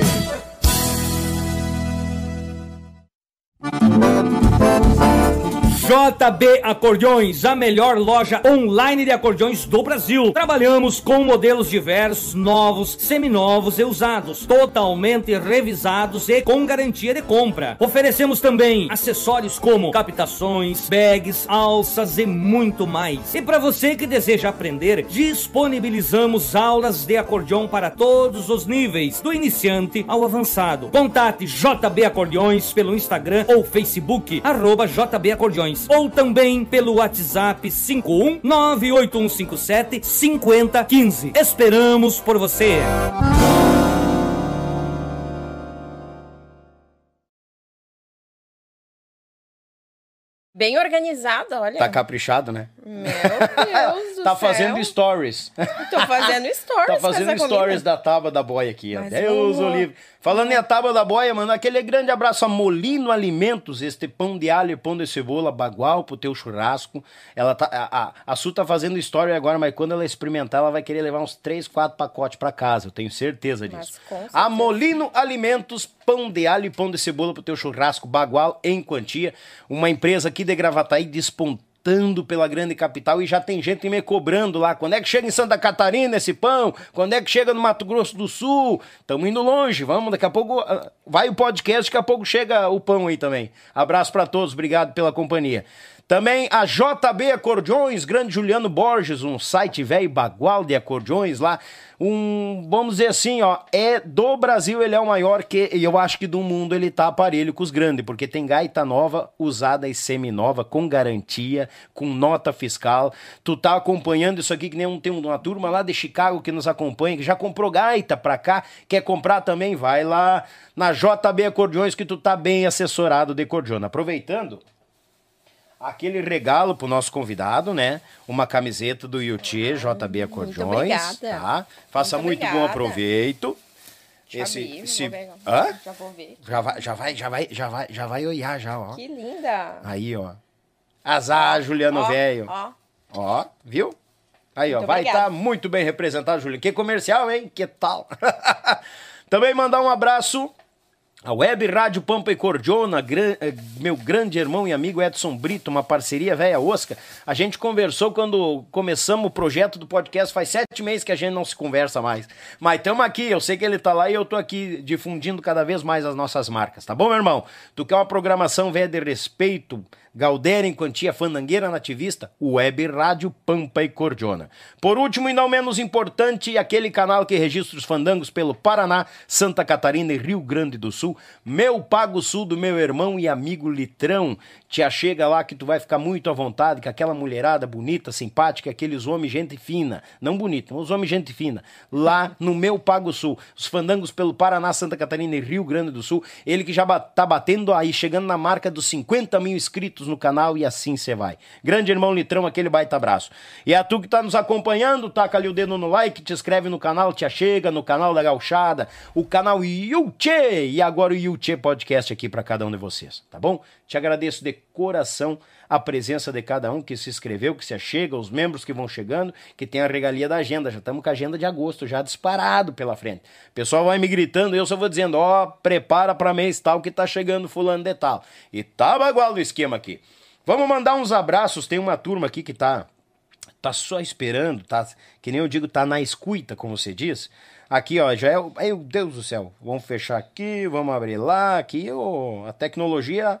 JB Acordeões, a melhor loja online de acordeões do Brasil. Trabalhamos com modelos diversos, novos, seminovos e usados, totalmente revisados e com garantia de compra. Oferecemos também acessórios como captações, bags, alças e muito mais. E para você que deseja aprender, disponibilizamos aulas de acordeão para todos os níveis, do iniciante ao avançado. Contate JB Acordeões pelo Instagram ou Facebook, @JB Acordeões. Ou também pelo WhatsApp 51981575015. Esperamos por você! Bem organizada, olha. Tá caprichado, né? Meu Deus do céu. Tá fazendo stories. Tô fazendo stories. Tá fazendo stories da tábua da boia aqui, ó. Deus o livre. Falando em a tábua da boia, mano, aquele grande abraço a Molino Alimentos, este pão de alho e pão de cebola bagual pro teu churrasco. Ela tá, a Su tá fazendo story agora, mas quando ela experimentar, ela vai querer levar uns 3, 4 pacotes pra casa, eu tenho certeza disso. A Molino Alimentos, pão de alho e pão de cebola pro teu churrasco bagual em quantia. Uma empresa aqui de Gravataí despontando pela grande capital e já tem gente me cobrando lá. Quando é que chega em Santa Catarina esse pão? Quando é que chega no Mato Grosso do Sul? Estamos indo longe, vamos, daqui a pouco vai o podcast, daqui a pouco chega o pão aí também. Abraço para todos, obrigado pela companhia. Também a JB Acordeões, grande Juliano Borges, um site velho bagual de acordeões lá. Vamos dizer assim, ó, do Brasil ele é o maior e eu acho que do mundo ele tá aparelho com os grandes, porque tem gaita nova, usada e semi-nova, com garantia, com nota fiscal. Tu tá acompanhando isso aqui, que nem tem uma turma lá de Chicago que nos acompanha, que já comprou gaita pra cá, quer comprar também, vai lá na JB Acordeões que tu tá bem assessorado de acordeona. Aproveitando aquele regalo pro nosso convidado, né? Uma camiseta do Yuchê, JB Acordeões. Muito obrigada. Tá? Faça muito bom aproveito. Já vou ver. Já vai olhar já, ó. Que linda. Aí, ó. Azar, Juliano velho. Ó, viu? Aí, ó, vai estar muito bem representado, Juliano. Que comercial, hein? Que tal? Também mandar um abraço a Web Rádio Pampa e Cordiona, meu grande irmão e amigo Edson Brito, uma parceria velha osca. A gente conversou quando começamos o projeto do podcast, faz 7 meses que a gente não se conversa mais. Mas estamos aqui, eu sei que ele tá lá e eu tô aqui difundindo cada vez mais as nossas marcas, tá bom, meu irmão? Tu quer uma programação velha de respeito, Galdéria em quantia, fandangueira nativista, Web Rádio Pampa e Cordiona. Por último e não menos importante, aquele canal que registra os fandangos pelo Paraná, Santa Catarina e Rio Grande do Sul, Meu Pago Sul do meu irmão e amigo Litrão. Te achega lá que tu vai ficar muito à vontade, com aquela mulherada bonita, simpática, aqueles homens gente fina, não bonita, os homens gente fina, lá no Meu Pago Sul, os fandangos pelo Paraná, Santa Catarina e Rio Grande do Sul, ele que já tá batendo aí, chegando na marca dos 50 mil inscritos no canal e assim você vai. Grande irmão Litrão, aquele baita abraço. E a tu que tá nos acompanhando, taca ali o dedo no like, te inscreve no canal, te achega no canal da Gauchada, o canal Yuchê e agora o Yuchê Podcast aqui pra cada um de vocês, tá bom? Te agradeço de coração a presença de cada um que se inscreveu, que se achega, os membros que vão chegando, que tem a regalia da agenda. Já estamos com a agenda de agosto, já disparado pela frente. O pessoal vai me gritando, eu só vou dizendo, ó, prepara para mês tal que tá chegando fulano de tal. E tá bagual o esquema aqui. Vamos mandar uns abraços, tem uma turma aqui que tá só esperando, tá, que nem eu digo, tá na escuta, como você diz. Aqui, ó, já é, meu Deus do céu, vamos fechar aqui, vamos abrir lá, aqui, ó, a tecnologia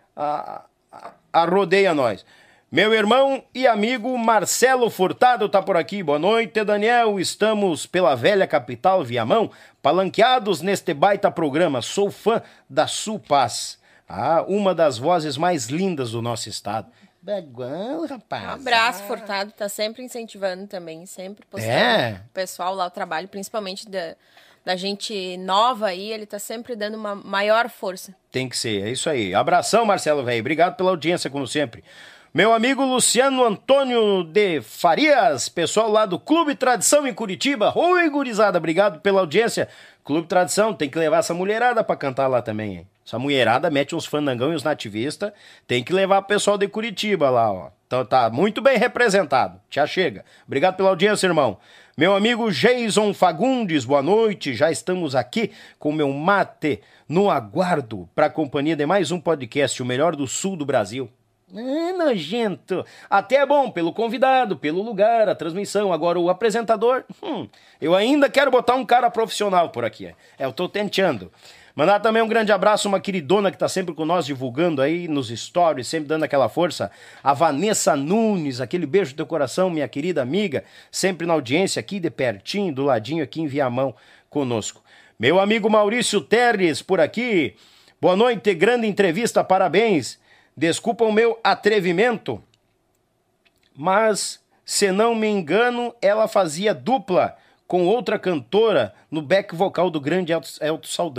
rodeia nós. Meu irmão e amigo Marcelo Furtado tá por aqui. Boa noite, Daniel. Estamos pela velha capital, Viamão, palanqueados neste baita programa. Sou fã da Supaz, uma das vozes mais lindas do nosso estado. Bagual, rapaz. Um abraço, Furtado. Tá sempre incentivando também, sempre postando o pessoal lá, o trabalho, principalmente da gente nova aí, ele tá sempre dando uma maior força. Tem que ser, é isso aí. Abração, Marcelo, velho. Obrigado pela audiência, como sempre. Meu amigo Luciano Antônio de Farias, pessoal lá do Clube Tradição em Curitiba. Oi, gurizada, obrigado pela audiência. Clube Tradição, tem que levar essa mulherada pra cantar lá também, hein? Essa mulherada mete uns fandangão e uns nativistas, tem que levar o pessoal de Curitiba lá, ó. Então tá muito bem representado. Te achega. Obrigado pela audiência, irmão. Meu amigo Jason Fagundes, boa noite. Já estamos aqui com meu mate no aguardo para a companhia de mais um podcast, o melhor do sul do Brasil. Nojento. Até é bom pelo convidado, pelo lugar, a transmissão. Agora o apresentador, eu ainda quero botar um cara profissional por aqui. Eu tô tentando. Mandar também um grande abraço a uma queridona que tá sempre com nós divulgando aí nos stories, sempre dando aquela força. A Vanessa Nunes, aquele beijo do teu coração, minha querida amiga, sempre na audiência aqui de pertinho, do ladinho aqui em Viamão conosco. Meu amigo Maurício Terres por aqui. Boa noite, grande entrevista, parabéns. Desculpa o meu atrevimento, mas se não me engano, ela fazia dupla com outra cantora no back vocal do grande Elton Saldanha.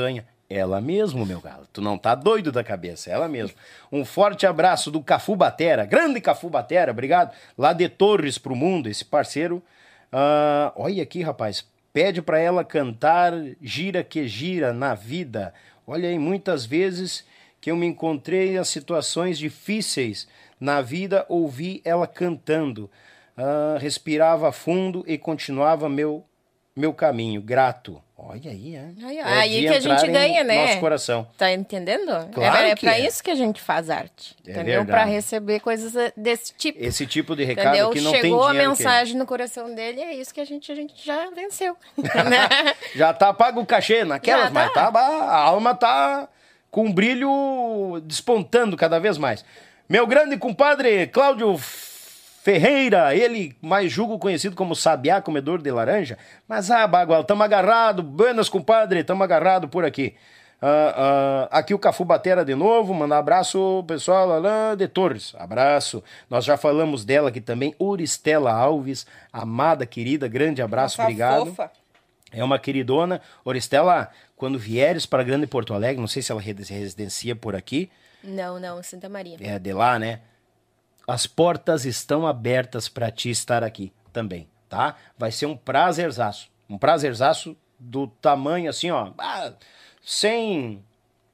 Ela mesmo, meu galo. Tu não tá doido da cabeça, ela mesmo. Um forte abraço do Cafu Batera, grande Cafu Batera, obrigado. Lá de Torres pro mundo, esse parceiro. Olha aqui, rapaz. Pede pra ela cantar Gira que Gira na Vida. Olha aí, muitas vezes que eu me encontrei em situações difíceis na vida, ouvi ela cantando. Respirava fundo e continuava meu caminho. Grato. Olha aí, aí que a gente ganha, né? Nosso coração. Tá entendendo? Claro é que pra é. isso que a gente faz arte. Entendeu? Verdade. Pra receber coisas desse tipo. Esse tipo de recado Entendeu? que não tem Chegou dinheiro. a mensagem no coração dele, é isso que a gente já venceu. Né? Já tá pago o cachê naquelas, Já tá. mas a alma tá com um brilho despontando cada vez mais. Meu grande compadre Cláudio Ferreira, ele mais julgo conhecido como Sabiá, comedor de laranja. Mas, Bagual, tamo agarrado. Buenas, compadre, tamo agarrado por aqui. Aqui o Cafu Batera de novo, mandar abraço, pessoal lá de Torres. Abraço. Nós já falamos dela aqui também, Oristela Alves, amada, querida, grande abraço, Nossa, obrigado. fofa. É uma queridona. Oristela, quando vieres para Grande Porto Alegre, não sei se ela residencia por aqui. Não, Santa Maria. É de lá, né? As portas estão abertas para ti estar aqui também, tá? Vai ser um prazerzaço. Um prazerzaço do tamanho assim, ó. Sem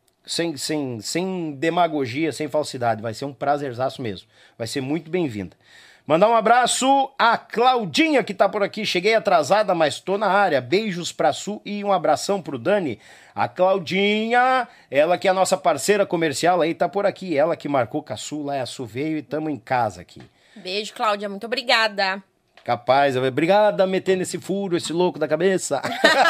demagogia, sem falsidade. Vai ser um prazerzaço mesmo. Vai ser muito bem-vinda. Mandar um abraço a Claudinha, que tá por aqui. Cheguei atrasada, mas tô na área. Beijos pra Su e um abração pro Dani. A Claudinha, ela que é a nossa parceira comercial aí, tá por aqui. Ela que marcou com a Su, lá a Su veio e tamo em casa aqui. Beijo, Cláudia. Muito obrigada. Capaz, obrigado a meter nesse furo, esse louco da cabeça.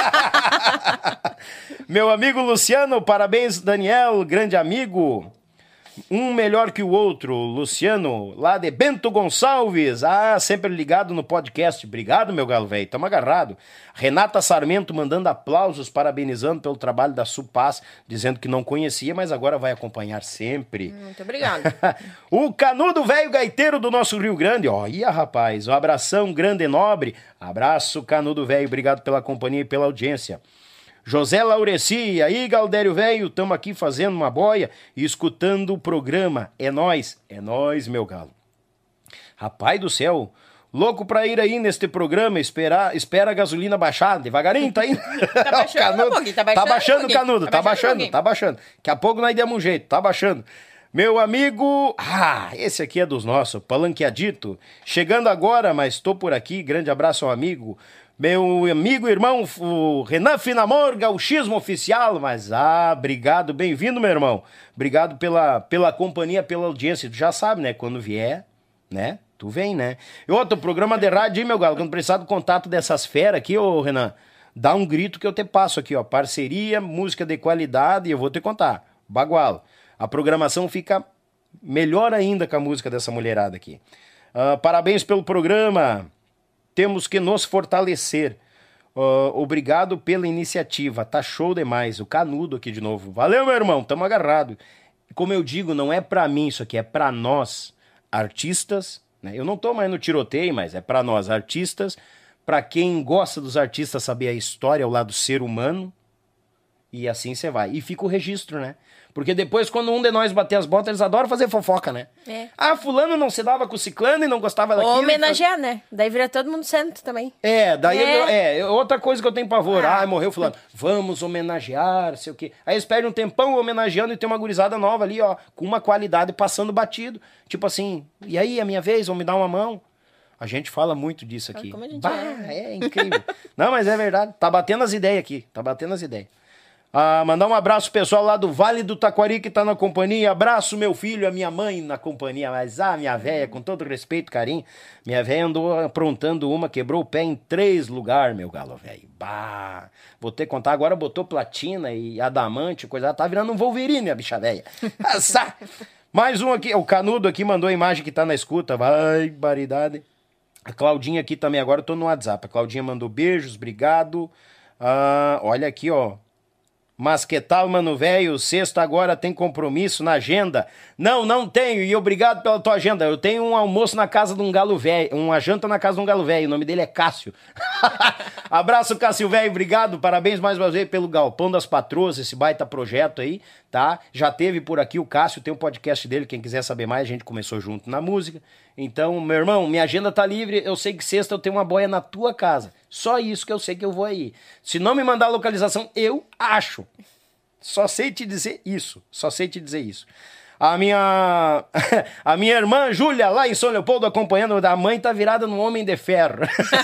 Meu amigo Luciano, parabéns, Daniel, grande amigo. Um melhor que o outro, Luciano, lá de Bento Gonçalves. Sempre ligado no podcast. Obrigado, meu galo velho, tamo agarrado. Renata Sarmento mandando aplausos, parabenizando pelo trabalho da Supaz, dizendo que não conhecia, mas agora vai acompanhar sempre. Muito obrigada. O Canudo velho gaiteiro do nosso Rio Grande. Olha, rapaz, um abração grande e nobre. Abraço, Canudo velho, obrigado pela companhia e pela audiência. José Laureci, e aí, Galdério velho, estamos aqui fazendo uma boia e escutando o programa. É nóis, meu galo. Rapaz do céu, louco pra ir aí neste programa, espera a gasolina baixar, devagarinho, tá indo. Tá baixando um pouquinho, tá baixando, Canudo, tá baixando. Daqui a pouco nós demos um jeito, tá baixando. Meu amigo, esse aqui é dos nossos, Palanqueadito, chegando agora, mas tô por aqui, grande abraço ao amigo. Meu amigo e irmão, o Renan Finamor, Gauchismo Oficial, mas obrigado, bem-vindo, meu irmão. Obrigado pela companhia, pela audiência. Tu já sabe, né? Quando vier, né? Tu vem, né? E outro programa de rádio, hein, meu galo? Quando precisar do contato dessas feras aqui, ô Renan, dá um grito que eu te passo aqui, ó. Parceria, música de qualidade, e eu vou te contar. Bagualo. A programação fica melhor ainda com a música dessa mulherada aqui. Parabéns pelo programa. Temos que nos fortalecer. Obrigado pela iniciativa. Tá show demais. O Canudo aqui de novo. Valeu, meu irmão. Tamo agarrado. Como eu digo, não é pra mim isso aqui. É pra nós, artistas. Né? Eu não tô mais no tiroteio, mas é pra nós, artistas. Pra quem gosta dos artistas saber a história ao lado do ser humano. E assim você vai. E fica o registro, né? Porque depois, quando um de nós bater as botas, eles adoram fazer fofoca, né? É. Fulano não se dava com o ciclano e não gostava daquilo. Ou homenagear, né? Daí vira todo mundo santo também. Outra coisa que eu tenho pavor. Morreu fulano. Vamos homenagear, sei o quê. Aí eles perdem um tempão homenageando e tem uma gurizada nova ali, ó, com uma qualidade passando batido. Tipo assim, e aí, a minha vez, vão me dar uma mão? A gente fala muito disso aqui. Como a gente é incrível. Não, mas é verdade. Tá batendo as ideias aqui. Mandar um abraço pro pessoal lá do Vale do Taquari que tá na companhia. Abraço, meu filho, a minha mãe na companhia. Mas, minha véia, com todo respeito, carinho, minha véia andou aprontando uma, quebrou o pé em 3 lugares, meu galo, velho. Vou ter que contar agora, botou platina e adamante, coisa, tá virando um Wolverine, a bicha véia. Mais um aqui, o Canudo aqui mandou a imagem que tá na escuta. Vai, baridade. A Claudinha aqui também, agora eu tô no WhatsApp. A Claudinha mandou beijos, obrigado. Olha aqui, ó. Mas que tal, mano velho? Sexta agora tem compromisso na agenda? Não tenho. E obrigado pela tua agenda. Eu tenho um almoço na casa de um galo velho, uma janta na casa de um galo velho. O nome dele é Cássio. Abraço, Cássio velho. Obrigado. Parabéns mais uma vez pelo Galpão das Patroas, esse baita projeto aí, tá? Já teve por aqui o Cássio, tem um podcast dele. Quem quiser saber mais, a gente começou junto na música. Então, meu irmão, minha agenda tá livre. Eu sei que sexta eu tenho uma boia na tua casa. Só isso que eu sei que eu vou aí. Se não me mandar a localização, eu acho. Só sei te dizer isso. A minha irmã Júlia, lá em São Leopoldo, acompanhando, a mãe tá virada num homem de ferro.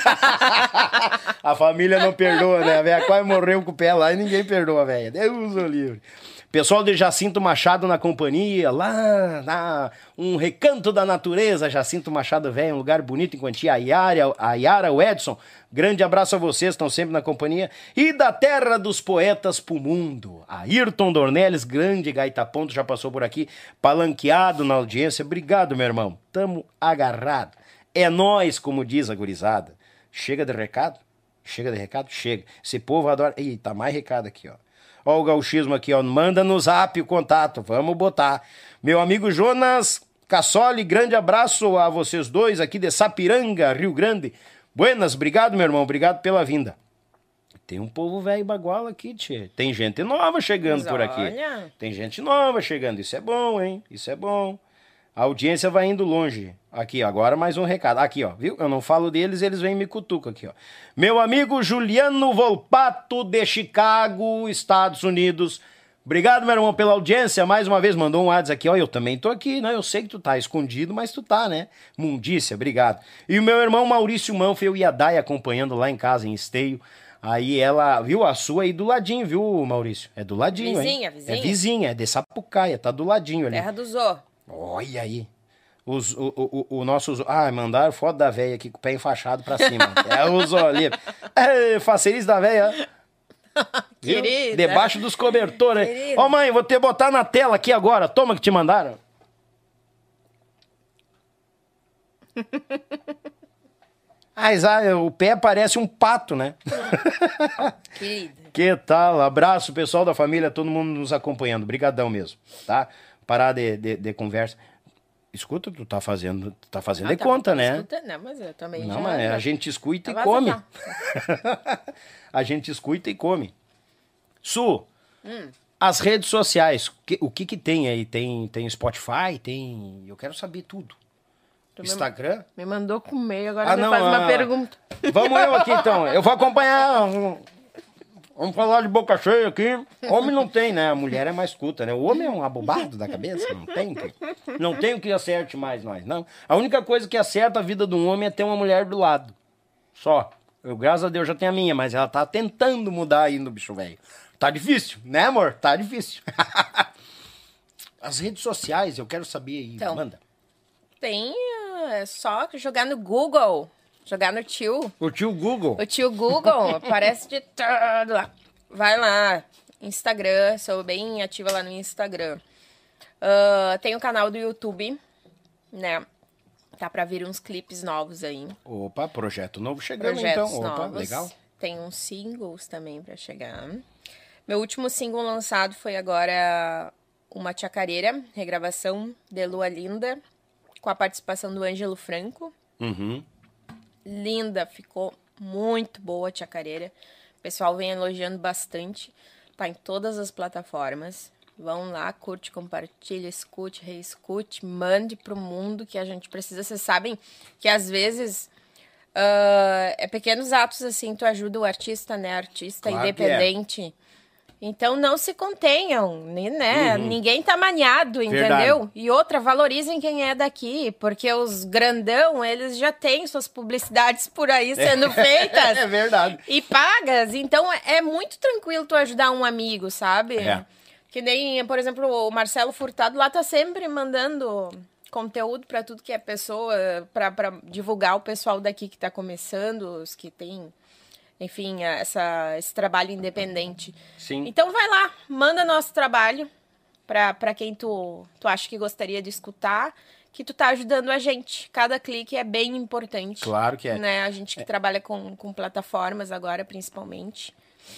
A família não perdoa, né? A velha quase morreu com o pé lá e ninguém perdoa, velho. Deus o livre. Pessoal de Jacinto Machado na companhia, lá um recanto da natureza, Jacinto Machado velho, um lugar bonito em quantia, a Yara, o Edson, grande abraço a vocês, estão sempre na companhia. E da terra dos poetas pro mundo, Ayrton Dornelles, grande gaita-ponto, já passou por aqui, palanqueado na audiência, obrigado meu irmão, tamo agarrado. É nós, como diz a gurizada. Chega de recado? Chega. Esse povo adora... Ih, tá mais recado aqui, ó. Ó o gauchismo aqui, ó. Manda no zap o contato. Vamos botar. Meu amigo Jonas Cassoli, grande abraço a vocês dois aqui de Sapiranga, Rio Grande. Buenas, obrigado, meu irmão. Obrigado pela vinda. Tem um povo velho baguala aqui, tchê. Tem gente nova chegando por aqui. Tem gente nova chegando. Isso é bom, hein? Isso é bom. A audiência vai indo longe. Aqui, ó, agora mais um recado. Aqui, ó, viu? Eu não falo deles, eles vêm me cutucam aqui, ó. Meu amigo Juliano Volpato, de Chicago, Estados Unidos. Obrigado, meu irmão, pela audiência. Mais uma vez, mandou um WhatsApp aqui, ó. Eu também tô aqui, né? Eu sei que tu tá escondido, mas tu tá, né? Mundícia, obrigado. E o meu irmão Maurício Manfel e a Dai acompanhando lá em casa, em Esteio. Aí ela, viu, a sua aí do ladinho, viu, Maurício? É do ladinho, vizinha, hein? É vizinha, é de Sapucaia, tá do ladinho ali. Terra do Zô. Olha aí. O nossos. Ah, mandaram foto da véia aqui com o pé enfaixado pra cima. É o Zô ali. É, facerice da véia. Querida. Debaixo dos cobertores. Ó, mãe, vou te botar na tela aqui agora. Toma que te mandaram. O pé parece um pato, né? Querida. Que tal? Abraço, pessoal da família, todo mundo nos acompanhando. Brigadão mesmo, tá? Parar de conversa. Escuta, tu tá fazendo de conta, né? Escuta, não, mas eu também não, já... mas a gente escuta e come. A gente escuta e come. Su, as redes sociais, o que tem aí? Tem Spotify, tem... Eu quero saber tudo. Instagram? Me mandou comer, agora me faz uma pergunta. Vamos eu aqui, então. Eu vou acompanhar... Vamos falar de boca cheia aqui. Homem não tem, né? A mulher é mais culta, né? O homem é um abobado da cabeça. Não tem o que acerte mais nós, não. A única coisa que acerta a vida de um homem é ter uma mulher do lado. Só. Eu, graças a Deus, já tenho a minha, mas ela tá tentando mudar ainda, bicho velho. Tá difícil, né, amor? Tá difícil. As redes sociais, eu quero saber aí. Então, manda. Tem só jogar no Google. Jogar no tio. O tio Google? O tio Google, aparece de tudo lá. Vai lá, Instagram, sou bem ativa lá no Instagram. Tem o canal do YouTube, né? Tá pra vir uns clipes novos aí. Opa, projeto novo chegando então. Opa, novos. Legal. Tem uns singles também pra chegar. Meu último single lançado foi agora Uma Chacareira, regravação de Lua Linda, com a participação do Ângelo Franco. Uhum. Linda, ficou muito boa a Chacareira. O pessoal vem elogiando bastante. Tá em todas as plataformas. Vão lá, curte, compartilha, escute, reescute, mande pro mundo que a gente precisa. Vocês sabem que às vezes é pequenos atos assim, tu ajuda o artista, né? Artista claro independente. Então não se contenham, né? Uhum. Ninguém tá maniado, entendeu? Verdade. E outra, valorizem quem é daqui, porque os grandão, eles já têm suas publicidades por aí sendo feitas. É verdade. E pagas. Então é muito tranquilo tu ajudar um amigo, sabe? É. Que nem, por exemplo, o Marcelo Furtado lá tá sempre mandando conteúdo pra tudo que é pessoa, pra divulgar o pessoal daqui que tá começando, os que tem... Enfim, esse trabalho independente. Sim. Então vai lá, manda nosso trabalho para quem tu acha que gostaria de escutar, que tu tá ajudando a gente. Cada clique é bem importante. Claro que é. Né? A gente que trabalha com plataformas agora, principalmente.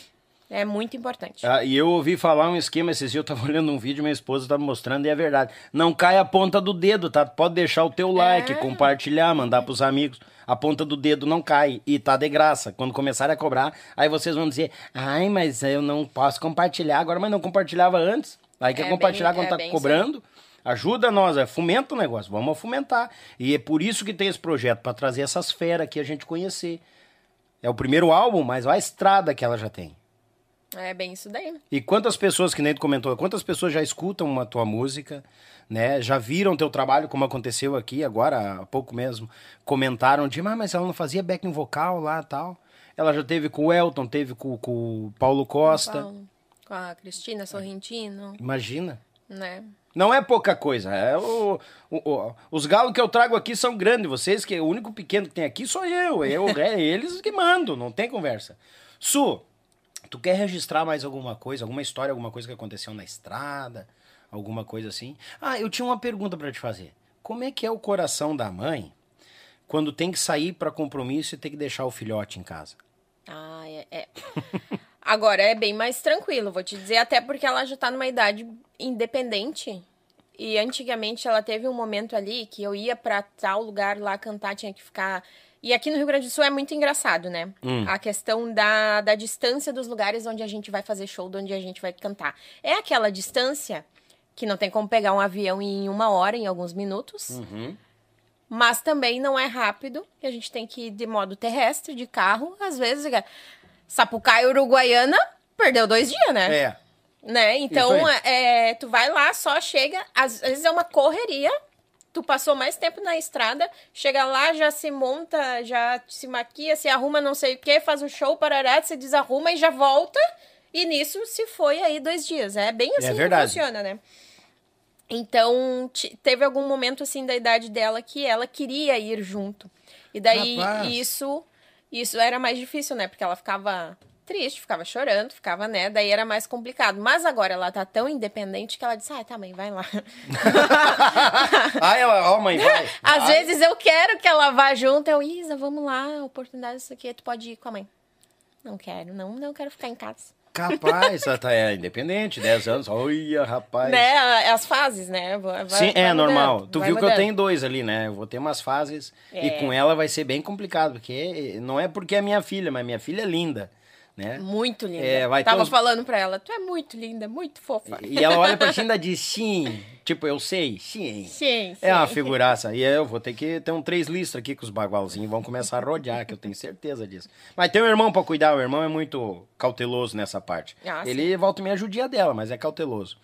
É muito importante. E eu ouvi falar um esquema, esses dias eu tava olhando um vídeo, minha esposa tava mostrando, e é verdade. Não cai a ponta do dedo, tá? Pode deixar o teu like, compartilhar, mandar pros amigos. A ponta do dedo não cai e tá de graça. Quando começarem a cobrar, aí vocês vão dizer, ai, mas eu não posso compartilhar agora, mas não compartilhava antes. Aí quer compartilhar quando tá cobrando. Ajuda nós, fomenta o negócio, vamos fomentar. E é por isso que tem esse projeto, pra trazer essas feras aqui a gente conhecer. É o primeiro álbum, mas olha a estrada que ela já tem. É bem isso daí. E quantas pessoas, que nem tu comentou, quantas pessoas já escutam a tua música, né? Já viram teu trabalho, como aconteceu aqui agora, há pouco mesmo. Comentaram de, mas ela não fazia backing vocal lá e tal. Ela já teve com o Elton, teve com o Paulo Costa. Com a Cristina Sorrentino. Imagina. Né? Não é pouca coisa. Os galos que eu trago aqui são grandes. Vocês, que o único pequeno que tem aqui sou eu. É eles que mandam, não tem conversa. Su, tu quer registrar mais alguma coisa, alguma história, alguma coisa que aconteceu na estrada, alguma coisa assim? Eu tinha uma pergunta pra te fazer. Como é que é o coração da mãe quando tem que sair pra compromisso e tem que deixar o filhote em casa? Agora é bem mais tranquilo, vou te dizer, até porque ela já tá numa idade independente. E antigamente ela teve um momento ali que eu ia pra tal lugar lá cantar, tinha que ficar... E aqui no Rio Grande do Sul é muito engraçado, né? A questão da distância dos lugares onde a gente vai fazer show, de onde a gente vai cantar. É aquela distância que não tem como pegar um avião em 1 hora, em alguns minutos. Mas também não é rápido, que a gente tem que ir de modo terrestre, de carro. Às vezes, Sapucaia, Uruguaiana, perdeu 2 dias, né? Né? Então, tu vai lá, só chega, às vezes é uma correria. Tu passou mais tempo na estrada, chega lá, já se monta, já se maquia, se arruma não sei o que, faz o show, parará, se desarruma e já volta. E nisso se foi aí 2 dias. É bem assim que funciona, né? Então, teve algum momento assim da idade dela que ela queria ir junto. E daí isso era mais difícil, né? Porque ela ficava triste, ficava chorando, ficava, né? Daí era mais complicado. Mas agora ela tá tão independente que ela disse, tá, mãe, vai lá. Mãe, vai. Às vezes eu quero que ela vá junto. Eu, Isa, vamos lá, oportunidade disso aqui, tu pode ir com a mãe. Não quero, não quero ficar em casa. Capaz, ela tá independente, 10 anos, olha, rapaz. Né, as fases, né? Sim, é normal. Tu viu que eu tenho 2 ali, né? Eu vou ter umas fases e com ela vai ser bem complicado, porque não é porque é minha filha, mas minha filha é linda. Né? Muito linda. Tava falando pra ela, tu é muito linda, muito fofa. E ela olha pra ti e ainda diz, sim. Tipo, eu sei, sim. Sim. É uma figuraça. E eu vou ter que ter 3 listras aqui com os bagualzinhos, vão começar a rodear, que eu tenho certeza disso. Mas tem um irmão pra cuidar, o irmão é muito cauteloso nessa parte. Ele volta e me ajudia dela, mas é cauteloso.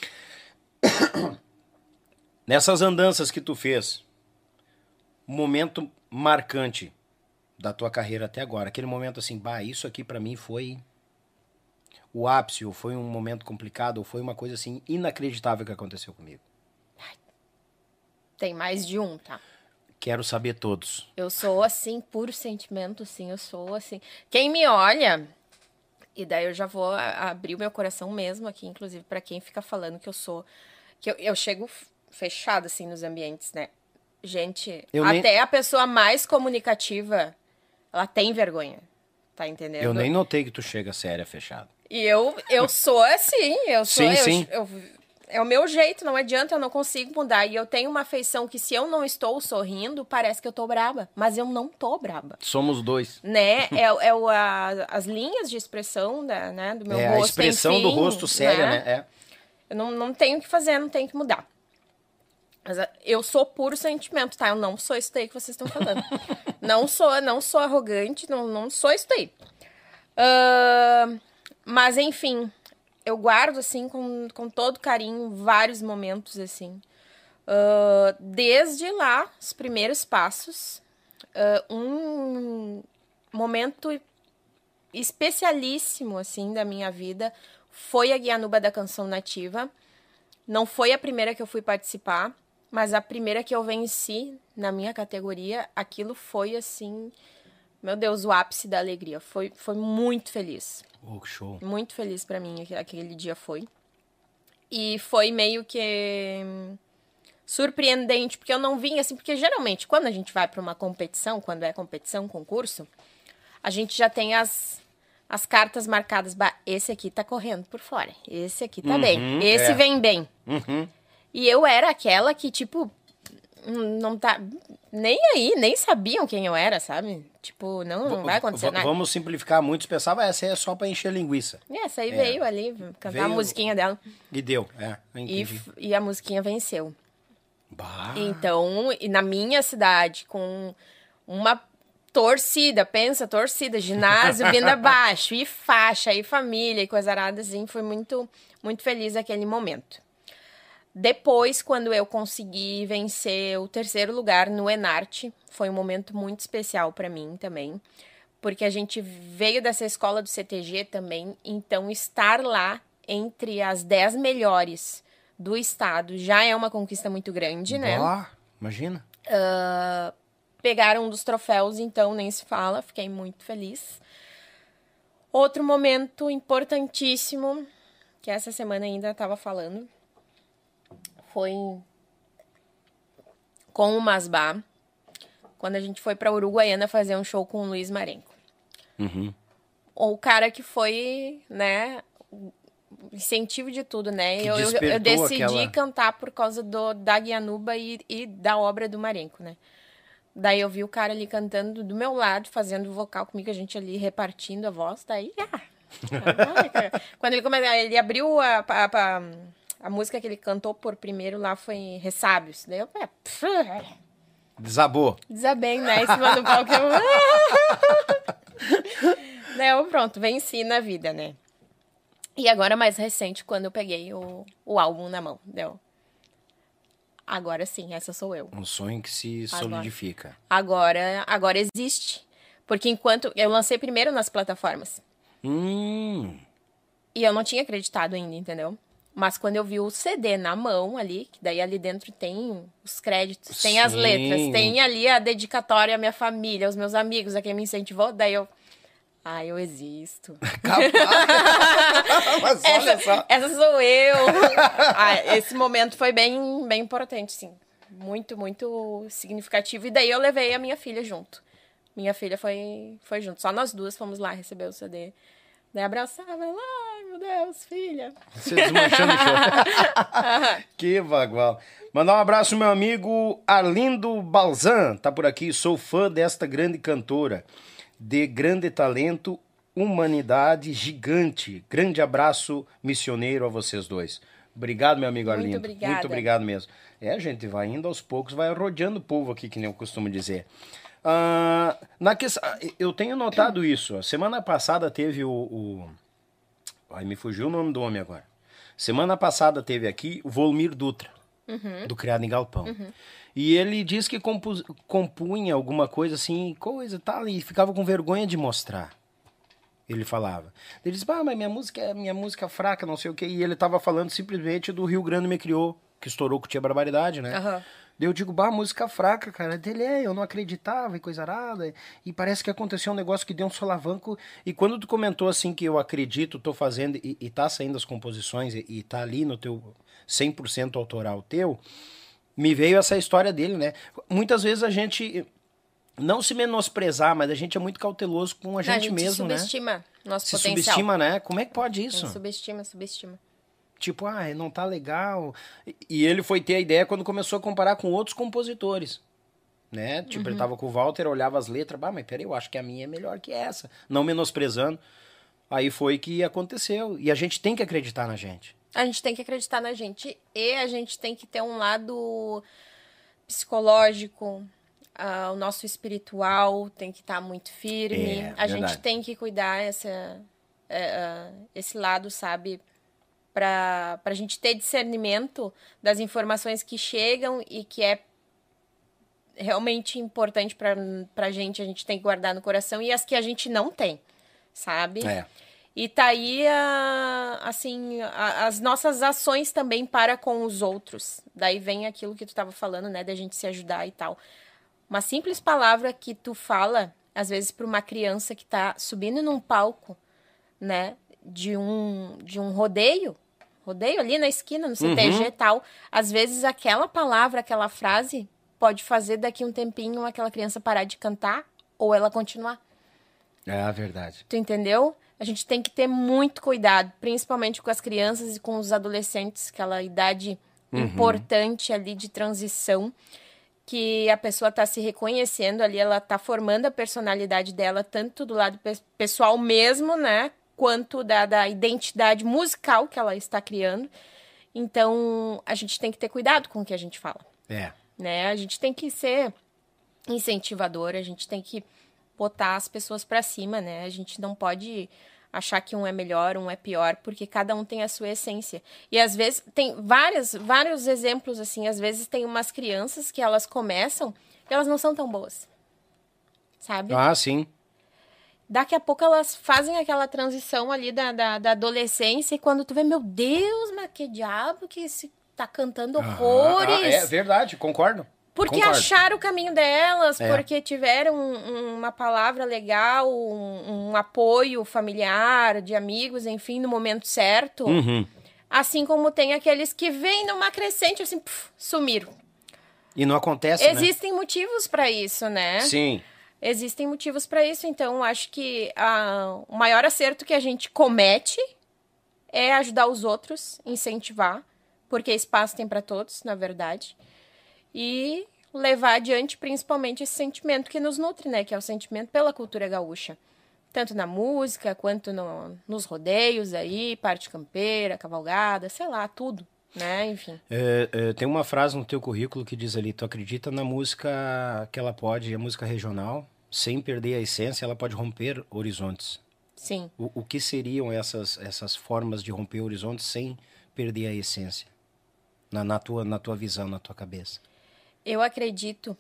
Nessas andanças que tu fez, momento marcante da tua carreira até agora, aquele momento assim, isso aqui pra mim foi o ápice, ou foi um momento complicado, ou foi uma coisa assim inacreditável que aconteceu comigo. Tem mais de um, tá? Quero saber todos. Eu sou assim, puro sentimento, sim, eu sou assim. Quem me olha, e daí eu já vou abrir o meu coração mesmo aqui, inclusive pra quem fica falando que eu sou, que eu chego fechada assim nos ambientes, né? Gente, até a pessoa mais comunicativa, ela tem vergonha, tá entendendo? Eu nem notei que tu chega séria, fechada. E eu sou assim, Sim. É o meu jeito, não adianta, eu não consigo mudar. E eu tenho uma afeição que se eu não estou sorrindo, parece que eu tô braba. Mas eu não tô braba. Somos 2. Né? As linhas de expressão né, do meu rosto. A expressão do rosto séria, né? Eu não tenho o que fazer, não tenho que mudar. Mas eu sou puro sentimento, tá? Eu não sou isso daí que vocês estão falando. não sou arrogante, não sou isso daí. Mas, enfim, eu guardo, assim, com todo carinho, vários momentos, assim. Desde lá, os primeiros passos. Um momento especialíssimo, assim, da minha vida foi a Guianuba da Canção Nativa. Não foi a primeira que eu fui participar, mas a primeira que eu venci na minha categoria, aquilo foi, assim, meu Deus, o ápice da alegria. Foi muito feliz. Que show. Muito feliz pra mim, aquele dia foi. E foi meio que surpreendente, porque eu não vim assim, porque geralmente quando a gente vai pra uma competição, quando é competição, concurso, a gente já tem as cartas marcadas. Bah, esse aqui tá correndo por fora. Esse aqui tá bem. Esse vem bem. E eu era aquela que, tipo, não tá nem aí, nem sabiam quem eu era, sabe? Tipo, não vai acontecer nada. Vamos simplificar, muitos pensavam, essa aí é só pra encher linguiça. Essa aí veio ali, cantar a musiquinha dela. E deu, E a musiquinha venceu. Bah. Então, e na minha cidade, com uma torcida, ginásio vindo abaixo, e faixa, e família, e coisa arada, assim, foi muito, muito feliz aquele momento. Depois, quando eu consegui vencer o 3º lugar no Enarte, foi um momento muito especial para mim também, porque a gente veio dessa escola do CTG também, então estar lá entre as 10 melhores do estado já é uma conquista muito grande, né? Imagina. Pegaram um dos troféus, então nem se fala, fiquei muito feliz. Outro momento importantíssimo, que essa semana ainda estava falando, foi com o Masbá, quando a gente foi para Uruguaiana fazer um show com o Luiz Marenco. O cara que foi, né, incentivo de tudo, né? Eu decidi cantar por causa da Guianuba e da obra do Marenco, né? Daí eu vi o cara ali cantando do meu lado, fazendo vocal comigo, a gente ali repartindo a voz, daí... Quando ele abriu a música que ele cantou por primeiro lá foi Ressábios. Daí eu... Desabei, né? Em cima do palco. Daí eu, pronto, venci na vida, né? E agora, mais recente, quando eu peguei o álbum na mão. Deu. Agora sim, essa sou eu. Um sonho que se solidifica. Agora existe. Porque enquanto... Eu lancei primeiro nas plataformas. E eu não tinha acreditado ainda, entendeu? Mas quando eu vi o CD na mão ali, que daí ali dentro tem os créditos, tem as letras, tem ali a dedicatória à minha família, aos meus amigos, a quem me incentivou, daí eu... eu existo. Mas olha só. Essa sou eu. Esse momento foi bem, bem importante, sim. Muito, muito significativo. E daí eu levei a minha filha junto. Minha filha foi junto. Só nós duas fomos lá receber o CD. Daí abraçava ela. Ai, meu Deus, filha. Você desmanchando o show. Que bagual. Mandar um abraço, meu amigo Arlindo Balzan. Tá por aqui. Sou fã desta grande cantora. De grande talento, humanidade gigante. Grande abraço missioneiro a vocês dois. Obrigado, meu amigo Arlindo. Muito obrigada. Muito obrigado mesmo. A gente vai indo aos poucos, vai rodeando o povo aqui, que nem eu costumo dizer. Eu tenho notado isso. Semana passada teve Ai, me fugiu o nome do homem agora. Semana passada teve aqui o Volmir Dutra, do Criado em Galpão. E ele disse que compunha alguma coisa assim, coisa tal, e ficava com vergonha de mostrar. Ele falava. Ele disse, mas minha música é fraca, não sei o quê. E ele tava falando simplesmente do Rio Grande Me Criou, que estourou com Tia Barbaridade, né? Daí eu digo, música fraca, cara. Dele eu não acreditava e coisa arada. E parece que aconteceu um negócio que deu um solavanco. E quando tu comentou assim que eu acredito, tô fazendo e tá saindo as composições e tá ali no teu 100% autoral teu, me veio essa história dele, né? Muitas vezes a gente não se menosprezar, mas a gente é muito cauteloso com a gente mesmo, né? Subestima nosso se potencial. Subestima, né? Como é que pode isso? Subestima. Tipo, não tá legal. E ele foi ter a ideia quando começou a comparar com outros compositores, né? Tipo, ele tava com o Walter, olhava as letras, mas peraí, eu acho que a minha é melhor que essa. Não menosprezando. Aí foi que aconteceu. E a gente tem que acreditar na gente. A gente tem que acreditar na gente e a gente tem que ter um lado psicológico, o nosso espiritual tem que estar muito firme. A gente tem que cuidar esse lado, sabe? Pra gente ter discernimento das informações que chegam e que é realmente importante pra gente, a gente tem que guardar no coração, e as que a gente não tem, sabe? E tá aí, as nossas ações também para com os outros. Daí vem aquilo que tu tava falando, né? Da gente se ajudar e tal. Uma simples palavra que tu fala, às vezes, para uma criança que tá subindo num palco, né? De um rodeio ali na esquina, no CTG e tal. Às vezes, aquela palavra, aquela frase, pode fazer daqui um tempinho aquela criança parar de cantar ou ela continuar. É a verdade. Tu entendeu? a gente tem que ter muito cuidado, principalmente com as crianças e com os adolescentes, aquela idade importante ali de transição, que a pessoa está se reconhecendo ali, ela está formando a personalidade dela, tanto do lado pessoal mesmo, né, quanto da identidade musical que ela está criando. Então, a gente tem que ter cuidado com o que a gente fala. Né? A gente tem que ser incentivador, a gente tem que botar as pessoas para cima, né? A gente não pode achar que um é melhor, um é pior, porque cada um tem a sua essência. E às vezes tem vários exemplos assim, às vezes tem umas crianças que elas começam e elas não são tão boas. Sabe? Ah, sim. Daqui a pouco elas fazem aquela transição ali da adolescência e quando tu vê, meu Deus, mas que diabo que esse tá cantando horrores. É verdade, concordo. Porque acharam o caminho delas, porque tiveram uma palavra legal, um apoio familiar, de amigos, enfim, no momento certo. Assim como tem aqueles que vêm numa crescente, assim, sumiram. E não acontece, Existem motivos para isso, né? Sim. Existem motivos para isso, então acho que o maior acerto que a gente comete é ajudar os outros, incentivar, porque espaço tem para todos, na verdade. E levar adiante principalmente esse sentimento que nos nutre, né? Que é o sentimento pela cultura gaúcha. Tanto na música, quanto nos rodeios aí, parte campeira, cavalgada, sei lá, tudo, né? Enfim. Tem uma frase no teu currículo que diz ali, tu acredita na música que ela pode, a música regional, sem perder a essência, ela pode romper horizontes. Sim. O que seriam essas formas de romper horizontes sem perder a essência? Na tua visão, na tua cabeça. Eu acredito,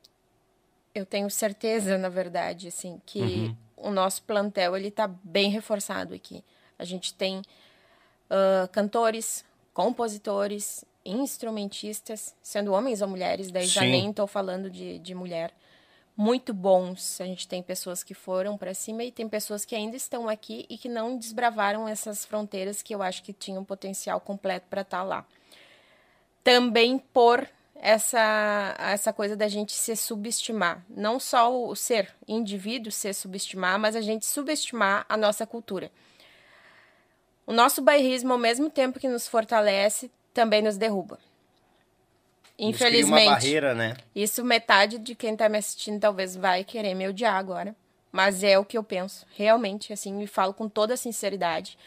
eu tenho certeza, na verdade, assim, que o nosso plantel, ele tá bem reforçado aqui. A gente tem cantores, compositores, instrumentistas, sendo homens ou mulheres, daí já nem tô falando de mulher, muito bons. A gente tem pessoas que foram para cima e tem pessoas que ainda estão aqui e que não desbravaram essas fronteiras que eu acho que tinham potencial completo para estar lá. Também por essa coisa da gente se subestimar. Não só o ser indivíduo se subestimar, mas a gente subestimar a nossa cultura. O nosso bairrismo, ao mesmo tempo que nos fortalece, também nos derruba. Infelizmente. Cria uma barreira, né? Isso metade de quem tá me assistindo talvez vai querer me odiar agora. Mas é o que eu penso. Realmente, assim, me falo com toda a sinceridade.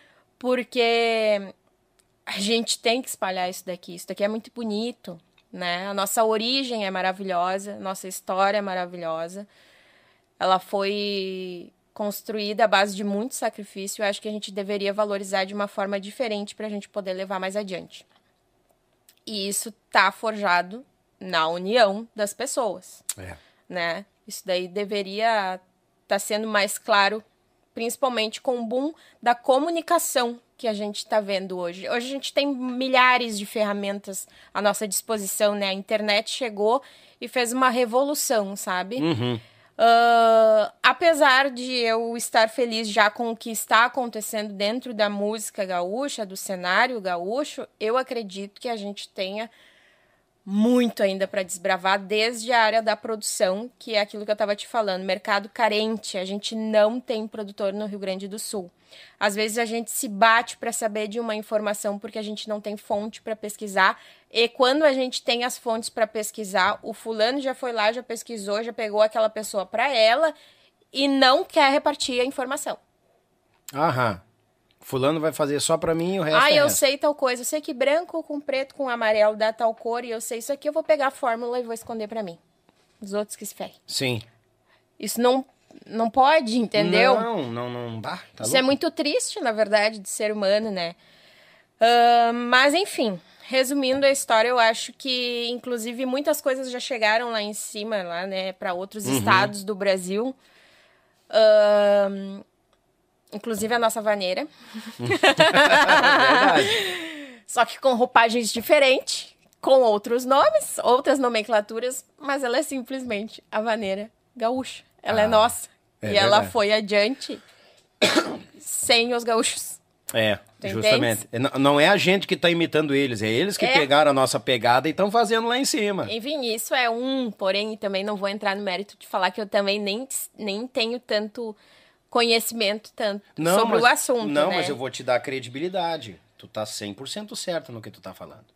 Porque a gente tem que espalhar isso daqui. Isso daqui é muito bonito, né? A nossa origem é maravilhosa, nossa história é maravilhosa. Ela foi construída à base de muito sacrifício. Eu acho que a gente deveria valorizar de uma forma diferente para a gente poder levar mais adiante. E isso tá forjado na união das pessoas, né? Isso daí deveria estar sendo mais claro, principalmente com o boom da comunicação que a gente está vendo hoje. Hoje a gente tem milhares de ferramentas à nossa disposição, né? A internet chegou e fez uma revolução, sabe? Apesar de eu estar feliz já com o que está acontecendo dentro da música gaúcha, do cenário gaúcho, eu acredito que a gente tenha muito ainda para desbravar, desde a área da produção, que é aquilo que eu estava te falando, mercado carente, a gente não tem produtor no Rio Grande do Sul. Às vezes a gente se bate para saber de uma informação porque a gente não tem fonte para pesquisar, e quando a gente tem as fontes para pesquisar, o fulano já foi lá, já pesquisou, já pegou aquela pessoa para ela e não quer repartir a informação. Fulano vai fazer só pra mim e o resto eu sei tal coisa. Eu sei que branco com preto com amarelo dá tal cor e eu sei isso aqui. Eu vou pegar a fórmula e vou esconder pra mim. Os outros que se ferem. Sim. Isso não pode, entendeu? Não dá. Tá isso louco. é muito triste, na verdade, de ser humano, né? Mas, enfim, resumindo a história, eu acho que, inclusive, muitas coisas já chegaram lá em cima, lá, né, pra outros estados do Brasil. Inclusive a nossa vaneira. Verdade. Só que com roupagens diferentes, com outros nomes, outras nomenclaturas, mas ela é simplesmente a vaneira gaúcha. Ela é nossa. E verdade. ela foi adiante sem os gaúchos. Tu Justamente. Não é a gente que tá imitando eles, é eles que pegaram a nossa pegada e estão fazendo lá em cima. Enfim, isso é porém também não vou entrar no mérito de falar que eu também nem tenho tanto conhecimento tanto sobre o assunto, Não, né? mas eu vou te dar credibilidade. Tu tá 100% certo no que tu tá falando.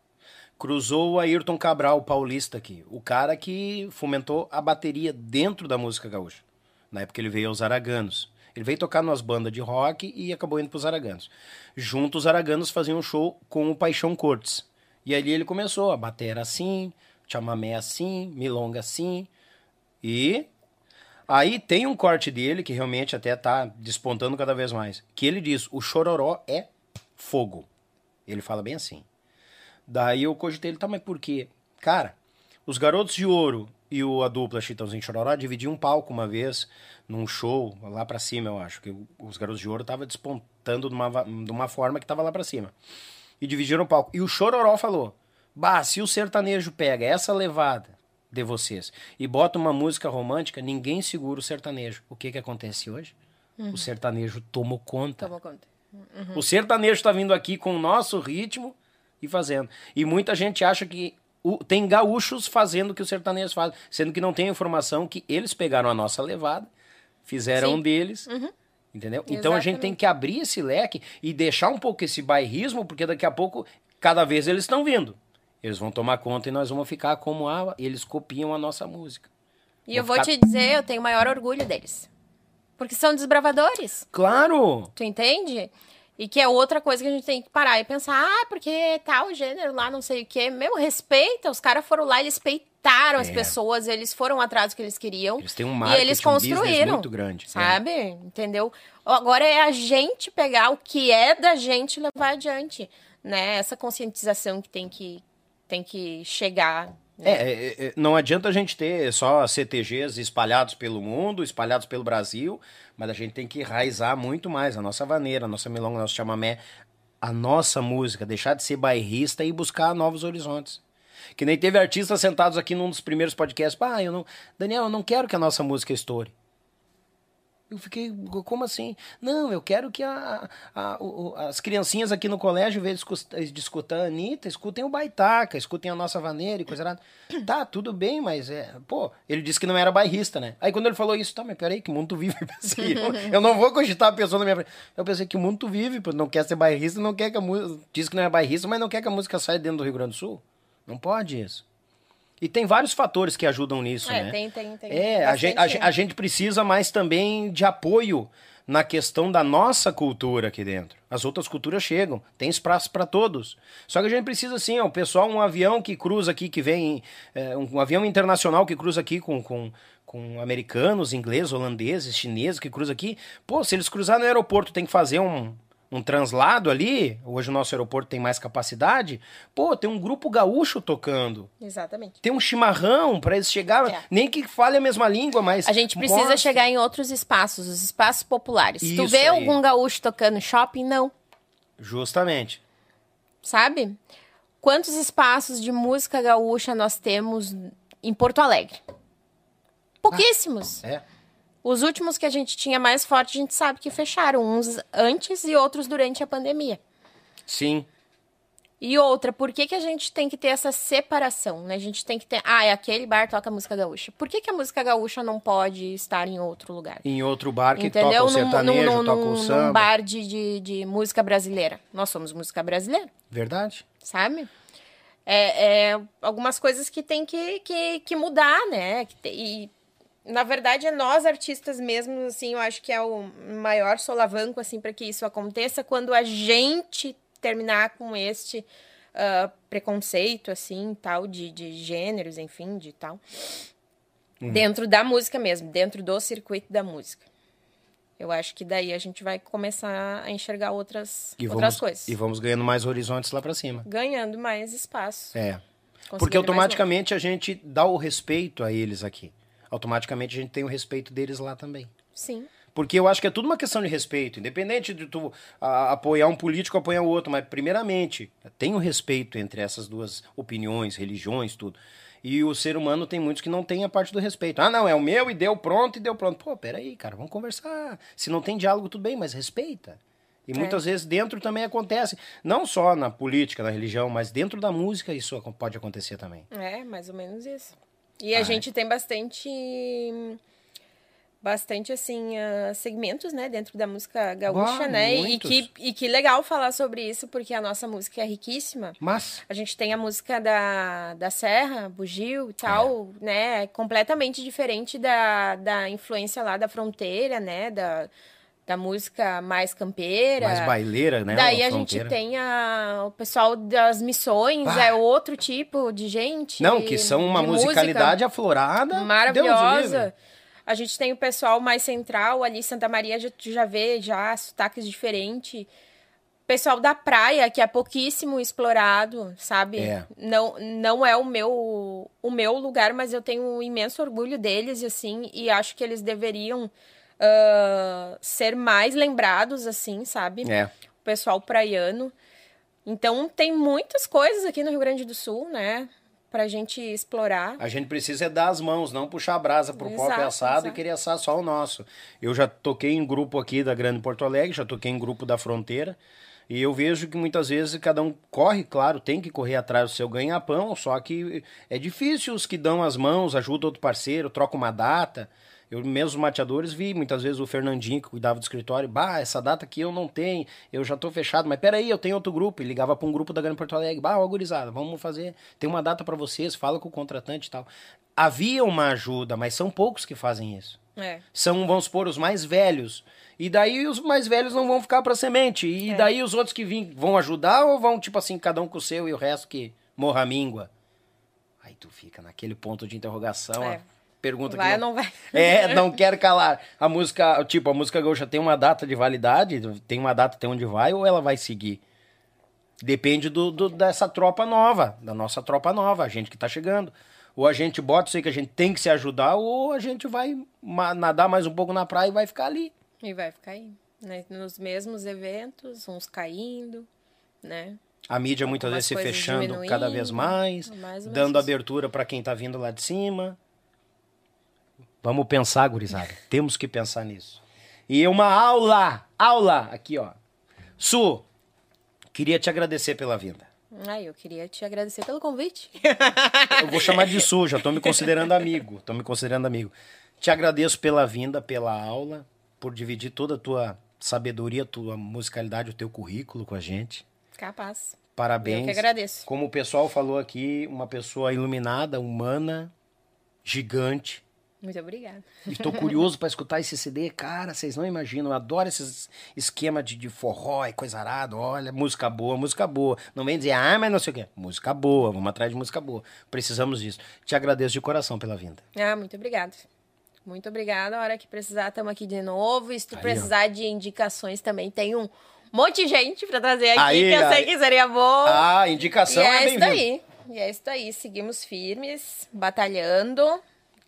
Cruzou o Ayrton Cabral, o paulista aqui. O cara que fomentou a bateria dentro da música gaúcha. Na época ele veio aos Araganos. Ele veio tocar nas bandas de rock e acabou indo pros Araganos. Junto os Araganos faziam um show com o Paixão Cortes. E ali ele começou a batera assim, chamamé assim, milonga assim. E aí tem um corte dele que realmente até tá despontando cada vez mais. Que ele diz, o chororó é fogo. Ele fala bem assim. Daí eu cogitei ele, tá, mas por quê? Cara, os Garotos de Ouro e a dupla Chitãozinho e Chororó dividiam um palco uma vez num show lá pra cima, eu acho. Que os Garotos de Ouro tava despontando de uma forma que tava lá pra cima. E dividiram o palco. E o Chororó falou, bah, se o sertanejo pega essa levada de vocês e bota uma música romântica, ninguém segura o sertanejo. O que acontece hoje? O sertanejo tomou conta. Tomou conta. O sertanejo tá vindo aqui com o nosso ritmo e fazendo. E muita gente acha que tem gaúchos fazendo o que os sertanejos fazem, sendo que não tem informação que eles pegaram a nossa levada, fizeram um deles, entendeu? Exatamente. Então a gente tem que abrir esse leque e deixar um pouco esse bairrismo, porque daqui a pouco, cada vez eles estão vindo. Eles vão tomar conta e nós vamos ficar como eles copiam a nossa música. E eu vou te dizer, eu tenho o maior orgulho deles. Porque são desbravadores. Claro! Tu entende? E que é outra coisa que a gente tem que parar e pensar, porque tal gênero lá, não sei o quê. Meu, respeita, os caras foram lá, eles peitaram as pessoas, eles foram atrás do que eles queriam. Eles têm um e marketing, eles business construíram, muito grande. sabe? Entendeu? Agora é a gente pegar o que é da gente e levar adiante, né? Essa conscientização que tem que chegar. Né? Não adianta a gente ter só CTGs espalhados pelo mundo, espalhados pelo Brasil, mas a gente tem que enraizar muito mais a nossa vaneira, a nossa milonga, o nosso chamamé, a nossa música, deixar de ser bairrista e buscar novos horizontes. Que nem teve artistas sentados aqui num dos primeiros podcasts, Daniel, eu não quero que a nossa música estoure. Eu fiquei, como assim? Não, eu quero que as criancinhas aqui no colégio, em vez de escutar a Anitta, escutem o Baitaca, escutem a nossa vaneira e coisa errada. Tá, tudo bem, mas ele disse que não era bairrista, né? Aí quando ele falou isso, tá, mas peraí, que mundo tu vive? Eu pensei, eu não vou cogitar a pessoa na minha frente. Eu pensei, que mundo tu vive? Não quer ser bairrista, não quer que a música... Diz que não é bairrista, mas não quer que a música saia dentro do Rio Grande do Sul? Não pode isso. E tem vários fatores que ajudam nisso, né? Tem. A gente precisa mais também de apoio na questão da nossa cultura aqui dentro. As outras culturas chegam, tem espaço para todos. Só que a gente precisa, assim, o pessoal, um avião que cruza aqui, que vem, um avião internacional que cruza aqui com americanos, ingleses, holandeses, chineses que cruza aqui. Pô, se eles cruzarem no aeroporto, tem que fazer um translado ali, hoje o nosso aeroporto tem mais capacidade, tem um grupo gaúcho tocando. Exatamente. Tem um chimarrão para eles chegarem, nem que fale a mesma língua, mas... A gente precisa chegar em outros espaços, os espaços populares. Isso tu vê aí. algum gaúcho tocando no shopping? Não. Justamente. Sabe? Quantos espaços de música gaúcha nós temos em Porto Alegre? Pouquíssimos. Os últimos que a gente tinha mais forte, a gente sabe que fecharam. Uns antes e outros durante a pandemia. Sim. E outra, por que a gente tem que ter essa separação, né? A gente tem que ter... aquele bar toca música gaúcha. Por que a música gaúcha não pode estar em outro lugar? Em outro bar que Entendeu? toca o sertanejo, toca o samba. Num bar de música brasileira. Nós somos música brasileira. Verdade. Sabe? Algumas coisas que tem que mudar, né? E... Na verdade, é nós, artistas mesmo, assim, eu acho que é o maior solavanco, assim, para que isso aconteça, quando a gente terminar com este preconceito, assim, tal, de gêneros, enfim, de tal. Dentro da música mesmo, dentro do circuito da música. Eu acho que daí a gente vai começar a enxergar outras coisas. E vamos ganhando mais horizontes lá para cima. Ganhando mais espaço. Porque automaticamente a gente dá o respeito a eles aqui. Automaticamente a gente tem o respeito deles lá também. Sim. Porque eu acho que é tudo uma questão de respeito, independente de tu apoiar um político ou apoiar o outro, mas primeiramente, tem o respeito entre essas duas opiniões, religiões, tudo. E o ser humano tem muitos que não tem a parte do respeito. Não, é o meu e deu pronto. Pô, peraí, cara, vamos conversar. Se não tem diálogo, tudo bem, mas respeita. E muitas vezes dentro também acontece, não só na política, na religião, mas dentro da música isso pode acontecer também. Mais ou menos isso. E a gente tem bastante bastante, assim, segmentos, né, dentro da música gaúcha, né? Muitos. E que legal falar sobre isso, porque a nossa música é riquíssima. Mas A gente tem a música da Serra, Bugio e tal, né? Completamente diferente da influência lá da fronteira, né? Da música mais campeira. mais baileira, né? Daí a fronteira. gente tem o pessoal das missões, é outro tipo de gente. Não, que são uma de musicalidade música aflorada. Deus o maravilhosa. livre. A gente tem o pessoal mais central ali, Santa Maria, tu já vê já sotaques diferentes. Pessoal da praia, que é pouquíssimo explorado, sabe? É. Não é o meu lugar, mas eu tenho um imenso orgulho deles, assim, e acho que eles deveriam ser mais lembrados, assim, sabe? É. O pessoal praiano. Então, tem muitas coisas aqui no Rio Grande do Sul, né? Pra gente explorar. A gente precisa dar as mãos, não puxar a brasa pro Exato, próprio assado exato. e querer assar só o nosso. Eu já toquei em grupo aqui da Grande Porto Alegre, já toquei em grupo da Fronteira, e eu vejo que muitas vezes cada um corre, claro, tem que correr atrás do seu ganha-pão, só que é difícil os que dão as mãos, ajudam outro parceiro, trocam uma data. Eu mesmo os mateadores vi muitas vezes o Fernandinho que cuidava do escritório, essa data aqui eu não tenho, eu já tô fechado, mas peraí, eu tenho outro grupo, e ligava para um grupo da Grande Porto Alegre, ó gurizada, vamos fazer, tem uma data para vocês, fala com o contratante e tal. Havia uma ajuda, mas são poucos que fazem isso. São, vamos supor, os mais velhos. E daí os mais velhos não vão ficar para semente. E daí os outros que vão ajudar ou vão, tipo assim, cada um com o seu e o resto que morra a míngua? Aí tu fica naquele ponto de interrogação, pergunta vai que ou não vai? não quero calar. A música gaúcha tem uma data de validade, tem uma data até onde vai ou ela vai seguir? Depende dessa tropa nova, da nossa tropa nova, a gente que tá chegando. Ou a gente bota isso aí que a gente tem que se ajudar, ou a gente vai nadar mais um pouco na praia e vai ficar ali. E vai ficar aí, né? Nos mesmos eventos, uns caindo, né? A mídia muitas vezes se fechando cada vez mais dando abertura para quem tá vindo lá de cima. Vamos pensar, gurizada. Temos que pensar nisso. E uma aula, aqui ó. Su, queria te agradecer pela vinda. Eu queria te agradecer pelo convite. Eu vou chamar de Su, já tô me considerando amigo. Te agradeço pela vinda, pela aula, por dividir toda a tua sabedoria, tua musicalidade, o teu currículo com a gente. Capaz. Parabéns. Eu que agradeço. Como o pessoal falou aqui, uma pessoa iluminada, humana, gigante. Muito obrigada. Estou curioso para escutar esse CD. Cara, vocês não imaginam. Eu adoro esses esquema de forró e coisa arada. Olha, música boa, música boa. Não vem dizer, mas não sei o quê. Música boa, vamos atrás de música boa. Precisamos disso. Te agradeço de coração pela vinda. Muito obrigada. Muito obrigada. A hora que precisar, estamos aqui de novo. E se tu precisar de indicações também, tem um monte de gente para trazer aqui, que eu sei que seria bom. Indicação é bem-vinda. E é isso aí. Seguimos firmes, batalhando.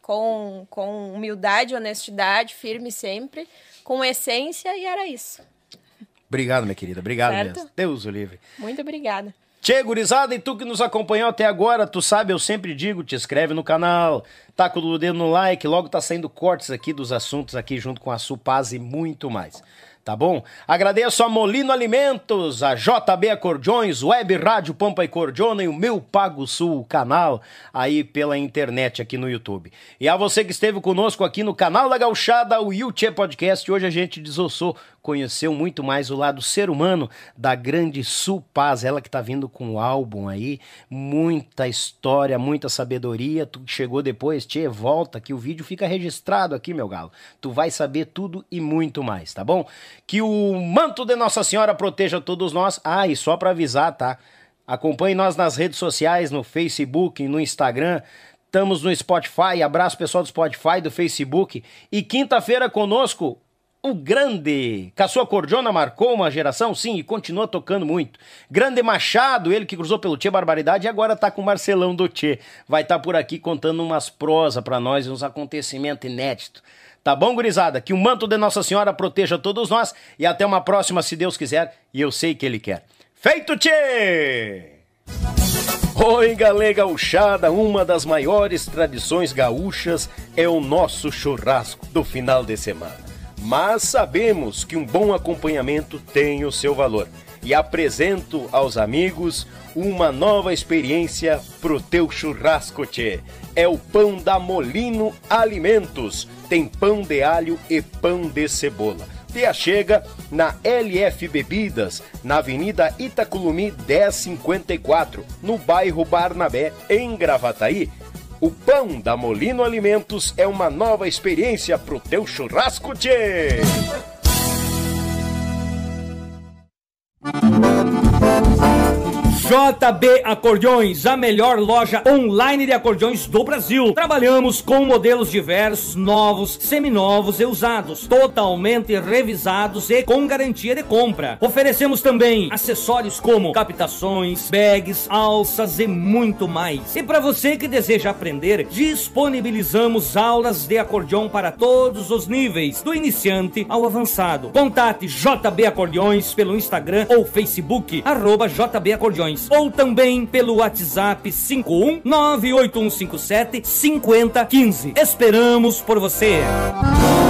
Com humildade, honestidade, firme sempre, com essência, e era isso. Obrigado, minha querida. Obrigado certo? Mesmo. Deus o livre. Muito obrigada. Tchê, gurizada, e tu que nos acompanhou até agora, tu sabe, eu sempre digo, te inscreve no canal, taca o dedo no like, logo tá saindo cortes aqui dos assuntos aqui junto com a Su Paz e muito mais. Tá bom? Agradeço a Molino Alimentos, a JB Acordeões, Web Rádio Pampa e Cordiona e o Meu Pago Sul, canal aí pela internet aqui no YouTube. E a você que esteve conosco aqui no canal da Gauchada, o Yuchê Podcast, hoje a gente desossou, conheceu muito mais o lado ser humano da grande Su Paz, ela que tá vindo com o álbum aí, muita história, muita sabedoria, tu que chegou depois, tchê, volta que o vídeo fica registrado aqui, meu galo. Tu vai saber tudo e muito mais, tá bom? Que o manto de Nossa Senhora proteja todos nós. E só para avisar, tá? Acompanhe nós nas redes sociais, no Facebook, no Instagram. Estamos no Spotify. Abraço pessoal do Spotify, do Facebook. E quinta-feira conosco, o grande Caçua Cordiona marcou uma geração, sim, e continua tocando muito. Grande Machado, ele que cruzou pelo Tchê Barbaridade e agora tá com o Marcelão do Tchê. Vai estar por aqui contando umas prosas para nós, uns acontecimentos inéditos. Tá bom, gurizada? Que o manto de Nossa Senhora proteja todos nós e até uma próxima, se Deus quiser, e eu sei que Ele quer. Feito, tchê! Oi, galera gauchada, uma das maiores tradições gaúchas é o nosso churrasco do final de semana. Mas sabemos que um bom acompanhamento tem o seu valor. e apresento aos amigos uma nova experiência pro teu churrasco, tchê. É o pão da Molino Alimentos. Tem pão de alho e pão de cebola. Te achega na LF Bebidas, na Avenida Itaculumi 1054, no bairro Barnabé, em Gravataí. O pão da Molino Alimentos é uma nova experiência pro teu churrasco, tchê! JB Acordeões, a melhor loja online de acordeões do Brasil. Trabalhamos com modelos diversos, novos, seminovos e usados, totalmente revisados e com garantia de compra. Oferecemos também acessórios como captações, bags, alças e muito mais. E para você que deseja aprender, disponibilizamos aulas de acordeão para todos os níveis, do iniciante ao avançado. Contate JB Acordeões pelo Instagram ou Facebook, @JB Acordeões. Ou também pelo WhatsApp 51 98157 5015. Esperamos por você!